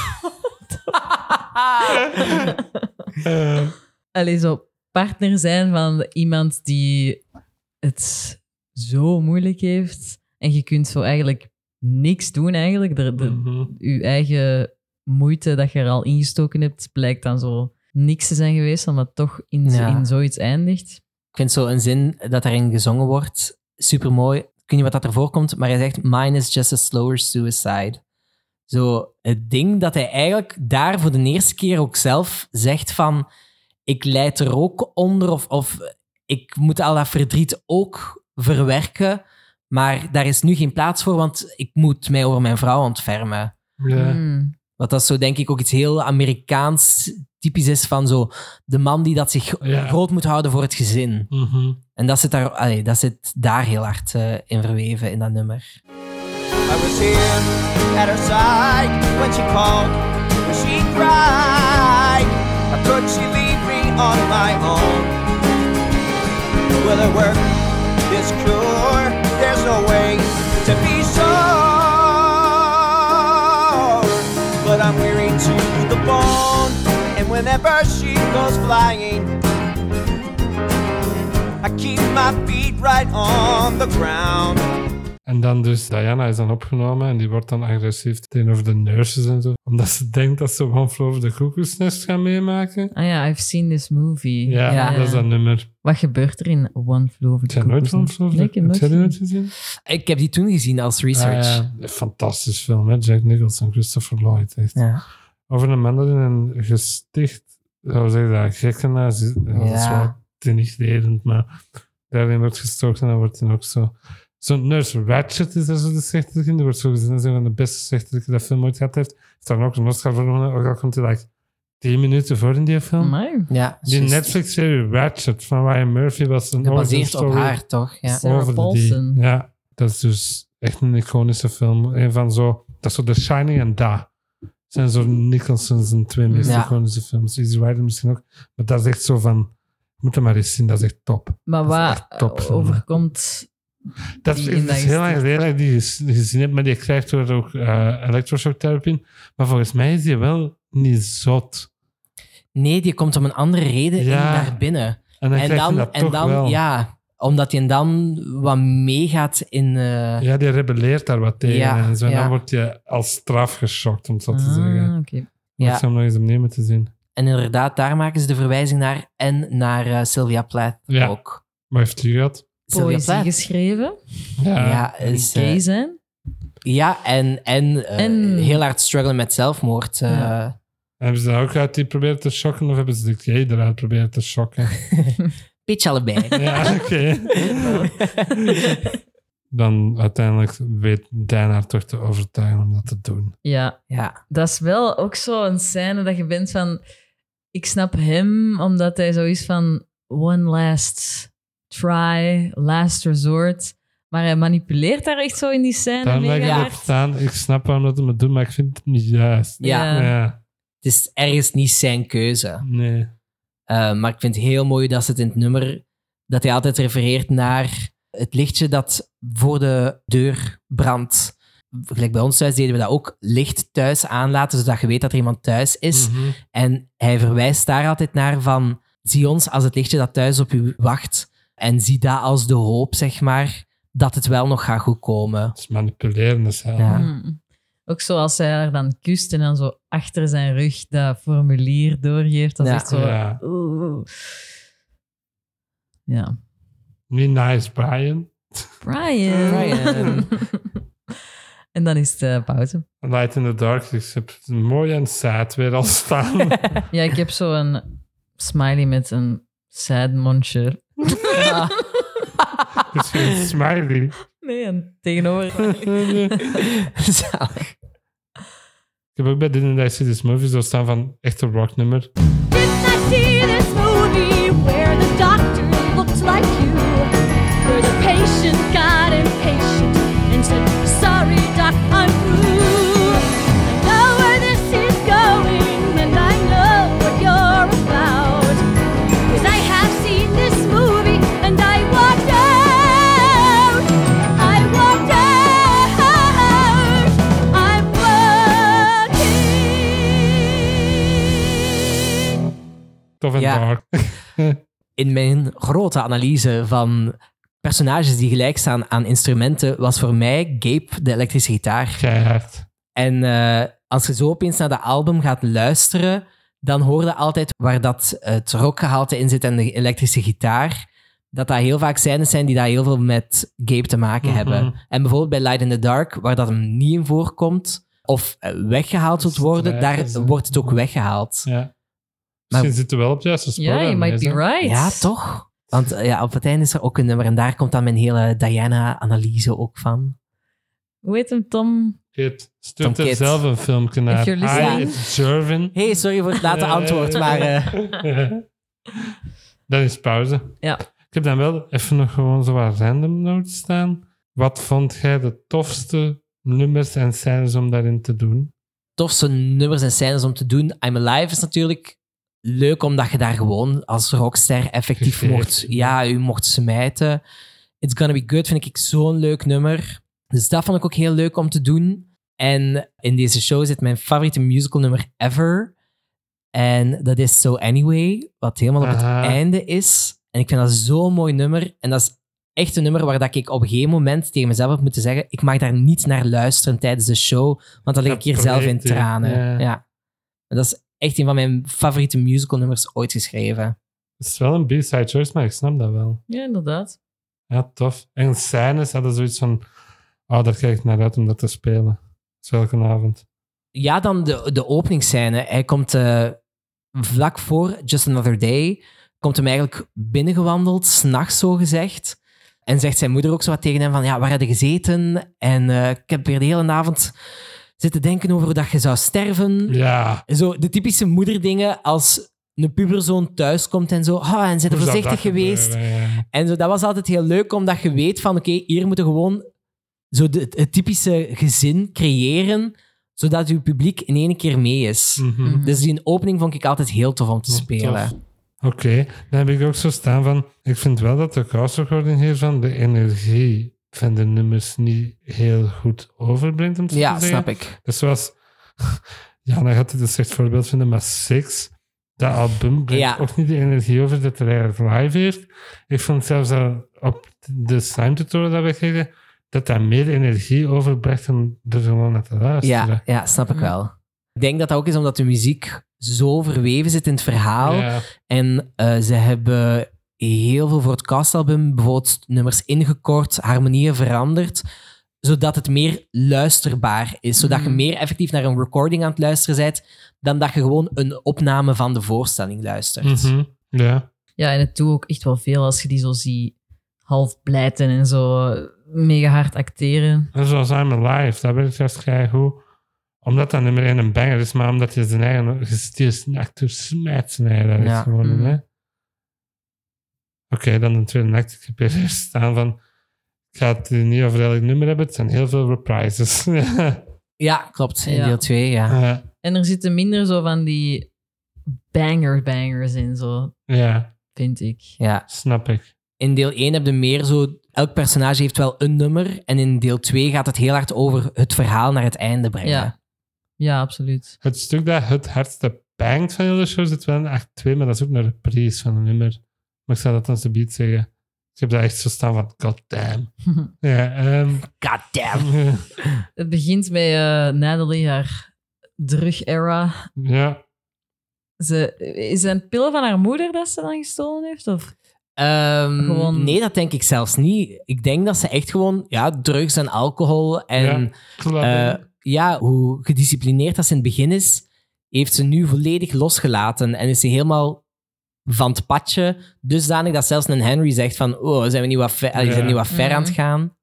allee, zo partner zijn van iemand die het zo moeilijk heeft en je kunt zo eigenlijk niks doen eigenlijk. Je eigen moeite dat je er al ingestoken hebt, blijkt dan zo niks te zijn geweest, omdat het toch in zoiets eindigt. Ik vind zo een zin dat daarin gezongen wordt supermooi. Ik weet niet wat dat ervoor komt, maar hij zegt mine is just a slower suicide. Zo het ding dat hij eigenlijk daar voor de eerste keer ook zelf zegt van ik lijd er ook onder of ik moet al dat verdriet ook verwerken, maar daar is nu geen plaats voor, want ik moet mij over mijn vrouw ontfermen. Ja. Wat dat zo denk ik ook iets heel Amerikaans typisch is van zo de man die dat zich groot moet houden voor het gezin. En dat zit daar heel hard in verweven in dat nummer. I was here at her side when she called, when she cried. How could she leave me on my own? Will it work, this cure? There's no way to be sure. But I'm weary to the bone, and whenever she goes flying, I keep my feet right on the ground. En dan dus, Diana is dan opgenomen en die wordt dan agressief tegenover de nurses en zo. Omdat ze denkt dat ze One Flew Over the Cuckoo's Nest gaan meemaken. Ah ja, I've seen this movie. Ja, dat is dat nummer. Wat gebeurt er in One Flew Over the Heb je nooit Cuckoo's One Nest? Flew Over the... Heb je die nooit gezien? Ik heb die toen gezien als research. Een fantastisch film, hè? Jack Nicholson, Christopher Lloyd. Echt. Ja. Over een man dat in een gesticht, zou zeggen dat gekkenaar is. Dat is wel denigrerend, maar daarin wordt gestoken en dan wordt hij ook zo... Zo'n Nurse Ratched is daar zo de slechterik in. Die wordt zo gezien als een van de beste slechteriken dat film ooit gehad heeft. Is daar ook een Oscar voor gewonnen. Ook al komt hij like 10 minuten voor in die film. Amai. Ja, Die Netflix-serie Ratched van Ryan Murphy was een gebaseerd op haar, toch? Ja. Sarah over Paulson. Ja, dat is dus echt een iconische film. Een van zo... Dat is zo The Shining en Da. Zijn zo Nicholson's en twee meest iconische films. Easy Rider misschien ook. Maar dat is echt zo van... Je moet hem maar eens zien, dat is echt top. Maar wat overkomt... Dat is heel lang geleden dat ik die gezien heb, maar die krijgt er ook elektroshocktherapie. Maar volgens mij is die wel niet zot. Nee, die komt om een andere reden in daar binnen. En dan wel. Ja, omdat hij dan wat meegaat in... Ja, die rebelleert daar wat tegen. Ja, en zo. En dan wordt je als straf geschokt, om het zo te zeggen. Okay. Maar ik zou hem nog eens opnieuw moeten zien. En inderdaad, daar maken ze de verwijzing naar. En naar Sylvia Plath ook. Wat heeft die gehad? Poëzie geschreven. Ja, gay zijn. Ja, en heel hard struggelen met zelfmoord. Hebben ze dat ook uit die proberen te shocken of hebben ze de gay eruit proberen te shocken? Beetje allebei. Ja, oké. Dan uiteindelijk weet Dan haar toch te overtuigen om dat te doen. Ja, dat is wel ook zo een scène dat je bent van... Ik snap hem, omdat hij zo is van... One last try, last resort. Maar hij manipuleert daar echt zo in die scène Dan mega leg ik hard. op staan. Ik snap waarom dat hij het doet, maar ik vind het niet juist. Ja. Het is ergens niet zijn keuze. Nee. Maar ik vind het heel mooi dat ze het in het nummer... Dat hij altijd refereert naar het lichtje dat voor de deur brandt. Gelijk bij ons thuis deden we dat ook. Licht thuis aanlaten, zodat je weet dat er iemand thuis is. Mhm. En hij verwijst daar altijd naar van... Zie ons als het lichtje dat thuis op u wacht. En zie dat als de hoop, zeg maar, dat het wel nog gaat goed komen. Dat is manipuleren, dus Ja. Ook zoals hij haar dan kust en dan zo achter zijn rug dat formulier doorgeeft. Dat is echt zo... Ja. Ja. Niet nice, Brian. Brian. En dan is het pauze. Light in the Dark. Ik heb mooi en sad weer al staan. Ja, ik heb zo een smiley met een sad mondje. Ja. Het is geen smiley. Nee, en tegenover... Zalig. Ik heb ook bij Didn't I See This Movie zo staan van echt een rocknummer. Didn't I see this movie where the doctor looked like you? Where the patient got impatient and said, sorry doc, I'm through. I know where this is going and I know what you're about. 'Cause I have seen this movie and I walked out. I walked out. I'm walking. Tof en Ja. dark. In mijn grote analyse van personages die gelijk staan aan instrumenten, was voor mij Gabe de elektrische gitaar. Keihard. En als je zo opeens naar dat album gaat luisteren, dan hoor je altijd waar dat het rockgehalte in zit en de elektrische gitaar, dat heel vaak scènes zijn die daar heel veel met Gabe te maken hebben. En bijvoorbeeld bij Light in the Dark, waar dat hem niet in voorkomt, of weggehaald wilt worden, daar Strijkers, hè. wordt het ook weggehaald. Ja. Misschien zit er wel op het juiste spoor. Ja, you aan might deze. be right. Ja, toch? Want op het einde is er ook een nummer en daar komt dan mijn hele Diana-analyse ook van. Hoe heet hem, Tom? Kid. Stuurt Tom er Kid. zelf een filmpje naar. you're listening. Hi, it's Jervin. Hey, sorry voor het late antwoord, maar... Dan is pauze. Ja. Ik heb dan wel even nog gewoon zo wat random notes staan. Wat vond jij de tofste nummers en scènes om daarin te doen? Tofste nummers en scènes om te doen. I'm Alive is natuurlijk leuk, omdat je daar gewoon als rockster effectief Gegeven. mocht... Ja, u mocht smijten. It's Gonna Be Good vind ik zo'n leuk nummer. Dus dat vond ik ook heel leuk om te doen. En in deze show zit mijn favoriete musical nummer ever. En dat is So Anyway, wat helemaal op het Aha. einde is. En ik vind dat zo'n mooi nummer. En dat is echt een nummer waar dat ik op een gegeven moment tegen mezelf heb moeten zeggen, ik mag daar niet naar luisteren tijdens de show, want dan lig ik Dat hier zelf in breekt, hè. tranen. Ja. Ja. En dat is echt een van mijn favoriete musical nummers ooit geschreven. Het is wel een B-side choice, maar ik snap dat wel. Ja, inderdaad. Ja, tof. En scènes hadden zoiets van... Oh, daar kijk ik naar uit om dat te spelen. Dus welke avond. Ja, dan de openingsscène. Hij komt vlak voor Just Another Day, komt hem eigenlijk binnengewandeld, 's nachts zo gezegd. En zegt zijn moeder ook zo wat tegen hem van, ja, waar heb je gezeten? En ik heb weer de hele avond zitten denken over hoe dat je zou sterven. Ja. Zo de typische moederdingen als een puberzoon thuiskomt en zo. En zijn Hoe zou voorzichtig dat geweest. gebeuren, ja. En zo, dat was altijd heel leuk, omdat je weet van, oké, hier moeten we gewoon zo het typische gezin creëren, zodat je publiek in één keer mee is. Mhm. Dus die opening vond ik altijd heel tof om te spelen. Tof. Oké, dan heb ik ook zo staan van... Ik vind wel dat de castrecording hiervan de energie van de nummers niet heel goed overbrengt, om zo Ja, te zeggen. snap ik. Dus zoals... Ja, dan gaat het een slecht voorbeeld vinden, maar Six, dat album brengt Ja. ook niet de energie over dat hij eigenlijk live heeft. Ik vond zelfs dat op de Slime tutorial dat we kregen, dat meer energie overbrengt om er gewoon naar te luisteren. Ja, snap ik wel. Ik denk dat dat ook is omdat de muziek zo verweven zit in het verhaal. Ja. En ze hebben heel veel voor het castalbum bijvoorbeeld nummers ingekort, harmonieën veranderd, zodat het meer luisterbaar is. Zodat je meer effectief naar een recording aan het luisteren bent, dan dat je gewoon een opname van de voorstelling luistert. Mhm. Ja. Ja, en het doet ook echt wel veel als je die zo ziet half blijten en zo mega hard acteren. En zoals I'm Alive, dat werkt juist goed. Omdat dat nummer 1 een banger is, maar omdat je zijn eigen... Die is een acteur smijt zijn eigen daar is Ja. gewoon in, Mhm. hè. Oké, dan de tweede act. Ik heb hier eerst staan van... Ik ga het niet over elk nummer hebben, het zijn heel veel reprises. Ja, klopt. In Ja. deel 2, ja. Ja. En er zitten minder zo van die bangers in, zo, Ja, vind ik. Ja. snap ik. In deel 1 heb je meer zo... Elk personage heeft wel een nummer. En in deel 2 gaat het heel hard over het verhaal naar het einde brengen. Ja. Ja, absoluut. Het stuk dat het hardste bangt van heel de show zit wel in act 2, maar dat is ook een reprise van een nummer. Maar ik zou dat dan zo beat zeggen. Ik heb daar echt zo staan van, god damn. Ja, God damn. Het begint met Natalie, haar drug-era. ja. Is het een pil van haar moeder dat ze dan gestolen heeft? Of? Gewoon- Nee, dat denk ik zelfs niet. Ik denk dat ze echt gewoon drugs en alcohol en hoe gedisciplineerd dat ze in het begin is, heeft ze nu volledig losgelaten en is ze helemaal van het padje, dusdanig dat zelfs een Henry zegt van zijn we niet wat ver, zijn we niet wat ver aan het gaan?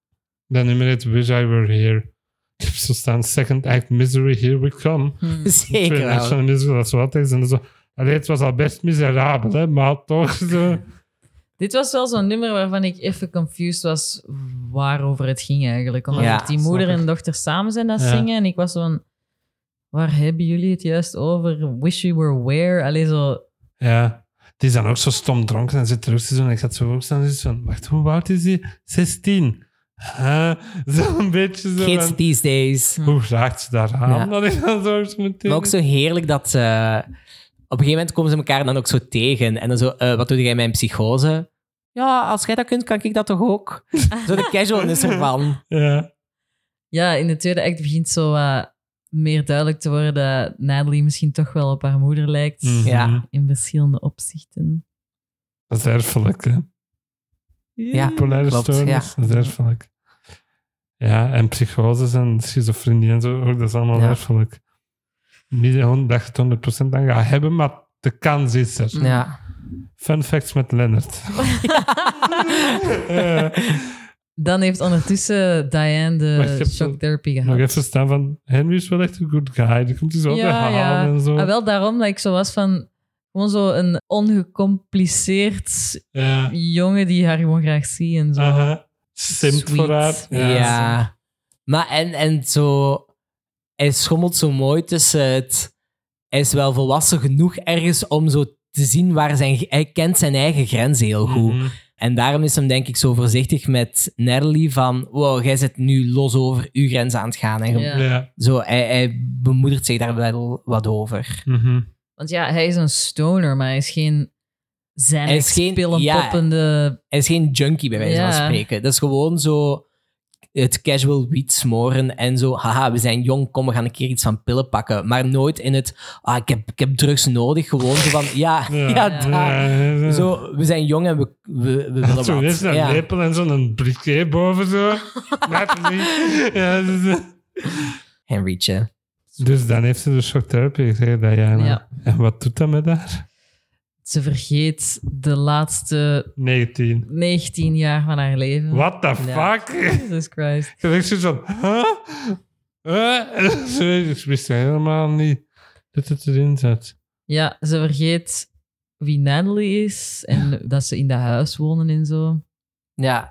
Dat nummer heet Wish I Were Here. Ik heb zo staan, second act, misery, here we come. Zeker wel. National Musical, dat is wat is. En zo. Allee, het was al best miserabel, hè, maar toch zo. Dit was wel zo'n nummer waarvan ik even confused was waarover het ging eigenlijk. Omdat Ja, die moeder snap ik. en dochter samen zijn dat Ja. zingen. En ik was zo van, waar hebben jullie het juist over? Wish you were where? Allee, zo... Ja. Die is dan ook zo stom dronken en zit terug te doen. En ik had zo ook staan en van, wacht, hoe oud is die? 16. Zo'n beetje zo. Kids van, these days. hoe raakt ze daar aan? Ja. Dat ik dan zo meteen... Maar ook zo heerlijk dat... op een gegeven moment komen ze elkaar dan ook zo tegen. En dan zo, wat doe jij met een psychose? Ja, als jij dat kunt, kan ik dat toch ook? Zo de casualness ervan. Ja. Ja, in de tweede act begint zo meer duidelijk te worden dat Natalie misschien toch wel op haar moeder lijkt. Mhm. Ja. In verschillende opzichten. Dat is erfelijk, hè. Ja, Polaire klopt, stoornis, ja. dat is erfelijk. Ja, en psychoses en schizofrenie en zo, ook, dat is allemaal Ja. erfelijk. Niet dat je het 100% aan gaat hebben, maar de kans is er. Ja. Fun facts met Leonard. Dan heeft ondertussen Diane Wacht, ik de heb shocktherapy gehad. Nog even staan van, Henry is wel echt een good guy. Die komt hij zo op de halen en zo. Ah, wel daarom dat ik zo was van... Gewoon zo een ongecompliceerd Ja. jongen die haar gewoon graag ziet en zo. Aha. Simpt Sweet. voor haar. Ja. Maar en zo... Hij schommelt zo mooi tussen het... Hij is wel volwassen genoeg ergens om zo te zien waar hij kent zijn eigen grenzen heel goed. Mhm. En daarom is hem denk ik zo voorzichtig met Natalie van wow, jij zit nu los over uw grenzen aan het gaan. En Ja. Ja. zo, hij bemoedert zich daar wel wat over. Mhm. Want ja, hij is een stoner, maar hij is geen Hij is geen- pillenpoppende... Hij is geen junkie bij wijze Ja. van spreken. Dat is gewoon zo het casual weed smoren en zo, haha, we zijn jong, kom, we gaan een keer iets van pillen pakken. Maar nooit in het, ik heb drugs nodig. Gewoon zo van, ja, daar. Ja. Zo, we zijn jong en we willen Zo wat. is een Ja. lepel en zo'n briquet boven zo. Net niet. Ja, Henrytje. dus dan heeft ze de shocktherapie gezegd, Diana. Ja. En wat doet dat met haar? Ze vergeet de laatste 19. 19 jaar van haar leven. What the Ja. fuck? Jesus Christ. Je denkt zo van, ik wist helemaal niet dat het erin zat. Ja, ze vergeet wie Natalie is en dat ze in dat huis wonen en zo. Ja.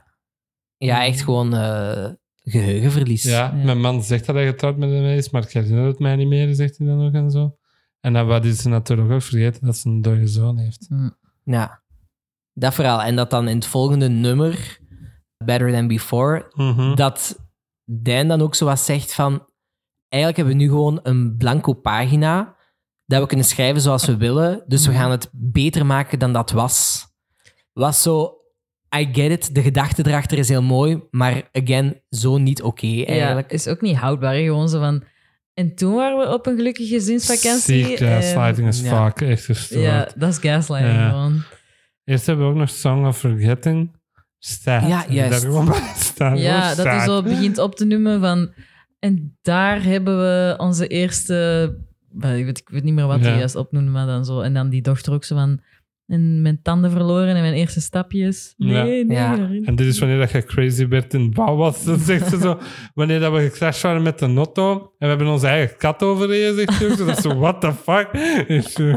Ja, echt gewoon geheugenverlies. Ja, mijn man zegt dat hij getrouwd met hem is, maar ik herinner het mij niet meer, zegt hij dan ook en zo. En dan wat is ze natuurlijk ook vergeten dat ze een dode zoon heeft. Ja. Dat verhaal. En dat dan in het volgende nummer, Better Than Before, Mhm. dat Dijn dan ook zo wat zegt van eigenlijk hebben we nu gewoon een blanco pagina dat we kunnen schrijven zoals we willen, dus we gaan het beter maken dan dat was. Was zo, I get it, de gedachte erachter is heel mooi, maar again, zo niet oké eigenlijk. Ja, is ook niet houdbaar. hè. Gewoon zo van... En toen waren we op een gelukkige gezinsvakantie. Ziek gaslighting as ja. fuck, echt gestoord. Ja, dat is gaslighting Ja. gewoon. Eerst hebben we ook nog Song of Forgetting. Staat. Ja, juist. Daar gewoon bij staan. Ja, Gewoon dat hij staat. zo begint op te noemen van... En daar hebben we onze eerste... wel, ik weet niet meer wat hij Ja. juist opnoemde, maar dan zo... En dan die dochter ook zo van... En mijn tanden verloren en mijn eerste stapjes. Nee, nee. Ja. daarin. En dit is wanneer dat je crazy werd in bouw was. Dan zegt ze zo, wanneer dat we gecrashed waren met de Notto en we hebben onze eigen kat overreden, zegt ze ook. zo. Dat is zo, what the fuck? Is zo,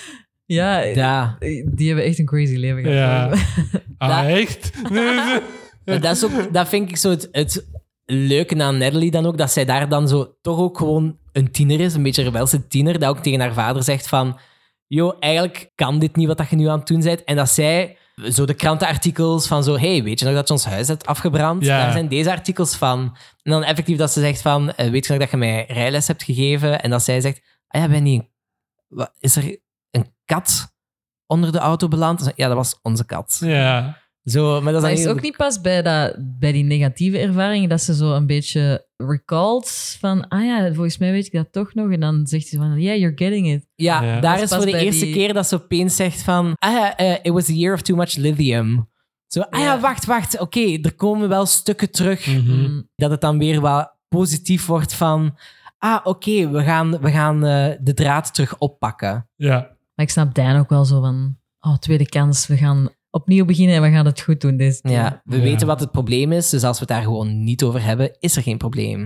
Ja, Ja. die hebben echt een crazy leven gehad. Ja. Dat- echt? Nee, zo. Maar dat, is ook, dat vind ik zo het leuke aan Natalie dan ook, dat zij daar dan zo toch ook gewoon een tiener is, een beetje een rebelse tiener, dat ook tegen haar vader zegt van yo, eigenlijk kan dit niet wat dat je nu aan het doen bent. En dat zij zo de krantenartikels van zo, hey, weet je nog dat je ons huis hebt afgebrand? Ja. Daar zijn deze artikels van. En dan effectief dat ze zegt van, weet je nog dat je mij rijles hebt gegeven? En dat zij zegt, ah ja, ben niet... Is er een kat onder de auto beland? Ja, dat was onze kat. Ja. Zo, maar dat Maar is, is dan ook niet pas bij die negatieve ervaringen dat ze zo een beetje recalled van, ah ja, volgens mij weet ik dat toch nog. En dan zegt ze van, yeah, you're getting it. Ja, Ja. daar Dat is is voor pas de bij eerste die- keer dat ze opeens zegt van it was a year of too much lithium. Zo, Ja. wacht, oké, er komen wel stukken terug. Mhm. Dat het dan weer wat positief wordt van oké, we gaan de draad terug oppakken. Ja. Maar ik snap Dan ook wel zo van, oh, tweede kans, we gaan opnieuw beginnen en we gaan het goed doen deze keer. Ja, we Ja. weten wat het probleem is, dus als we het daar gewoon niet over hebben, is er geen probleem.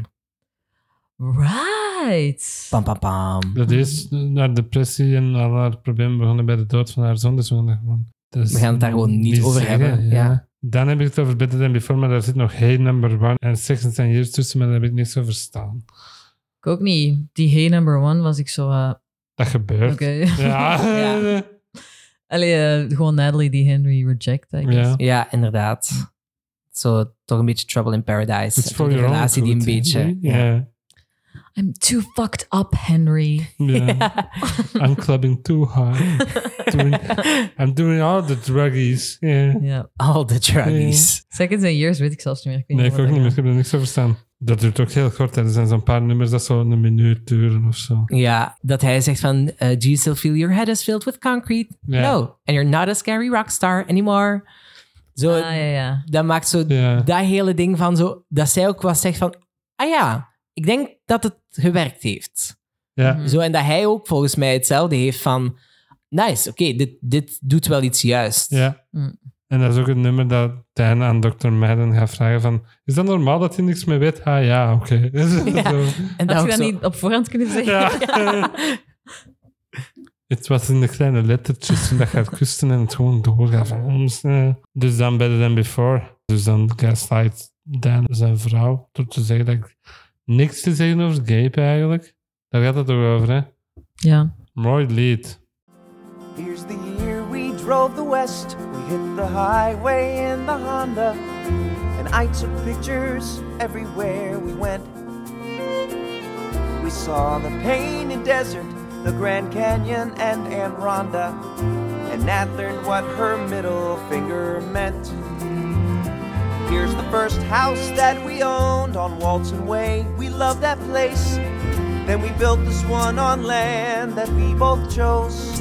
Right. Pam, pam, pam. Dat is haar depressie en al haar problemen begonnen bij de dood van haar zoon. Dus we gaan het daar gewoon niet over hebben, ja. Dan heb ik het over Better Than Before, maar daar zit nog Hey Number One en Sex and 10 Years tussen, maar daar heb ik niks over staan. Ik ook niet. Die Hey Number One was ik zo... Dat gebeurt. Oké. Ja. Ja. Allee, gewoon Natalie die Henry reject, I guess. Ja. Ja, inderdaad. Zo, toch een beetje Trouble in Paradise. It's for Die your own relatie die een good, beetje... hè? Ja. Ja. I'm too fucked up, Henry. Ja. I'm clubbing too hard. I'm doing all the druggies. Yeah. Ja. All the druggies. Seconds and Years weet ik zelfs niet meer. weet Nee, ik wat ook dat niet meer. Ik gaat. heb er niks over staan. Dat duurt ook heel kort. Er zijn zo'n paar nummers dat zo een minuut duren of zo. Ja, dat hij zegt van... do you still feel your head is filled with concrete? Ja. No. And you're not a scary rockstar anymore. Zo, Ah, ja. dat maakt zo Ja. dat hele ding van zo... Dat zij ook wat zegt van... Ah ja, ik denk dat het gewerkt heeft. Ja. Mhm. Zo, en dat hij ook volgens mij hetzelfde heeft van... Nice, oké, dit doet wel iets juist. Ja. Mm. En dat is ook het nummer dat Dan aan Dr. Madden gaat vragen van... Is dat normaal dat hij niks meer weet? Ah ja, oké. Zo. En Had ook je dat zo- niet op voorhand kunnen zeggen? Ja. Het was in de kleine lettertjes toen dat gaat kusten en het gewoon doorgaat van ons. Dus dan Better Than Before. Dus dan gaslight Dan zijn vrouw door te zeggen dat ik niks te zeggen over Gabe eigenlijk. Daar gaat het ook over, hè. Ja. Mooi lied. Here's the year we drove the west. We hit the highway in the Honda. And I took pictures everywhere we went. We saw the Painted Desert, the Grand Canyon, and Anne Rhonda. And Nat learned what her middle finger meant. Here's the first house that we owned on Walton Way. We loved that place. Then we built this one on land that we both chose.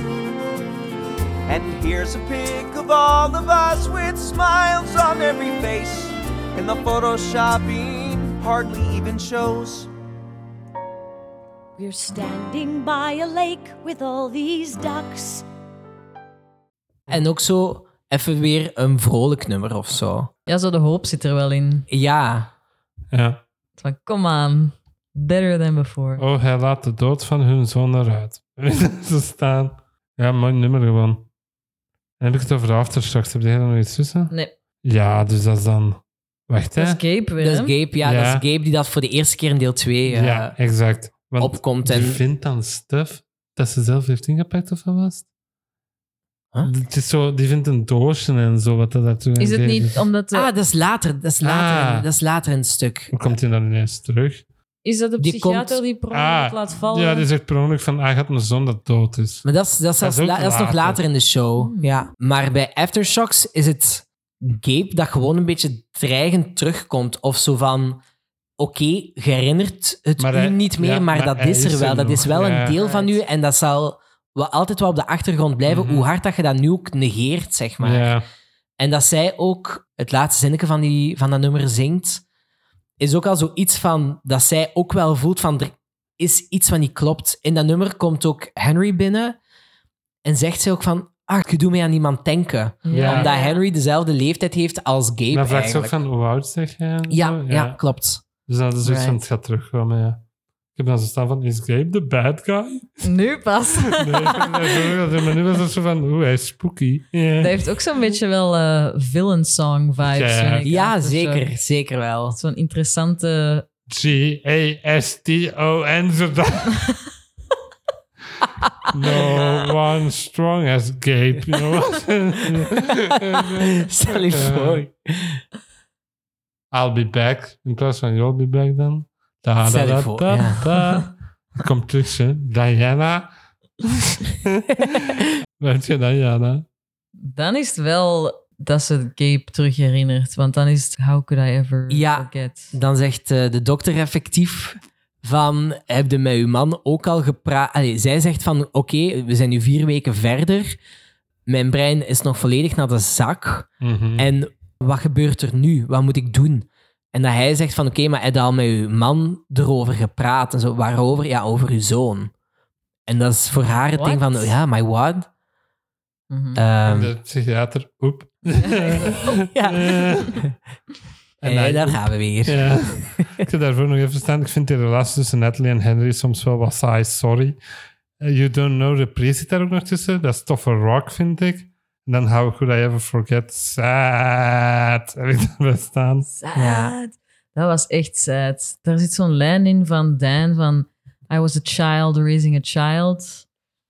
And here's a pic of all of us with smiles on every face. And the photoshopping hardly even shows. We're standing by a lake with all these ducks. En ook zo even weer een vrolijk nummer of zo. Ja, zo de hoop zit er wel in. Ja, Ja. Van, come on. Better than before. Oh, hij laat de dood van hun zoon eruit. Ze staan. Ja, mooi nummer gewoon. En heb ik het over Aftershocks? Heb jij er nog iets tussen? Nee, Ja, dus dat is dan... Wacht, hè? dat is Gabe weer, dat is hè? Gabe. Ja, Ja. dat is Gabe die dat voor de eerste keer in deel 2 Ja, exact. Want opkomt. die En vindt dan stuff dat ze zelf heeft ingepakt of wat was het? Huh? Het is zo, die vindt een doosje en zo wat dat daartoe Is het gegeven niet omdat... de- dat is later. Dat is later, Ah. dat is later in het stuk. Hoe komt hij dan ineens terug? Is dat de Die psychiater komt- die per ongeluk laat vallen? Ja, die zegt per ongeluk van, hij gaat een zoon dat dood is. Maar dat is zelfs ook dat is nog later. later in de show. Hmm. Ja. Maar bij Aftershocks is het Gabe dat gewoon een beetje dreigend terugkomt. Of zo van... Oké, je herinnert het Maar u hij- niet meer, ja, maar maar dat hij is er is wel. er Dat nog, is wel ja. een deel van u en dat zal altijd wel op de achtergrond blijven, Mhm. hoe hard dat je dat nu ook negeert, zeg maar. Ja, En dat zij ook het laatste zinnetje van dat nummer zingt, is ook al zoiets van dat zij ook wel voelt van er is iets wat niet klopt. In dat nummer komt ook Henry binnen en zegt zij ook van je doet mij aan iemand denken. Ja. Omdat Henry dezelfde leeftijd heeft als Gabe maar vraagt ze ook eigenlijk. van, hoe oud zeg jij? en Ja, zo? ja, klopt. Dus dat is zoiets van, Right. het gaat terugkomen, ja. Ik heb dan zo staan van, is Gabe the bad guy? Nu pas. Maar nu was het zo van, oeh, hij is spooky. Ja. Dat heeft ook zo'n beetje wel villain song vibes. Ja. vind ik, Ja, Aftershock. zeker wel. Zo'n interessante... Gaston zodat... No one strong as Gabe, you know. Stel je voor. I'll be back, in plaats van you'll be back dan. Da, Stel je da, voor, da, ja. da. Komt terug, hè. Diana. Weet je Diana? Dan is het wel dat ze Gabe terug herinnert. Want dan is het, how could I ever Ja. forget? Dan zegt de dokter effectief van, heb je met uw man ook al gepraat? Allee, zij zegt van, oké, we zijn nu 4 weken verder. Mijn brein is nog volledig naar de zak. Mhm. En wat gebeurt er nu? Wat moet ik doen? En dat hij zegt van, oké, maar heb je al met uw man erover gepraat? En zo, waarover? Ja, over uw zoon. En dat is voor haar het ding van, What? ja, my what? Mhm. En de psychiater, oep. Ja. En Daar gaan we weer. Ja. Ik zou daarvoor nog even staan. Ik vind de relatie tussen Natalie en Henry soms wel wat saai, sorry. You Don't Know, reprise zit daar ook nog tussen. Dat is toffe rock, vind ik. En dan How Could I Ever Forget Sad. Heb ik daarbij staan. Sad. Ja. Dat was echt sad. Daar zit zo'n lijn in van Dan van I was a child raising a child.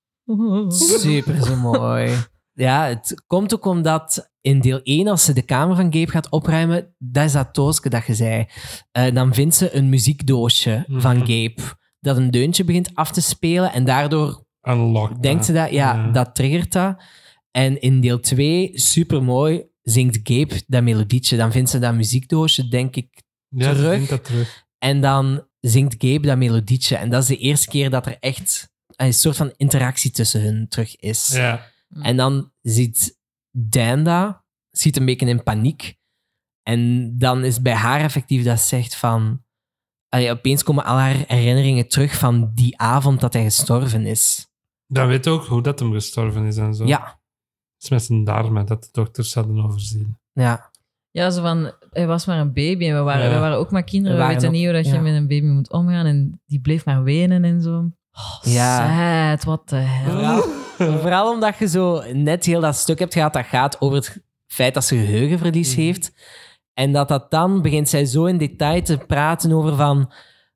Super zo mooi. Ja, het komt ook omdat in deel 1, als ze de kamer van Gabe gaat opruimen, dat is dat Tooske dat je zei. Dan vindt ze een muziekdoosje van Gabe dat een deuntje begint af te spelen en daardoor Unlocked. denkt ze dat, dat triggert dat. En in deel 2, supermooi, zingt Gabe dat melodietje. Dan vindt ze dat muziekdoosje, denk ik, Ja, ze terug. vindt dat terug. En dan zingt Gabe dat melodietje. En dat is de eerste keer dat er echt een soort van interactie tussen hun terug is. Ja. En dan ziet Dan dat, ziet een beetje in paniek. En dan is bij haar effectief dat zegt van... opeens komen al haar herinneringen terug van die avond dat hij gestorven is. Dan weet ook hoe dat hem gestorven is en zo. Ja, Het is met zijn darmen dat de dokters hadden overzien. ja. Ja, zo van, hij was maar een baby en we waren ook maar kinderen. We We waren weten niet hoe dat je ja. met een baby moet omgaan. En die bleef maar wenen en zo. Oh, Ja. sad, what the hell. Vooral omdat je zo net heel dat stuk hebt gehad dat gaat over het feit dat ze geheugenverlies heeft. En dat dan begint zij zo in detail te praten over van...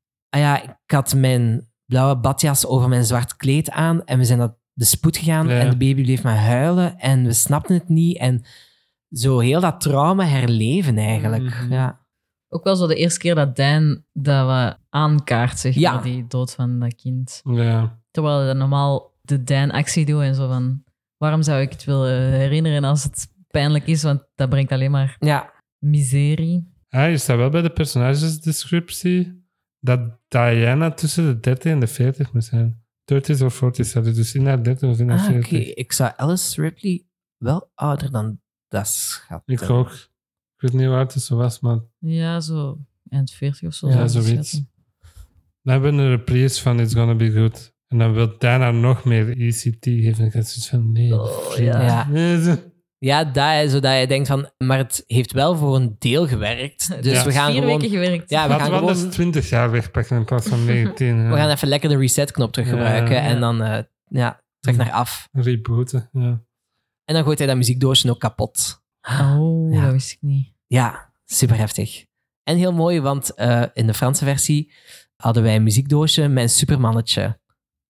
ik had mijn blauwe badjas over mijn zwart kleed aan en we zijn naar de spoed gegaan Ja. en de baby bleef maar huilen en we snapten het niet. En zo heel dat trauma herleven eigenlijk. Mhm. Ja. Ook wel zo de eerste keer dat Dan dat we aankaart, zeg Ja. maar, die dood van dat kind. Ja. Terwijl hij normaal de Dan-actie doet en zo van... Waarom zou ik het willen herinneren als het pijnlijk is? Want dat brengt alleen maar Ja. miserie. Je staat wel bij de personagesdescriptie dat Diana tussen de 30 en de 40 moet zijn. 30 of 40 staat er dus in haar 30 of in haar 40. Oké. Ik zou Alice Ripley wel ouder dan dat schatten. Ik ook. Ik weet niet hoe oud het zo was, maar Ja, zo eind 40 of zo. Ja, zou ik zoiets. schatten. dan hebben we een reprise van It's Gonna Be Good. En dan wil Diana nog meer ECT geven. Ik had zoiets van, nee. Oh, ja. Ja. Nee, Ja, zodat je denkt van... Maar het heeft wel voor een deel gewerkt. Dus Ja. we gaan 4 gewoon... weken gewerkt. Ja, we Laten gaan we anders gewoon... 20 jaar wegpakken in plaats van 19. We gaan even lekker de reset-knop terug gebruiken. Ja. En dan terug naar af. rebooten. Ja. En dan gooit hij dat muziekdoosje ook kapot. Oh, Ja. dat wist ik niet. Ja, super heftig. En heel mooi, want in de Franse versie hadden wij een muziekdoosje met een supermannetje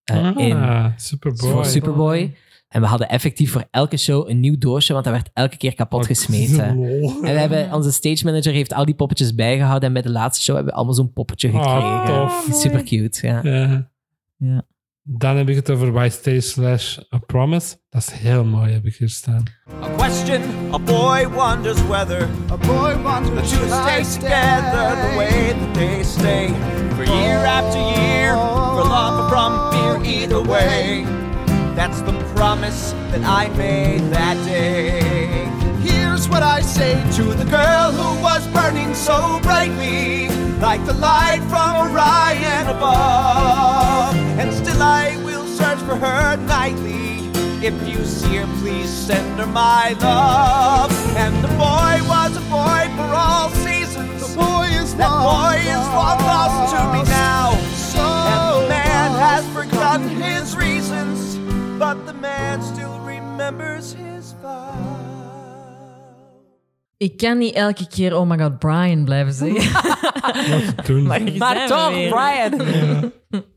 in. Superboy. Voor Superboy. En we hadden effectief voor elke show een nieuw doosje, want dat werd elke keer kapot gesmeten. Lol. En we hebben, onze stage manager heeft al die poppetjes bijgehouden. En bij de laatste show hebben we allemaal zo'n poppetje gekregen. tof. Super cute, ja. Ja. Ja. Dan heb ik het over Why Stay / A Promise. Dat is heel mooi, heb ik hier staan. A question a boy wonders whether the two stay together the way that they stay for year after year, for love or from fear, either way. That's the promise that I made that day. Here's what I say to the girl who was burning so brightly, like the light from Orion above. And still I will search for her nightly. If you see her, please send her my love. And the boy was a boy for all seasons. The boy is that boy is long lost to me now. And the man has forgotten his reasons, but the man still remembers his vow. Ik kan niet elke keer Oh my god, Brian blijven zeggen. Toen. Maar hier Maar zijn we toch, weer. Brian!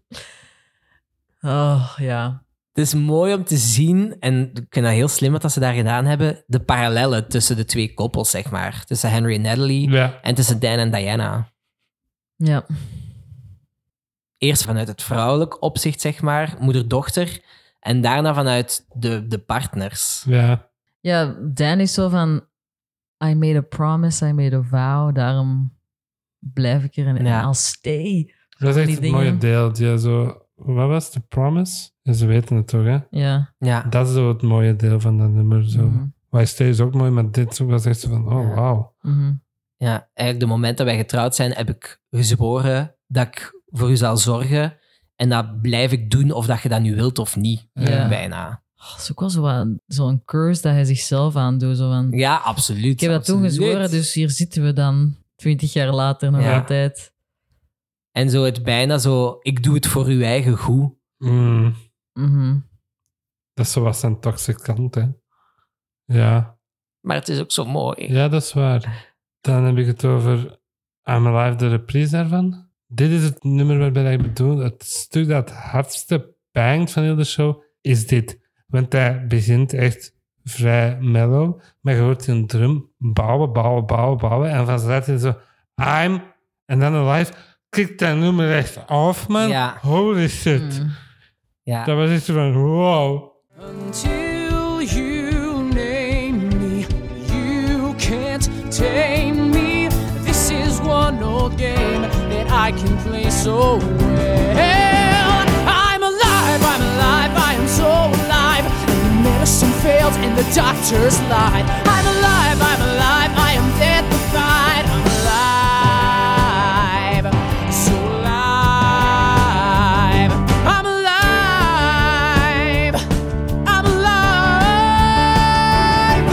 Oh, ja. Het is mooi om te zien, en ik vind dat heel slim wat ze daar gedaan hebben, de parallellen tussen de twee koppels, zeg maar. Tussen Henry en Natalie Ja. en tussen Dan en Diana. Ja. Eerst vanuit het vrouwelijk opzicht, zeg maar, moeder-dochter, en daarna vanuit de partners. Ja. Ja, Dan is zo van... I made a promise, I made a vow. Daarom blijf ik er en Ja. I'll stay. Dat is echt Die het mooie dingen. deel. Die zo, wat was de promise? Ja, ze weten het toch, hè? Ja. Ja. Dat is zo het mooie deel van dat nummer. Zo. Mhm. Why Stay is ook mooi, maar dit was echt zo van, oh, wauw. Mhm. Ja, eigenlijk de moment dat wij getrouwd zijn, heb ik gezworen dat ik voor u zal zorgen. En dat blijf ik doen of dat je dat nu wilt of niet. Ja. Bijna. Dat is ook wel zo'n curse dat hij zichzelf aandoet. Zo van, Ja, absoluut. ik heb dat toen absoluut. gezworen, dus hier zitten we dan 20 jaar later nog Ja. altijd. En zo het bijna zo, ik doe het voor uw eigen goed. Mm, Mhm. dat is zoals zijn toxic kant, hè. Ja. Maar het is ook zo mooi. Ja, dat is waar. Dan heb ik het over I'm Alive, de reprise daarvan. Dit is het nummer waarbij ik bedoel, het stuk dat het hardste bangt van heel de show, is dit. Want hij begint echt vrij mellow, maar je hoort een drum bouwen. En van zet hij zo, I'm, en dan Alive, kikt dat nummer echt af, man. Ja. Holy shit. Mm. Ja. Dat was echt zo van, wow. Until you name me, you can't tame me. This is one old game that I can play so well. I'm alive, I am so alive. The medicine failed and the doctors lied. I'm alive, I am dead-fied. I'm alive, so alive. I'm alive. I'm alive,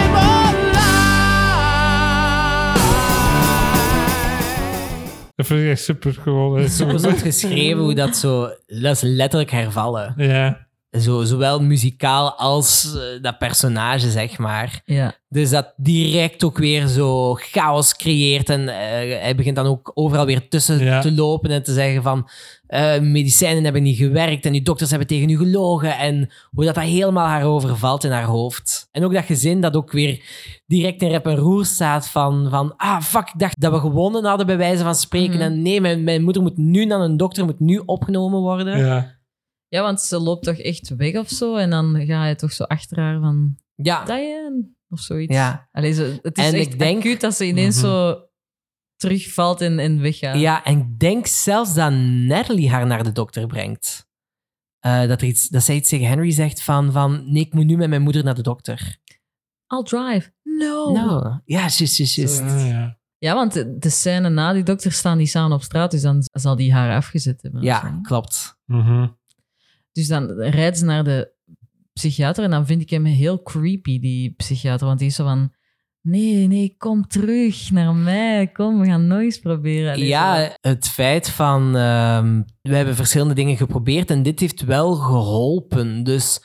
Dat vind ik echt super cool. Zo zot geschreven hoe dat zo... Dat is letterlijk hervallen. Ja. Zowel muzikaal als dat personage, zeg maar. Ja. Dus dat direct ook weer zo chaos creëert. En hij begint dan ook overal weer tussen Ja. te lopen en te zeggen van... medicijnen hebben niet gewerkt en die dokters hebben tegen u gelogen. En hoe dat helemaal haar overvalt in haar hoofd. En ook dat gezin dat ook weer direct in rep en roer staat van fuck, ik dacht dat we gewonnen hadden bij wijze van spreken. En nee, mijn moeder moet nu naar een dokter, moet nu opgenomen worden. Ja. Ja, want ze loopt toch echt weg of zo. En dan ga je toch zo achter haar van... Ja. Diane? Of zoiets. Ja. Allee, het is En echt ik denk- acuut dat ze ineens zo terugvalt en weggaat. Ja, en ik denk zelfs dat Natalie haar naar de dokter brengt. Dat zij iets tegen Henry zegt van nee, ik moet nu met mijn moeder naar de dokter. I'll drive. No. Nou, ja, juist. Ah, ja. Ja, want de scène na die dokter staan die samen op straat, dus dan zal die haar afgezet hebben. of zo. Ja, klopt. Mhm. Dus dan rijdt ze naar de psychiater en dan vind ik hem heel creepy, die psychiater. Want die is zo van... Nee, kom terug naar mij. Kom, we gaan nog eens proberen. Allee, zo. Ja, het feit van... we hebben verschillende dingen geprobeerd en dit heeft wel geholpen. Dus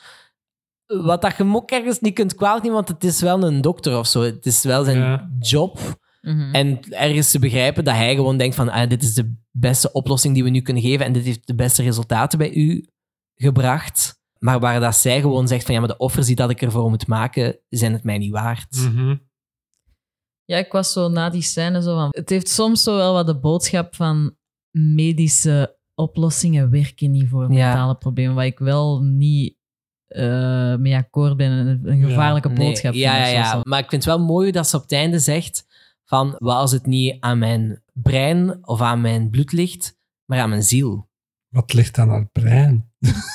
wat dat je hem ook ergens niet kunt kwalijk nemen, want het is wel een dokter of zo. Het is wel zijn Ja. job. Mhm. En ergens te begrijpen dat hij gewoon denkt van dit is de beste oplossing die we nu kunnen geven en dit heeft de beste resultaten bij u gebracht. Maar waar dat zij gewoon zegt van ja, maar de offers die dat ik ervoor moet maken, zijn het mij niet waard. Mhm. Ja, ik was zo na die scène zo van... Het heeft soms zo wel wat de boodschap van medische oplossingen werken niet voor mentale problemen, waar ik wel niet mee akkoord ben. Een gevaarlijke boodschap. Nee, vind ik ja. soms. Maar ik vind het wel mooi dat ze op het einde zegt van wat als het niet aan mijn brein of aan mijn bloed ligt, maar aan mijn ziel. Wat ligt aan haar brein?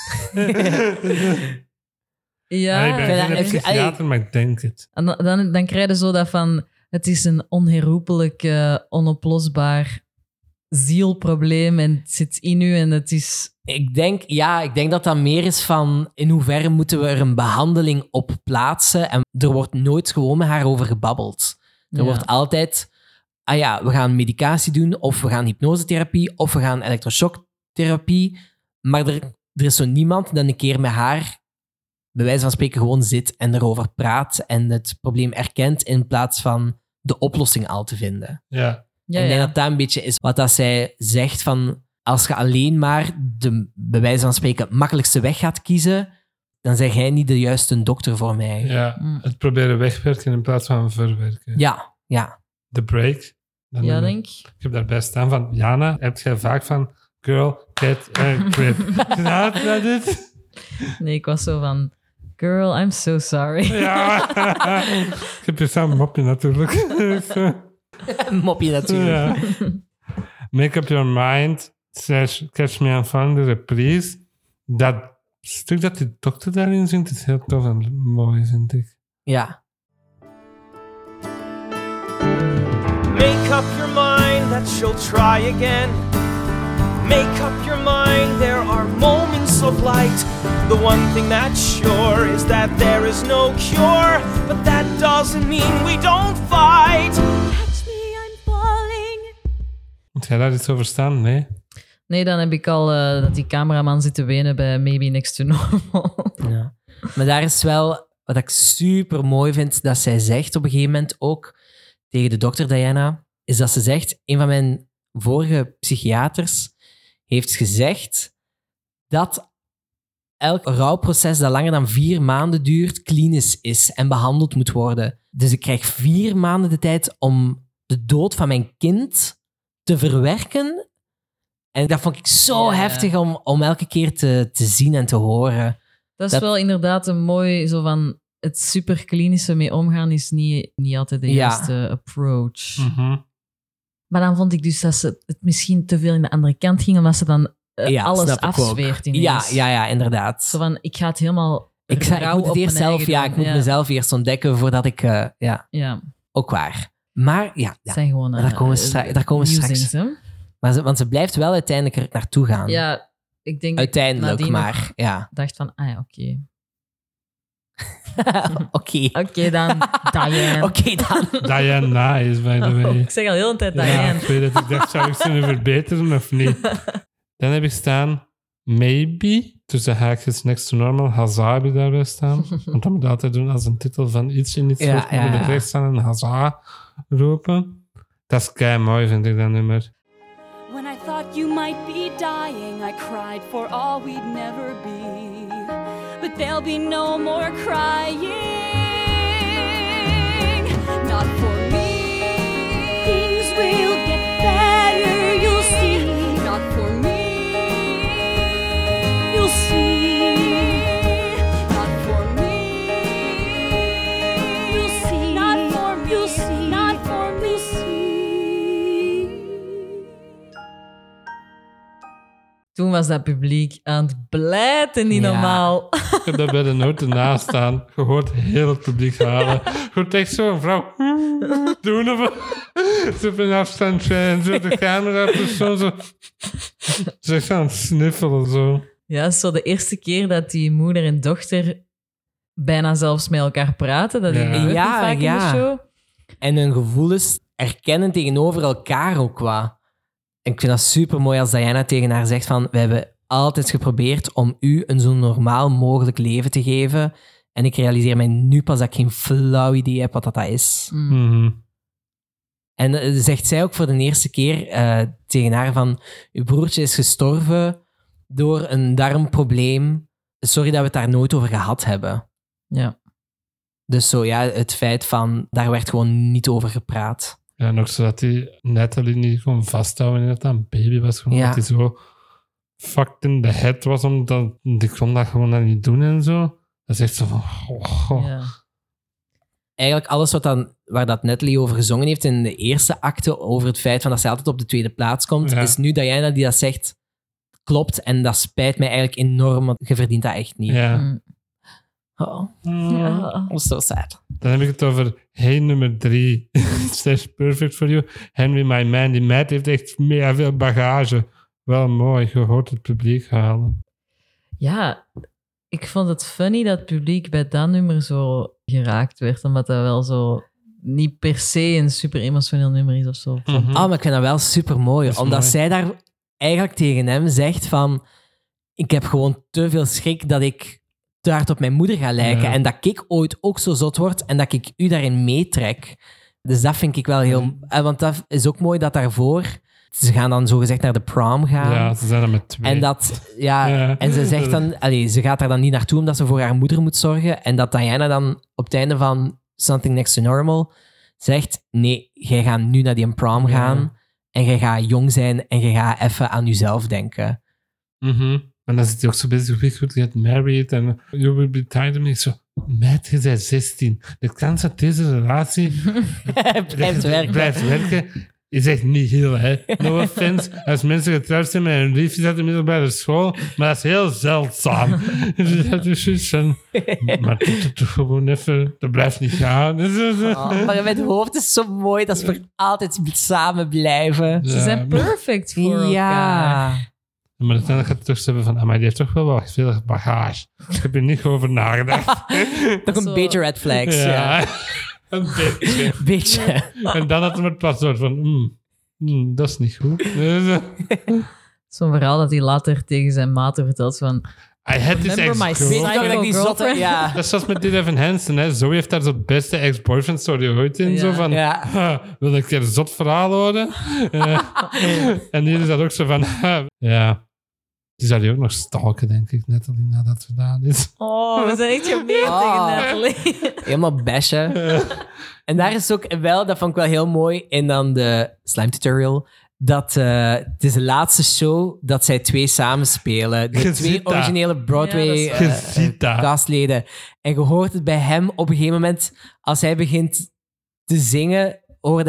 Ja, ik ben vind geen dat- psychiater, maar ik denk het. en dan krijg je zo dat van... Het is een onherroepelijk, onoplosbaar zielprobleem en het zit in u en het is... Ik denk dat dat meer is van in hoeverre moeten we er een behandeling op plaatsen en er wordt nooit gewoon met haar over gebabbeld. Er Ja. wordt altijd, we gaan medicatie doen of we gaan hypnosetherapie of we gaan elektroshocktherapie, maar er is zo niemand dat een keer met haar bij wijze van spreken gewoon zit en erover praat en het probleem erkent in plaats van de oplossing al te vinden. Ja. Ja, Ik denk ja. dat dat een beetje is wat dat zij zegt van als je alleen maar de, bij wijze van spreken, makkelijkste weg gaat kiezen, dan zeg jij niet de juiste dokter voor mij. Ja. Mm. Het proberen wegwerken in plaats van verwerken. Ja. De break. Dan Ja, noem ik. denk ik. Ik heb daarbij staan van, Jana, heb jij vaak van girl, cat, crip. Ja, dit? Nee, ik was zo van... Girl, I'm so sorry. Ja. Ik heb je samen mopje natuurlijk. Mopje natuurlijk. Ja. Make Up Your Mind / Catch Me on Fun, de reprise. Dat stuk dat die dokter daarin zingt, is heel tof en mooi, vind ik. Ja. Make up your mind that she'll try again. Make up your mind there are moments pulse of light. The one thing that's sure is that there is no cure, but that doesn't mean we don't fight. Catch me, I'm falling. Moet jij daar iets over staan? Nee? Nee, dan heb ik al dat die cameraman zit te wenen bij Maybe Next to Normal. Ja. Maar daar is wel, wat ik super mooi vind, dat zij zegt op een gegeven moment ook tegen de dokter Diana, is dat ze zegt, een van mijn vorige psychiaters heeft gezegd dat elk rouwproces dat langer dan 4 maanden duurt, klinisch is en behandeld moet worden. Dus ik krijg 4 maanden de tijd om de dood van mijn kind te verwerken. En dat vond ik zo heftig om elke keer te zien en te horen. Dat is wel inderdaad een mooi, zo van het superklinische mee omgaan is niet altijd de juiste approach. Maar dan vond ik dus dat ze het misschien te veel in de andere kant ging, omdat ze dan alles afzweert ineens. Ja, inderdaad. Zo van, ik ga het helemaal Ik moet het eerst zelf, ik moet mezelf eerst ontdekken voordat ik, ook waar. Maar ja, zijn gewoon, daar komen we straks. Hè? Maar want ze blijft wel uiteindelijk er naartoe gaan. Ja, ik denk uiteindelijk, dat maar ja. dacht van, oké. Oké. Dan Diane. Oké, dan. Diana is, by the way. Ik zeg al heel de tijd Ja, Diane. ik weet het. Ik dacht, zou ik ze nu verbeteren of niet? Dan heb ik staan Maybe, tussen haakjes Next to Normal, Hazza heb ik daarbij staan. Want dat moet je altijd doen als een titel van iets in iets wordt, moet je rechts staan en Hazza roepen. Dat is kei mooi, vind ik dat nummer. When I thought you might be dying, I cried for all we'd never be. But there'll be no more crying. Not for me. Things will get better, you'll see. Not for me. You'll see. Not for me. You'll see. Not for me. You'll see. Not for me. Toen was dat publiek aan het blijten, niet normaal. Ik heb daar bij de noten naast staan. Je hoort heel het publiek halen. Je hoort echt zo'n vrouw doen of zo op een afstandje en zo de camera-persoon zo. Ze is aan het sniffelen zo. Ja, zo de eerste keer dat die moeder en dochter bijna zelfs met elkaar praten. Dat gebeurt niet vaak in de show. En hun gevoelens erkennen tegenover elkaar ook wat. En ik vind dat super mooi als Diana tegen haar zegt van we hebben altijd geprobeerd om u een zo normaal mogelijk leven te geven. En ik realiseer mij nu pas dat ik geen flauw idee heb wat dat is. En zegt zij ook voor de eerste keer tegen haar van uw broertje is gestorven door een darmprobleem. Sorry dat we het daar nooit over gehad hebben. Ja. Dus zo ja, het feit van daar werd gewoon niet over gepraat. Ja, en ook zodat die Natalie niet kon vasthouden en dat dat een baby was. Gewoon dat hij zo fucked in the head was, omdat die kon dat gewoon dan niet doen en zo. Dat is echt zo van... Ja. Eigenlijk alles waar dat Natalie over gezongen heeft in de eerste acte, over het feit van dat ze altijd op de tweede plaats komt, is nu Diana die dat zegt, klopt. En dat spijt mij eigenlijk enorm, want je verdient dat echt niet. Ja. So sad. Dan heb ik het over Hey nummer 3. Slash Perfect for You. Henry, my man. Die meid heeft echt mega veel bagage. Wel mooi. Je hoort het publiek halen. Ja, ik vond het funny dat het publiek bij dat nummer zo geraakt werd. Omdat dat wel zo niet per se een super emotioneel nummer is of zo. Maar ik vind dat wel super mooi. Omdat zij daar eigenlijk tegen hem zegt van ik heb gewoon te veel schrik dat ik te hard op mijn moeder ga lijken. Ja. En dat ik ooit ook zo zot word en dat ik u daarin meetrek. Dus dat vind ik wel heel... Want dat is ook mooi dat daarvoor... Ze gaan dan zogezegd naar de prom gaan. Ja, ze zijn er met 2. En dat... Ja, en ze zegt dan... ze gaat daar dan niet naartoe omdat ze voor haar moeder moet zorgen. En dat Diana dan op het einde van Something Next to Normal zegt... Nee, jij gaat nu naar die prom gaan. En jij gaat jong zijn en jij gaat even aan jezelf denken. En dan zit hij ook zo bezig, we could get married and you will be tired of me. Zo, Matt, je bent 16. De kans dat deze relatie blijft werken is echt niet heel, hè. No offense. Als mensen getrouwd zijn met een liefje uit de middelbare school, maar dat is heel zeldzaam. Dat is zoiets van, maar doe het toch gewoon even, dat blijft niet gaan. Maar mijn hoofd is zo mooi dat ze voor altijd samen blijven. Ze zijn perfect voor elkaar. Maar uiteindelijk gaat het toch hebben van... Maar die heeft toch wel wat veel bagage. Ik heb er niet over nagedacht. Toch een Zo. beetje red flags. Ja. Een beetje. Beetje. En dan had hij het pas door van... dat is niet goed. Zo'n verhaal dat hij later tegen zijn maten vertelt van... I had this Remember my ex-girl. Weet je nog dat ik die zotte... girlfriend? Ja. Dat is zoals met Evan Hansen. Hè. Zoe heeft daar zo'n beste ex-boyfriend story ooit in. Ja. Zo van, Ja. wil ik een keer een zot verhaal horen? En hier is dat ook zo van... ja, die zou die ook nog stalken, denk ik, Natalie, nadat het gedaan is. Oh, we zijn echt gemeen Oh. tegen Natalie. Helemaal bashen. En daar is ook wel, dat vond ik wel heel mooi, in dan de slime tutorial, dat het is de laatste show dat zij 2 samenspelen. De Je 2 ziet dat. originele Broadway Ja, dat Je ziet dat. castleden. En je hoort het bij hem op een gegeven moment, als hij begint te zingen,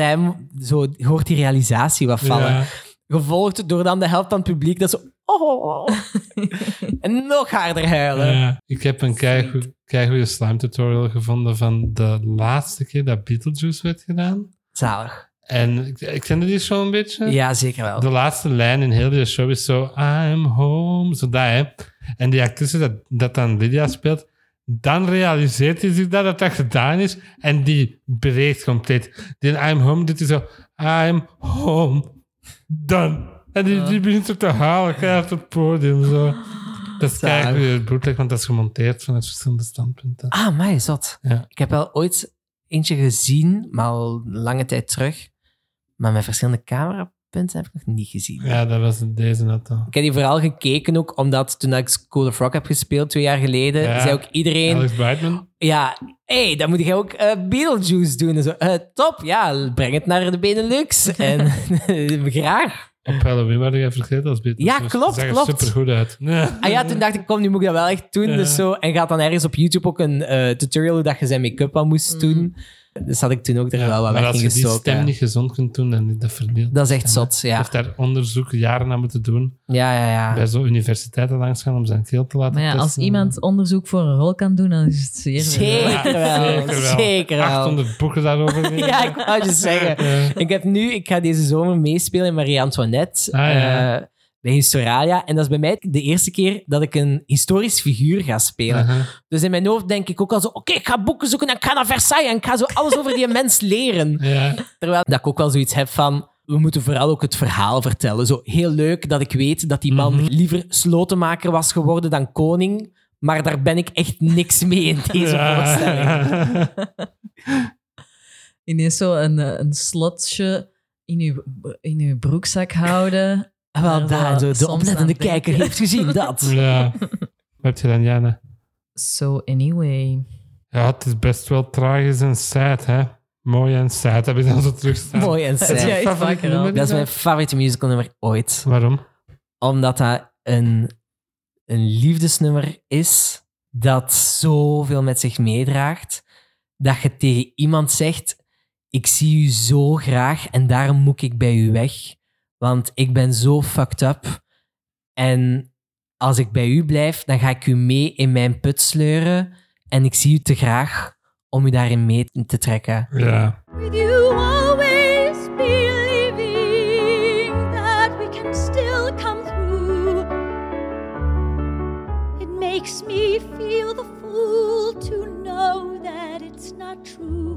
je hoort die realisatie wat vallen. Ja. Gevolgd door dan de helft van het publiek dat zo... Oh. En nog harder huilen. Ja. Ik heb een keigoede slime tutorial gevonden van de laatste keer dat Beetlejuice werd gedaan. Zalig. En ik kende die show een beetje. Ja, zeker wel. De laatste lijn in heel die show is zo... I'm home. Zo dat, hè. En die actrice dat dan Lydia speelt... Dan realiseert hij zich dat gedaan is. En die breekt compleet. Die I'm home, dit is zo... I'm home. Done. En die begint er te halen. Keihard op het podium. Zo. Dat is keihard bloedlijk, want dat is gemonteerd vanuit verschillende standpunten. Ah, mij zot. Ja. Ik heb wel ooit eentje gezien, maar al lange tijd terug. Maar met verschillende camerapunten heb ik nog niet gezien. Ja, dat was deze net al. Ik heb die vooral gekeken ook, omdat toen ik School of Rock heb gespeeld 2 jaar geleden, Ja. zei ook iedereen... Alex Brightman. Ja, hey, dan moet jij ook Beetlejuice doen. En zo, top, ja, breng het naar de Benelux. En graag. Op Halloween werd jij vergeten als Beetlejuice. Ja, klopt, Dat zag er klopt. supergoed uit. Ja. Ah ja, toen dacht ik, kom, nu moet ik dat wel echt doen. Ja. Dus zo, en gaat dan ergens op YouTube ook een tutorial hoe dat je zijn make-up aan moest doen. Dus had ik toen ook er wel wat Maar werk als in je die gestoken. stem niet gezond kunt doen, dan is dat vernield. Dat is echt zot, Hij ja. heeft daar onderzoek jaren aan moeten doen. Ja. Bij zo'n universiteiten langs gaan om zijn keel te laten Maar ja, als testen. iemand onderzoek voor een rol kan doen, dan is het zeer... Zeker wel. Zeker wel. 800 boeken daarover. Ja, ik wou je zeggen. Ja. Ik ga deze zomer meespelen in Marie-Antoinette. Ah, ja. Bij Historalia. En dat is bij mij de eerste keer dat ik een historisch figuur ga spelen. Uh-huh. Dus in mijn hoofd denk ik ook al zo... Oké, ik ga boeken zoeken en ik ga naar Versailles en ik ga zo alles over die mens leren. Ja. Terwijl dat ik ook wel zoiets heb van... We moeten vooral ook het verhaal vertellen. Zo heel leuk dat ik weet dat die man liever slotenmaker was geworden dan koning. Maar daar ben ik echt niks mee in deze voorstelling. Ineens zo een slotje in uw broekzak houden. Wel Daar daar, zo, soms de aan oplettende denken. kijker heeft gezien dat. Ja. Wat heb je dan, Jana? So anyway. Ja, het is best wel tragisch en sad, hè? Mooi en sad, heb ik dan zo terugstaan. Mooi en Ja, sad. echt vaker al. Dat is mijn favoriete musicalnummer ooit. Waarom? Omdat dat een liefdesnummer is dat zoveel met zich meedraagt. Dat je tegen iemand zegt... Ik zie u zo graag en daarom moet ik bij u weg. Want ik ben zo fucked up. En als ik bij u blijf, dan ga ik u mee in mijn put sleuren. En ik zie u te graag om u daarin mee te trekken. Ja. With you always believing that we can still come through. It makes me feel the fool to know that it's not true.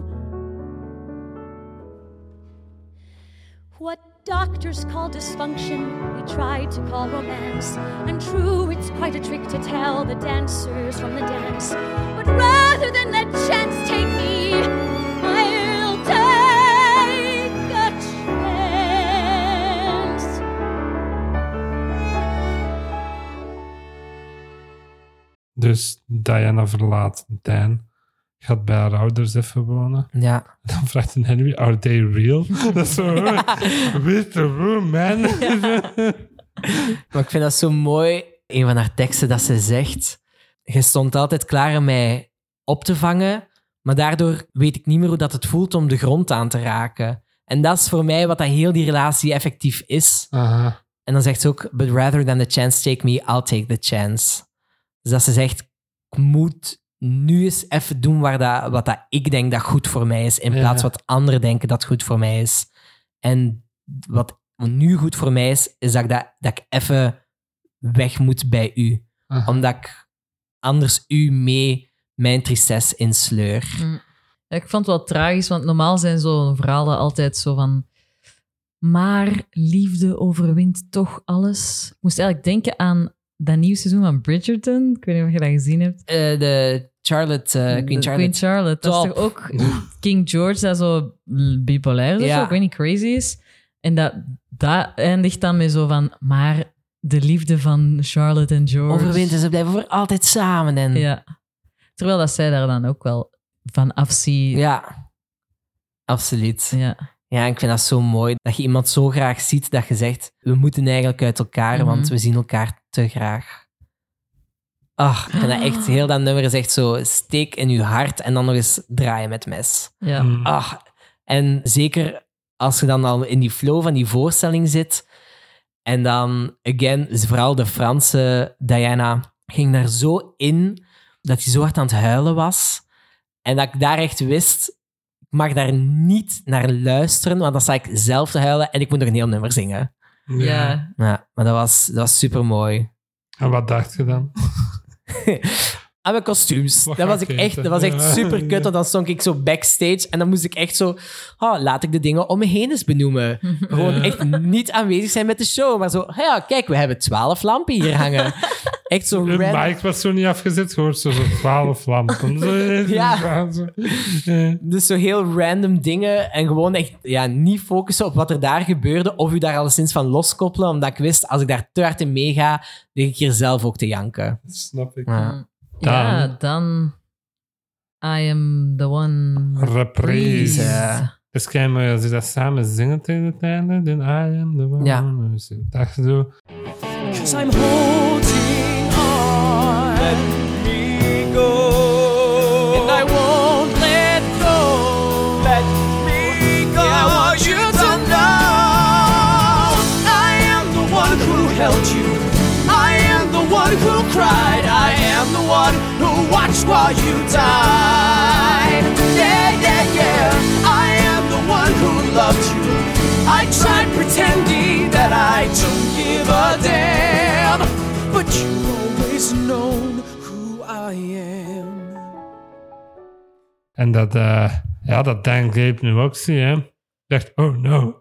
What doctors call dysfunction, we try to call romance. And true, it's quite a trick to tell the dancers from the dance. But rather than let chance take me, I'll take a chance. Dus Diana verlaat Dan. Gaat bij haar ouders even wonen. Ja. Dan vraagt een Henry, are they real? Dat is zo, with the room, man. Maar ik vind dat zo mooi, een van haar teksten, dat ze zegt... Je stond altijd klaar om mij op te vangen, maar daardoor weet ik niet meer hoe dat het voelt om de grond aan te raken. En dat is voor mij wat dat heel die relatie effectief is. Aha. En dan zegt ze ook, but rather than the chance take me, I'll take the chance. Dus dat ze zegt, ik moet nu eens even doen wat dat ik denk dat goed voor mij is, in plaats wat anderen denken dat goed voor mij is. En wat nu goed voor mij is dat ik even weg moet bij u. Aha. Omdat ik anders u mee mijn tristesse insleur. Ja, ik vond het wel tragisch, want normaal zijn zo'n verhalen altijd zo van... Maar liefde overwint toch alles. Ik moest eigenlijk denken aan dat nieuwe seizoen van Bridgerton. Ik weet niet of je dat gezien hebt. De Charlotte, Queen Charlotte. Queen Charlotte. Dat is Top. toch ook King George dat zo bipolair is of Ja. zo, ik weet niet, crazy is. En dat eindigt dan met zo van... Maar de liefde van Charlotte en George... Overwint en ze blijven voor altijd samen. En... Ja. Terwijl dat zij daar dan ook wel van afziet. Ja, absoluut. Ja. Ja, ik vind dat zo mooi dat je iemand zo graag ziet dat je zegt, we moeten eigenlijk uit elkaar, want we zien elkaar te graag. Ach, ik vind dat echt, heel dat nummer is echt zo, steek in je hart en dan nog eens draaien met mes. Ja. Ach, en zeker als je dan al in die flow van die voorstelling zit en dan, again, vooral de Franse Diana ging daar zo in dat hij zo hard aan het huilen was en dat ik daar echt wist... Ik mag daar niet naar luisteren, want dan sta ik zelf te huilen en ik moet nog een heel nummer zingen. Ja. Ja, maar dat was super mooi. En wat dacht je dan? Aan mijn kostuums. Wat Dat was, ga ik echt, eten? dat was echt Ja. super kut, want dan stond ik zo backstage en dan moest ik echt zo... laat ik de dingen om me heen eens benoemen. Gewoon echt niet aanwezig zijn met de show, maar zo... Ja, kijk, we hebben 12 lampen hier hangen. Echt zo De random. mic was zo niet afgezet, hoort zo 12 lampen. Ja. Dus zo heel random dingen en gewoon echt niet focussen op wat er daar gebeurde of u daar alleszins van loskoppelen, omdat ik wist, als ik daar te hard in meega, lig ik hier zelf ook te janken. Snap ik. Ja. Ja, dan... I am the one... Reprise. Ja. Dus kijk maar, als je dat samen zingen tegen het einde, dan I am the one. Ja. Dus ik dacht zo... 'Cause I'm holding on. Let me go. And I won't let go. Let me go. I want you to know I am the one who held you. I am the one who cried. I am the one who watched while you died. Yeah, yeah, yeah. I am the one who loved you. I tried pretending that I don't give a damn, but you've always known who I am. En dat, dat Dan Gabe nu ook zie, hè. Ik dacht, oh no.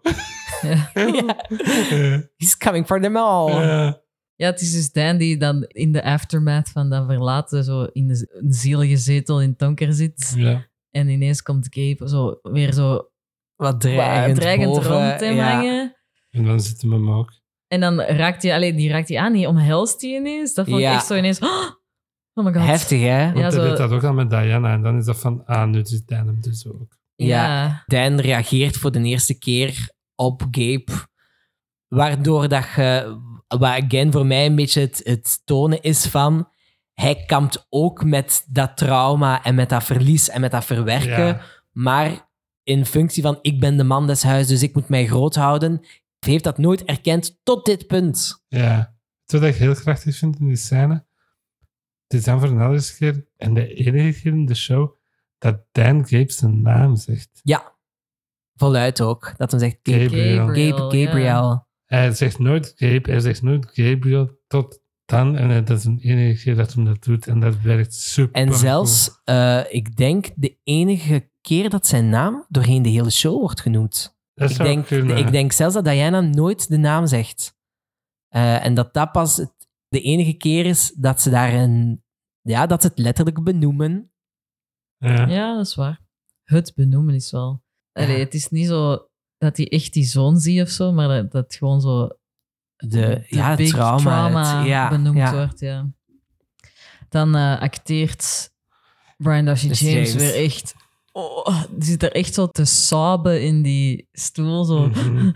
He's coming for them all. Ja, het is dus Dan die dan in de aftermath van dat verlaten zo in een zielige zetel in het donker zit. Ja. En ineens komt Gabe zo weer zo Wat dreigend, boven. rond te hangen. En dan zitten we hem ook. En dan raakt hij, die raakt hij aan, die omhelst hij ineens. Dat vond ik Ja. echt zo ineens... Oh my god. Heftig, hè? Ja, Want hij zo- deed dat ook al met Diana. En dan is dat van, nu zit Dan hem dus ook. Ja. Dan reageert voor de eerste keer op Gabe, waardoor dat je, wat again voor mij een beetje het tonen is van, hij kampt ook met dat trauma en met dat verlies en met dat verwerken, Ja. maar in functie van, ik ben de man des huis, dus ik moet mij groot houden, hij heeft dat nooit erkend tot dit punt. Ja. Wat ik heel krachtig vind in die scène, het is dan voor een andere keer, en de enige keer in de show, dat Dan Gabe zijn naam zegt. Ja, voluit ook, dat hij zegt, Gabe, Gabriel. Gabriel. Hij zegt nooit Gabe, hij zegt nooit Gabriel tot dan. En dat is de enige keer dat hij dat doet. En dat werkt super En zelfs, ik denk, de enige keer dat zijn naam doorheen de hele show wordt genoemd. Dat Ik zou denk, kunnen. ik denk zelfs dat Diana nooit de naam zegt. En dat pas de enige keer is dat ze daar dat ze het letterlijk benoemen. Ja. Ja, dat is waar. Het benoemen is wel... Allee, het is niet zo dat hij echt die zoon ziet of zo, maar dat het gewoon zo... Het big trauma. benoemd wordt, ja. Dan acteert Brian Darcy Dus James James. weer echt... Oh, die zit er echt zo te saben in die stoel. Zo. Mhm.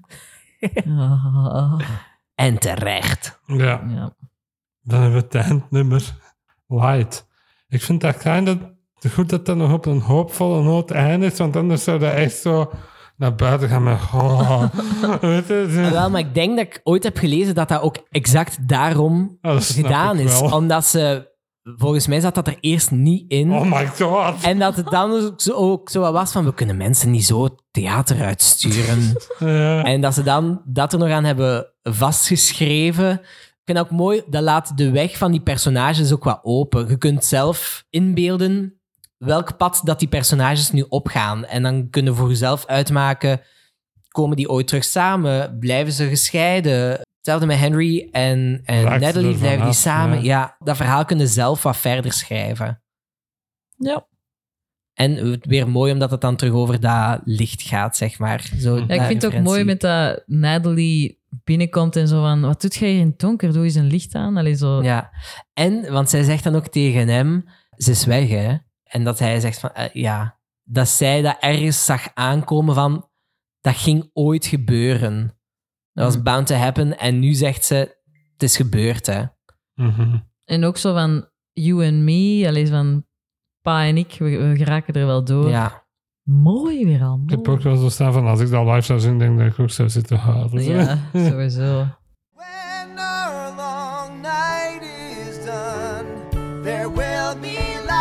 Ah, En terecht. Ja. ja. Dan hebben we het eindnummer. Light. Ik vind dat goed dat dat nog op een hoopvolle noot eindigt, want anders zou dat echt zo naar buiten gaan met... weet je, zo. Wel, maar ik denk dat ik ooit heb gelezen dat dat ook exact daarom dat snap gedaan ik is. wel. Omdat ze... Volgens mij zat dat er eerst niet in. Oh my god. En dat het dan ook zo wat was van, we kunnen mensen niet zo theater uitsturen. Ja. En dat ze dan dat er nog aan hebben vastgeschreven. vind ook mooi, dat laat de weg van die personages ook wat open. Je kunt zelf inbeelden welk pad dat die personages nu opgaan. En dan kun je voor jezelf uitmaken, komen die ooit terug samen? Blijven ze gescheiden? Hetzelfde met Henry en Raakt Natalie, ervan blijven die af, samen? ja. Ja, dat verhaal kun je zelf wat verder schrijven. Ja. En weer mooi omdat het dan terug over dat licht gaat, zeg maar. Zo, Ja, ik vind het ook mooi met dat Natalie binnenkomt en zo van, wat doet jij hier in het donker? Doe eens een licht aan. Allee, zo. Ja, en, want zij zegt dan ook tegen hem, ze is weg, hè. En dat hij zegt van, ja, dat zij dat ergens zag aankomen van, dat ging ooit gebeuren. Dat was bound to happen. En nu zegt ze, het is gebeurd, hè. Mhm. En ook zo van, you and me, allee, van pa en ik, we geraken er wel door. Ja. Mooi weer al. Ik heb ook wel zo staan van, als ik dat live zou zien, denk ik dat ik ook zou zitten houden. Ja, sowieso. When our long night is done, there will be light.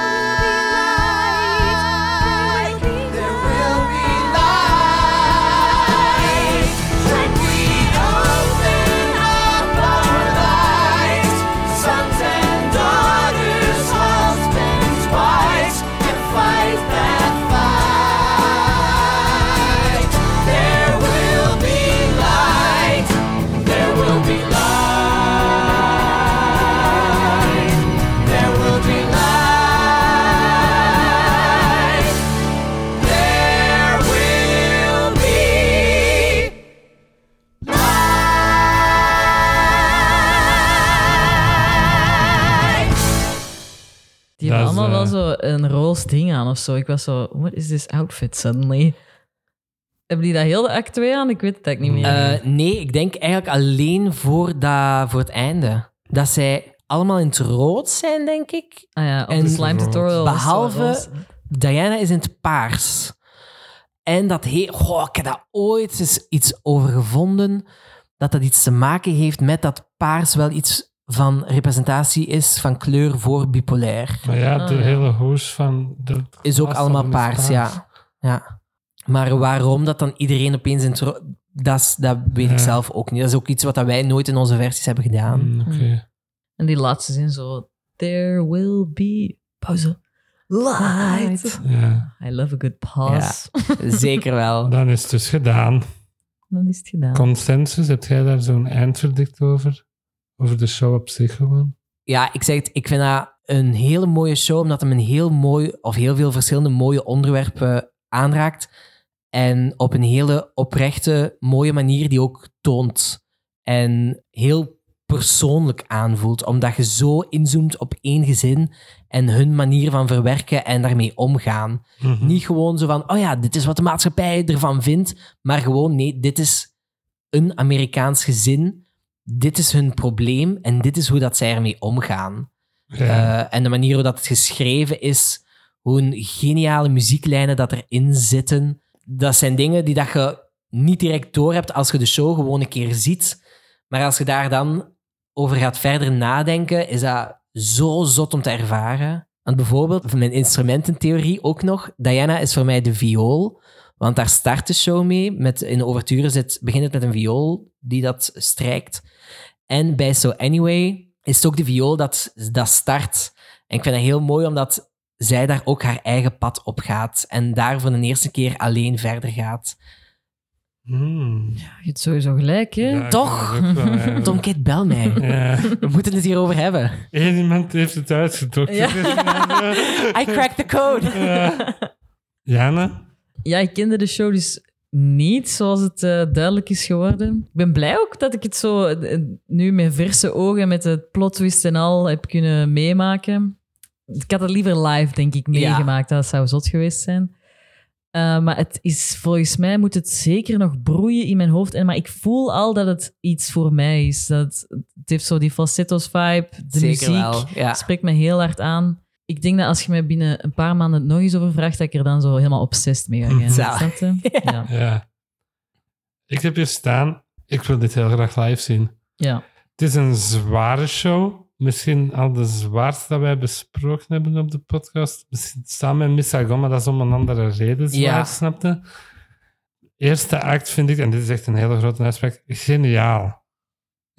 There will be light. When we open up our lives, sons and daughters, husbands, wives, and fight that fight. There will be light. There will be light. There will be light. There will be light. Die Dat hebben is, allemaal wel zo een roze ding aan of zo. Ik was zo, what is this outfit suddenly? Hebben die dat heel de act 2 aan? Ik weet het eigenlijk niet meer. Nee, ik denk eigenlijk alleen voor het einde. Dat zij allemaal in het rood zijn, denk ik. Ah ja, op en de slime tutorial. was het behalve- zo roze. Diana is in het paars. En dat ik heb daar ooit eens iets over gevonden, dat iets te maken heeft met dat paars wel iets van representatie is van kleur voor bipolair. Maar ja, de Ah, ja. hele hoes van... De Is ook glas allemaal van is paars, ja. Maar waarom dat dan iedereen opeens in het dat weet ik Ja. zelf ook niet. Dat is ook iets wat wij nooit in onze versies hebben gedaan. Oké. En die laatste zin zo, there will be... Pauze. Light. Ja. I love a good pause. Zeker wel. Dan is het dus gedaan. Dan is het gedaan. Consensus, heb jij daar zo'n eindverdict over? Over de show op zich gewoon? Ja, ik zeg het, ik vind dat een hele mooie show, omdat hem een heel veel verschillende mooie onderwerpen aanraakt. En op een hele oprechte, mooie manier die ook toont. En heel persoonlijk aanvoelt, omdat je zo inzoomt op één gezin en hun manier van verwerken en daarmee omgaan. Mhm. Niet gewoon zo van, oh ja, dit is wat de maatschappij ervan vindt, maar gewoon, nee, dit is een Amerikaans gezin, dit is hun probleem en dit is hoe dat zij ermee omgaan. Ja. En de manier hoe dat het geschreven is, hoe een geniale muzieklijnen dat erin zitten, dat zijn dingen die dat je niet direct doorhebt als je de show gewoon een keer ziet. Maar als je daar dan over gaat verder nadenken, is dat zo zot om te ervaren. Want bijvoorbeeld, mijn instrumententheorie ook nog, Diana is voor mij de viool, want daar start de show mee. In de ouverture begint het met een viool die dat strijkt. En bij So Anyway is het ook de viool dat start. En ik vind het heel mooi, omdat zij daar ook haar eigen pad op gaat. En daar voor de eerste keer alleen verder gaat. Hmm. Je hebt sowieso gelijk, hè? Ja, ik Toch? vind het ook wel eigenlijk. Tom Kate, bel mij. Ja. We moeten het hierover hebben. Eén iemand heeft het uitgedokterd. Ja. I cracked the code. Ja. Jana? Ja, ik kende de show dus niet, zoals het duidelijk is geworden. Ik ben blij ook dat ik het zo nu met verse ogen, met het plot twist en al, heb kunnen meemaken. Ik had het liever live, denk ik, meegemaakt. Dat zou zot geweest zijn. Maar het is, volgens mij moet het zeker nog broeien in mijn hoofd. Maar ik voel al dat het iets voor mij is. Het heeft zo die falsettos vibe. De Zeker muziek wel, ja. spreekt me heel hard aan. Ik denk dat als je mij binnen een paar maanden het nog eens over vraagt, dat ik er dan zo helemaal obsessed mee ga gaan. Zo. Snap je? Ja. Ja. Ik heb hier staan, ik wil dit heel graag live zien. Ja. Het is een zware show. Misschien al de zwaarste dat wij besproken hebben op de podcast. Misschien samen met Miss Saigon, maar dat is om een andere reden zwaar, Ja. snapte? Eerste act vind ik, en dit is echt een hele grote aspect, geniaal.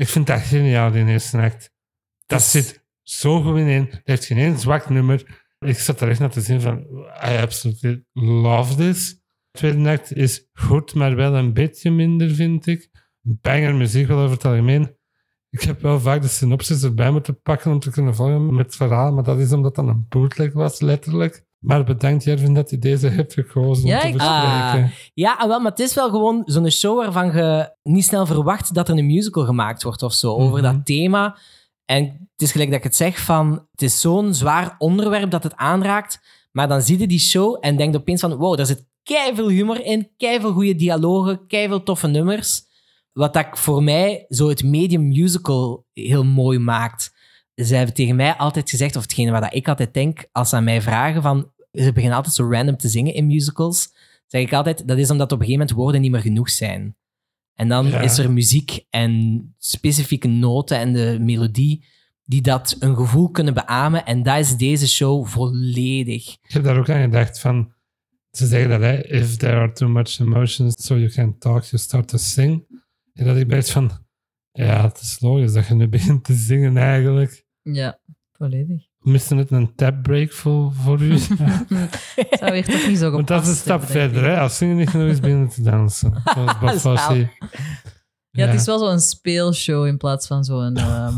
Ik vind dat geniaal, die eerste act. Dat zit zo goed in één. Er heeft geen één zwak nummer. Ik zat er echt naar te zien van, I absolutely love this. De tweede act is goed, maar wel een beetje minder, vind ik. Banger muziek wel over het algemeen. Ik heb wel vaak de synopsis erbij moeten pakken om te kunnen volgen met het verhaal, maar dat is omdat dat een bootleg was, letterlijk. Maar bedankt, Jervin, dat je deze hebt gekozen Ja, om te ik- bespreken. Ja, wel, maar het is wel gewoon zo'n show waarvan je niet snel verwacht dat er een musical gemaakt wordt of zo, over Mhm. dat thema. En het is gelijk dat ik het zeg van, het is zo'n zwaar onderwerp dat het aanraakt, maar dan zie je die show en denkt opeens van, wow, daar zit keiveel humor in, keiveel goede dialogen, keiveel toffe nummers. Wat dat voor mij zo het medium musical heel mooi maakt. Ze hebben tegen mij altijd gezegd, of hetgene waar dat ik altijd denk, als ze aan mij vragen van, ze beginnen altijd zo random te zingen in musicals, zeg ik altijd, dat is omdat op een gegeven moment woorden niet meer genoeg zijn. En dan Ja. is er muziek en specifieke noten en de melodie die dat een gevoel kunnen beamen. En dat is deze show volledig. Ik heb daar ook aan gedacht van, ze zeggen dat, hè, if there are too much emotions, so you can't talk, you start to sing. En dat ik bij iets van, ja, het is logisch dat je nu begint te zingen eigenlijk. Ja, volledig. Miste het een tapbreak voor u? Zou weer toch niet zo Want dat is een gepast stap hebben, denk verder, ik. hè? Als zingen niet genoeg is, beginnen te dansen. Zoals Bob Fosse. Ja, het is wel zo'n speelshow in plaats van zo'n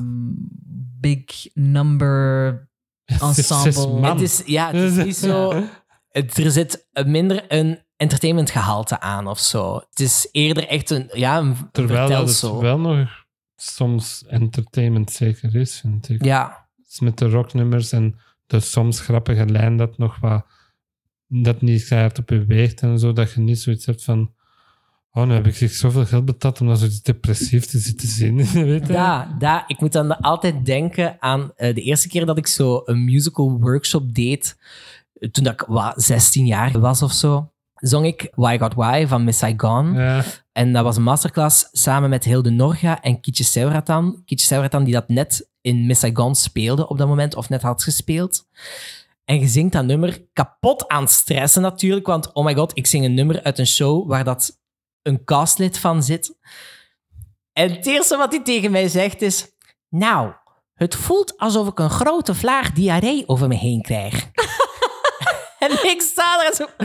big number ensemble. Zes man. Het is, ja, het is niet zo... Er zit minder een entertainmentgehalte aan of zo. Het is eerder echt een Terwijl dat het vertelsel. wel nog soms entertainment zeker is, vind ik. Ja, Dus met de rocknummers en de soms grappige lijn dat nog wat... dat niet keihard op je weegt en zo, dat je niet zoiets hebt van... Oh, nu heb ik zoveel geld betaald om dat zo depressief te zitten zien. Weet je? ik moet dan altijd denken aan de eerste keer dat ik zo een musical workshop deed, toen ik 16 jaar was of zo, zong ik Why Got Why van Miss Saigon. Ja. En dat was een masterclass samen met Hilde Norga en Kietje Seuratan. Kietje Seuratan die dat net in Miss Saigon speelde op dat moment, of net had gespeeld. En je zingt dat nummer kapot aan het stressen natuurlijk, want oh my god, ik zing een nummer uit een show waar dat een castlid van zit. En het eerste wat hij tegen mij zegt is... Nou, het voelt alsof ik een grote vlaag diarree over me heen krijg. En ik sta daar zo...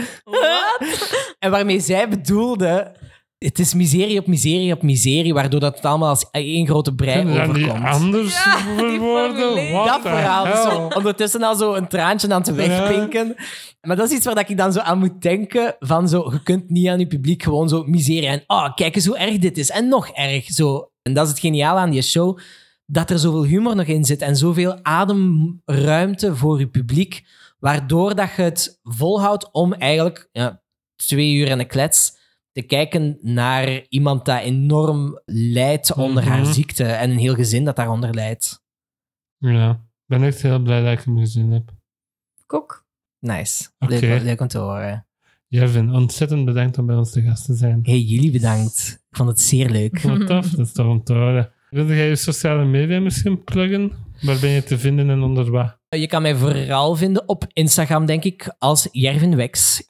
Wat? En waarmee zij bedoelde... Het is miserie op miserie op miserie, waardoor dat het allemaal als één grote brei Kunnen we dat niet overkomt. anders verwoorden? formulering. What Dat the verhaal. Dus hell? zo, ondertussen al zo een traantje aan het wegpinken. Maar dat is iets waar dat ik dan zo aan moet denken. Van zo, je kunt niet aan je publiek gewoon zo miserie en kijk eens hoe erg dit is. En nog erg. Zo. En dat is het geniale aan die show. Dat er zoveel humor nog in zit en zoveel ademruimte voor je publiek. Waardoor dat je het volhoudt om eigenlijk 2 uur en een klets te kijken naar iemand dat enorm lijdt onder haar ziekte. En een heel gezin dat daaronder lijdt. Ja, ik ben echt heel blij dat ik hem gezien heb. Kok. Nice. Oké. Leuk om te horen. Jervin, ontzettend bedankt om bij ons te gast te zijn. Hey, jullie bedankt. Ik vond het zeer leuk. Wat tof, dat is toch om te horen. Wilde jij je sociale media misschien pluggen? Waar ben je te vinden en onder wat? Je kan mij vooral vinden op Instagram, denk ik, als Jervin Wex.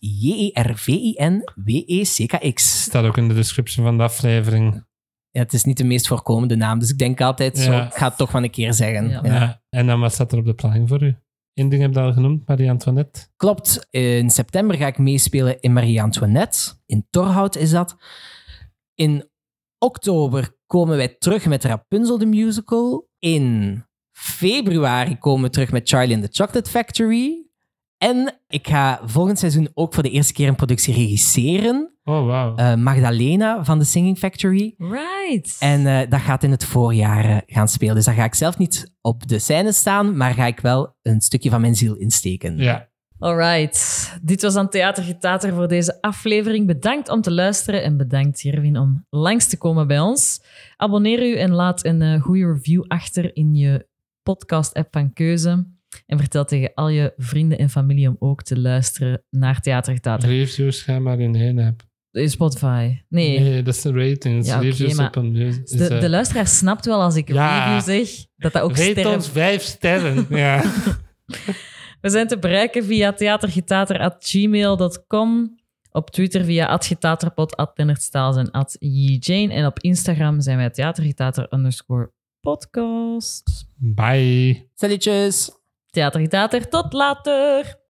JERVINWECKX. Staat ook in de description van de aflevering. Ja, het is niet de meest voorkomende naam, dus ik denk altijd zo, Ja. ik ga het toch van een keer zeggen. Ja. Ja. En dan wat staat er op de planning voor u? Eén ding heb je al genoemd, Marie-Antoinette. Klopt, in september ga ik meespelen in Marie-Antoinette. In Torhout is dat. In oktober komen wij terug met Rapunzel the Musical. In februari komen we terug met Charlie and the Chocolate Factory. En ik ga volgend seizoen ook voor de eerste keer een productie regisseren. Oh, wauw. Magdalena van The Singing Factory. Right. En dat gaat in het voorjaar gaan spelen. Dus daar ga ik zelf niet op de scène staan, maar ga ik wel een stukje van mijn ziel insteken. Ja. Alright. Dit was dan Theatergetater voor deze aflevering. Bedankt om te luisteren en bedankt Jervin om langs te komen bij ons. Abonneer u en laat een goede review achter in je podcast-app van keuze. En vertel tegen al je vrienden en familie om ook te luisteren naar Theatergetater. Reviews ga maar in één app. Spotify. Nee. Nee, dat is de ratings. Ja, oké, Reviews maar op een music. De luisteraar snapt wel als ik Ja. review zeg, dat ook Rate sterren... ons 5 sterren. Ja. We zijn te bereiken via theatergetater@gmail.com Op Twitter via @getaterpod, @LeonardStaels en @YJane. En op Instagram zijn wij theatergetater_podcast. Bye. Salutjes! Theatergetater, tot later!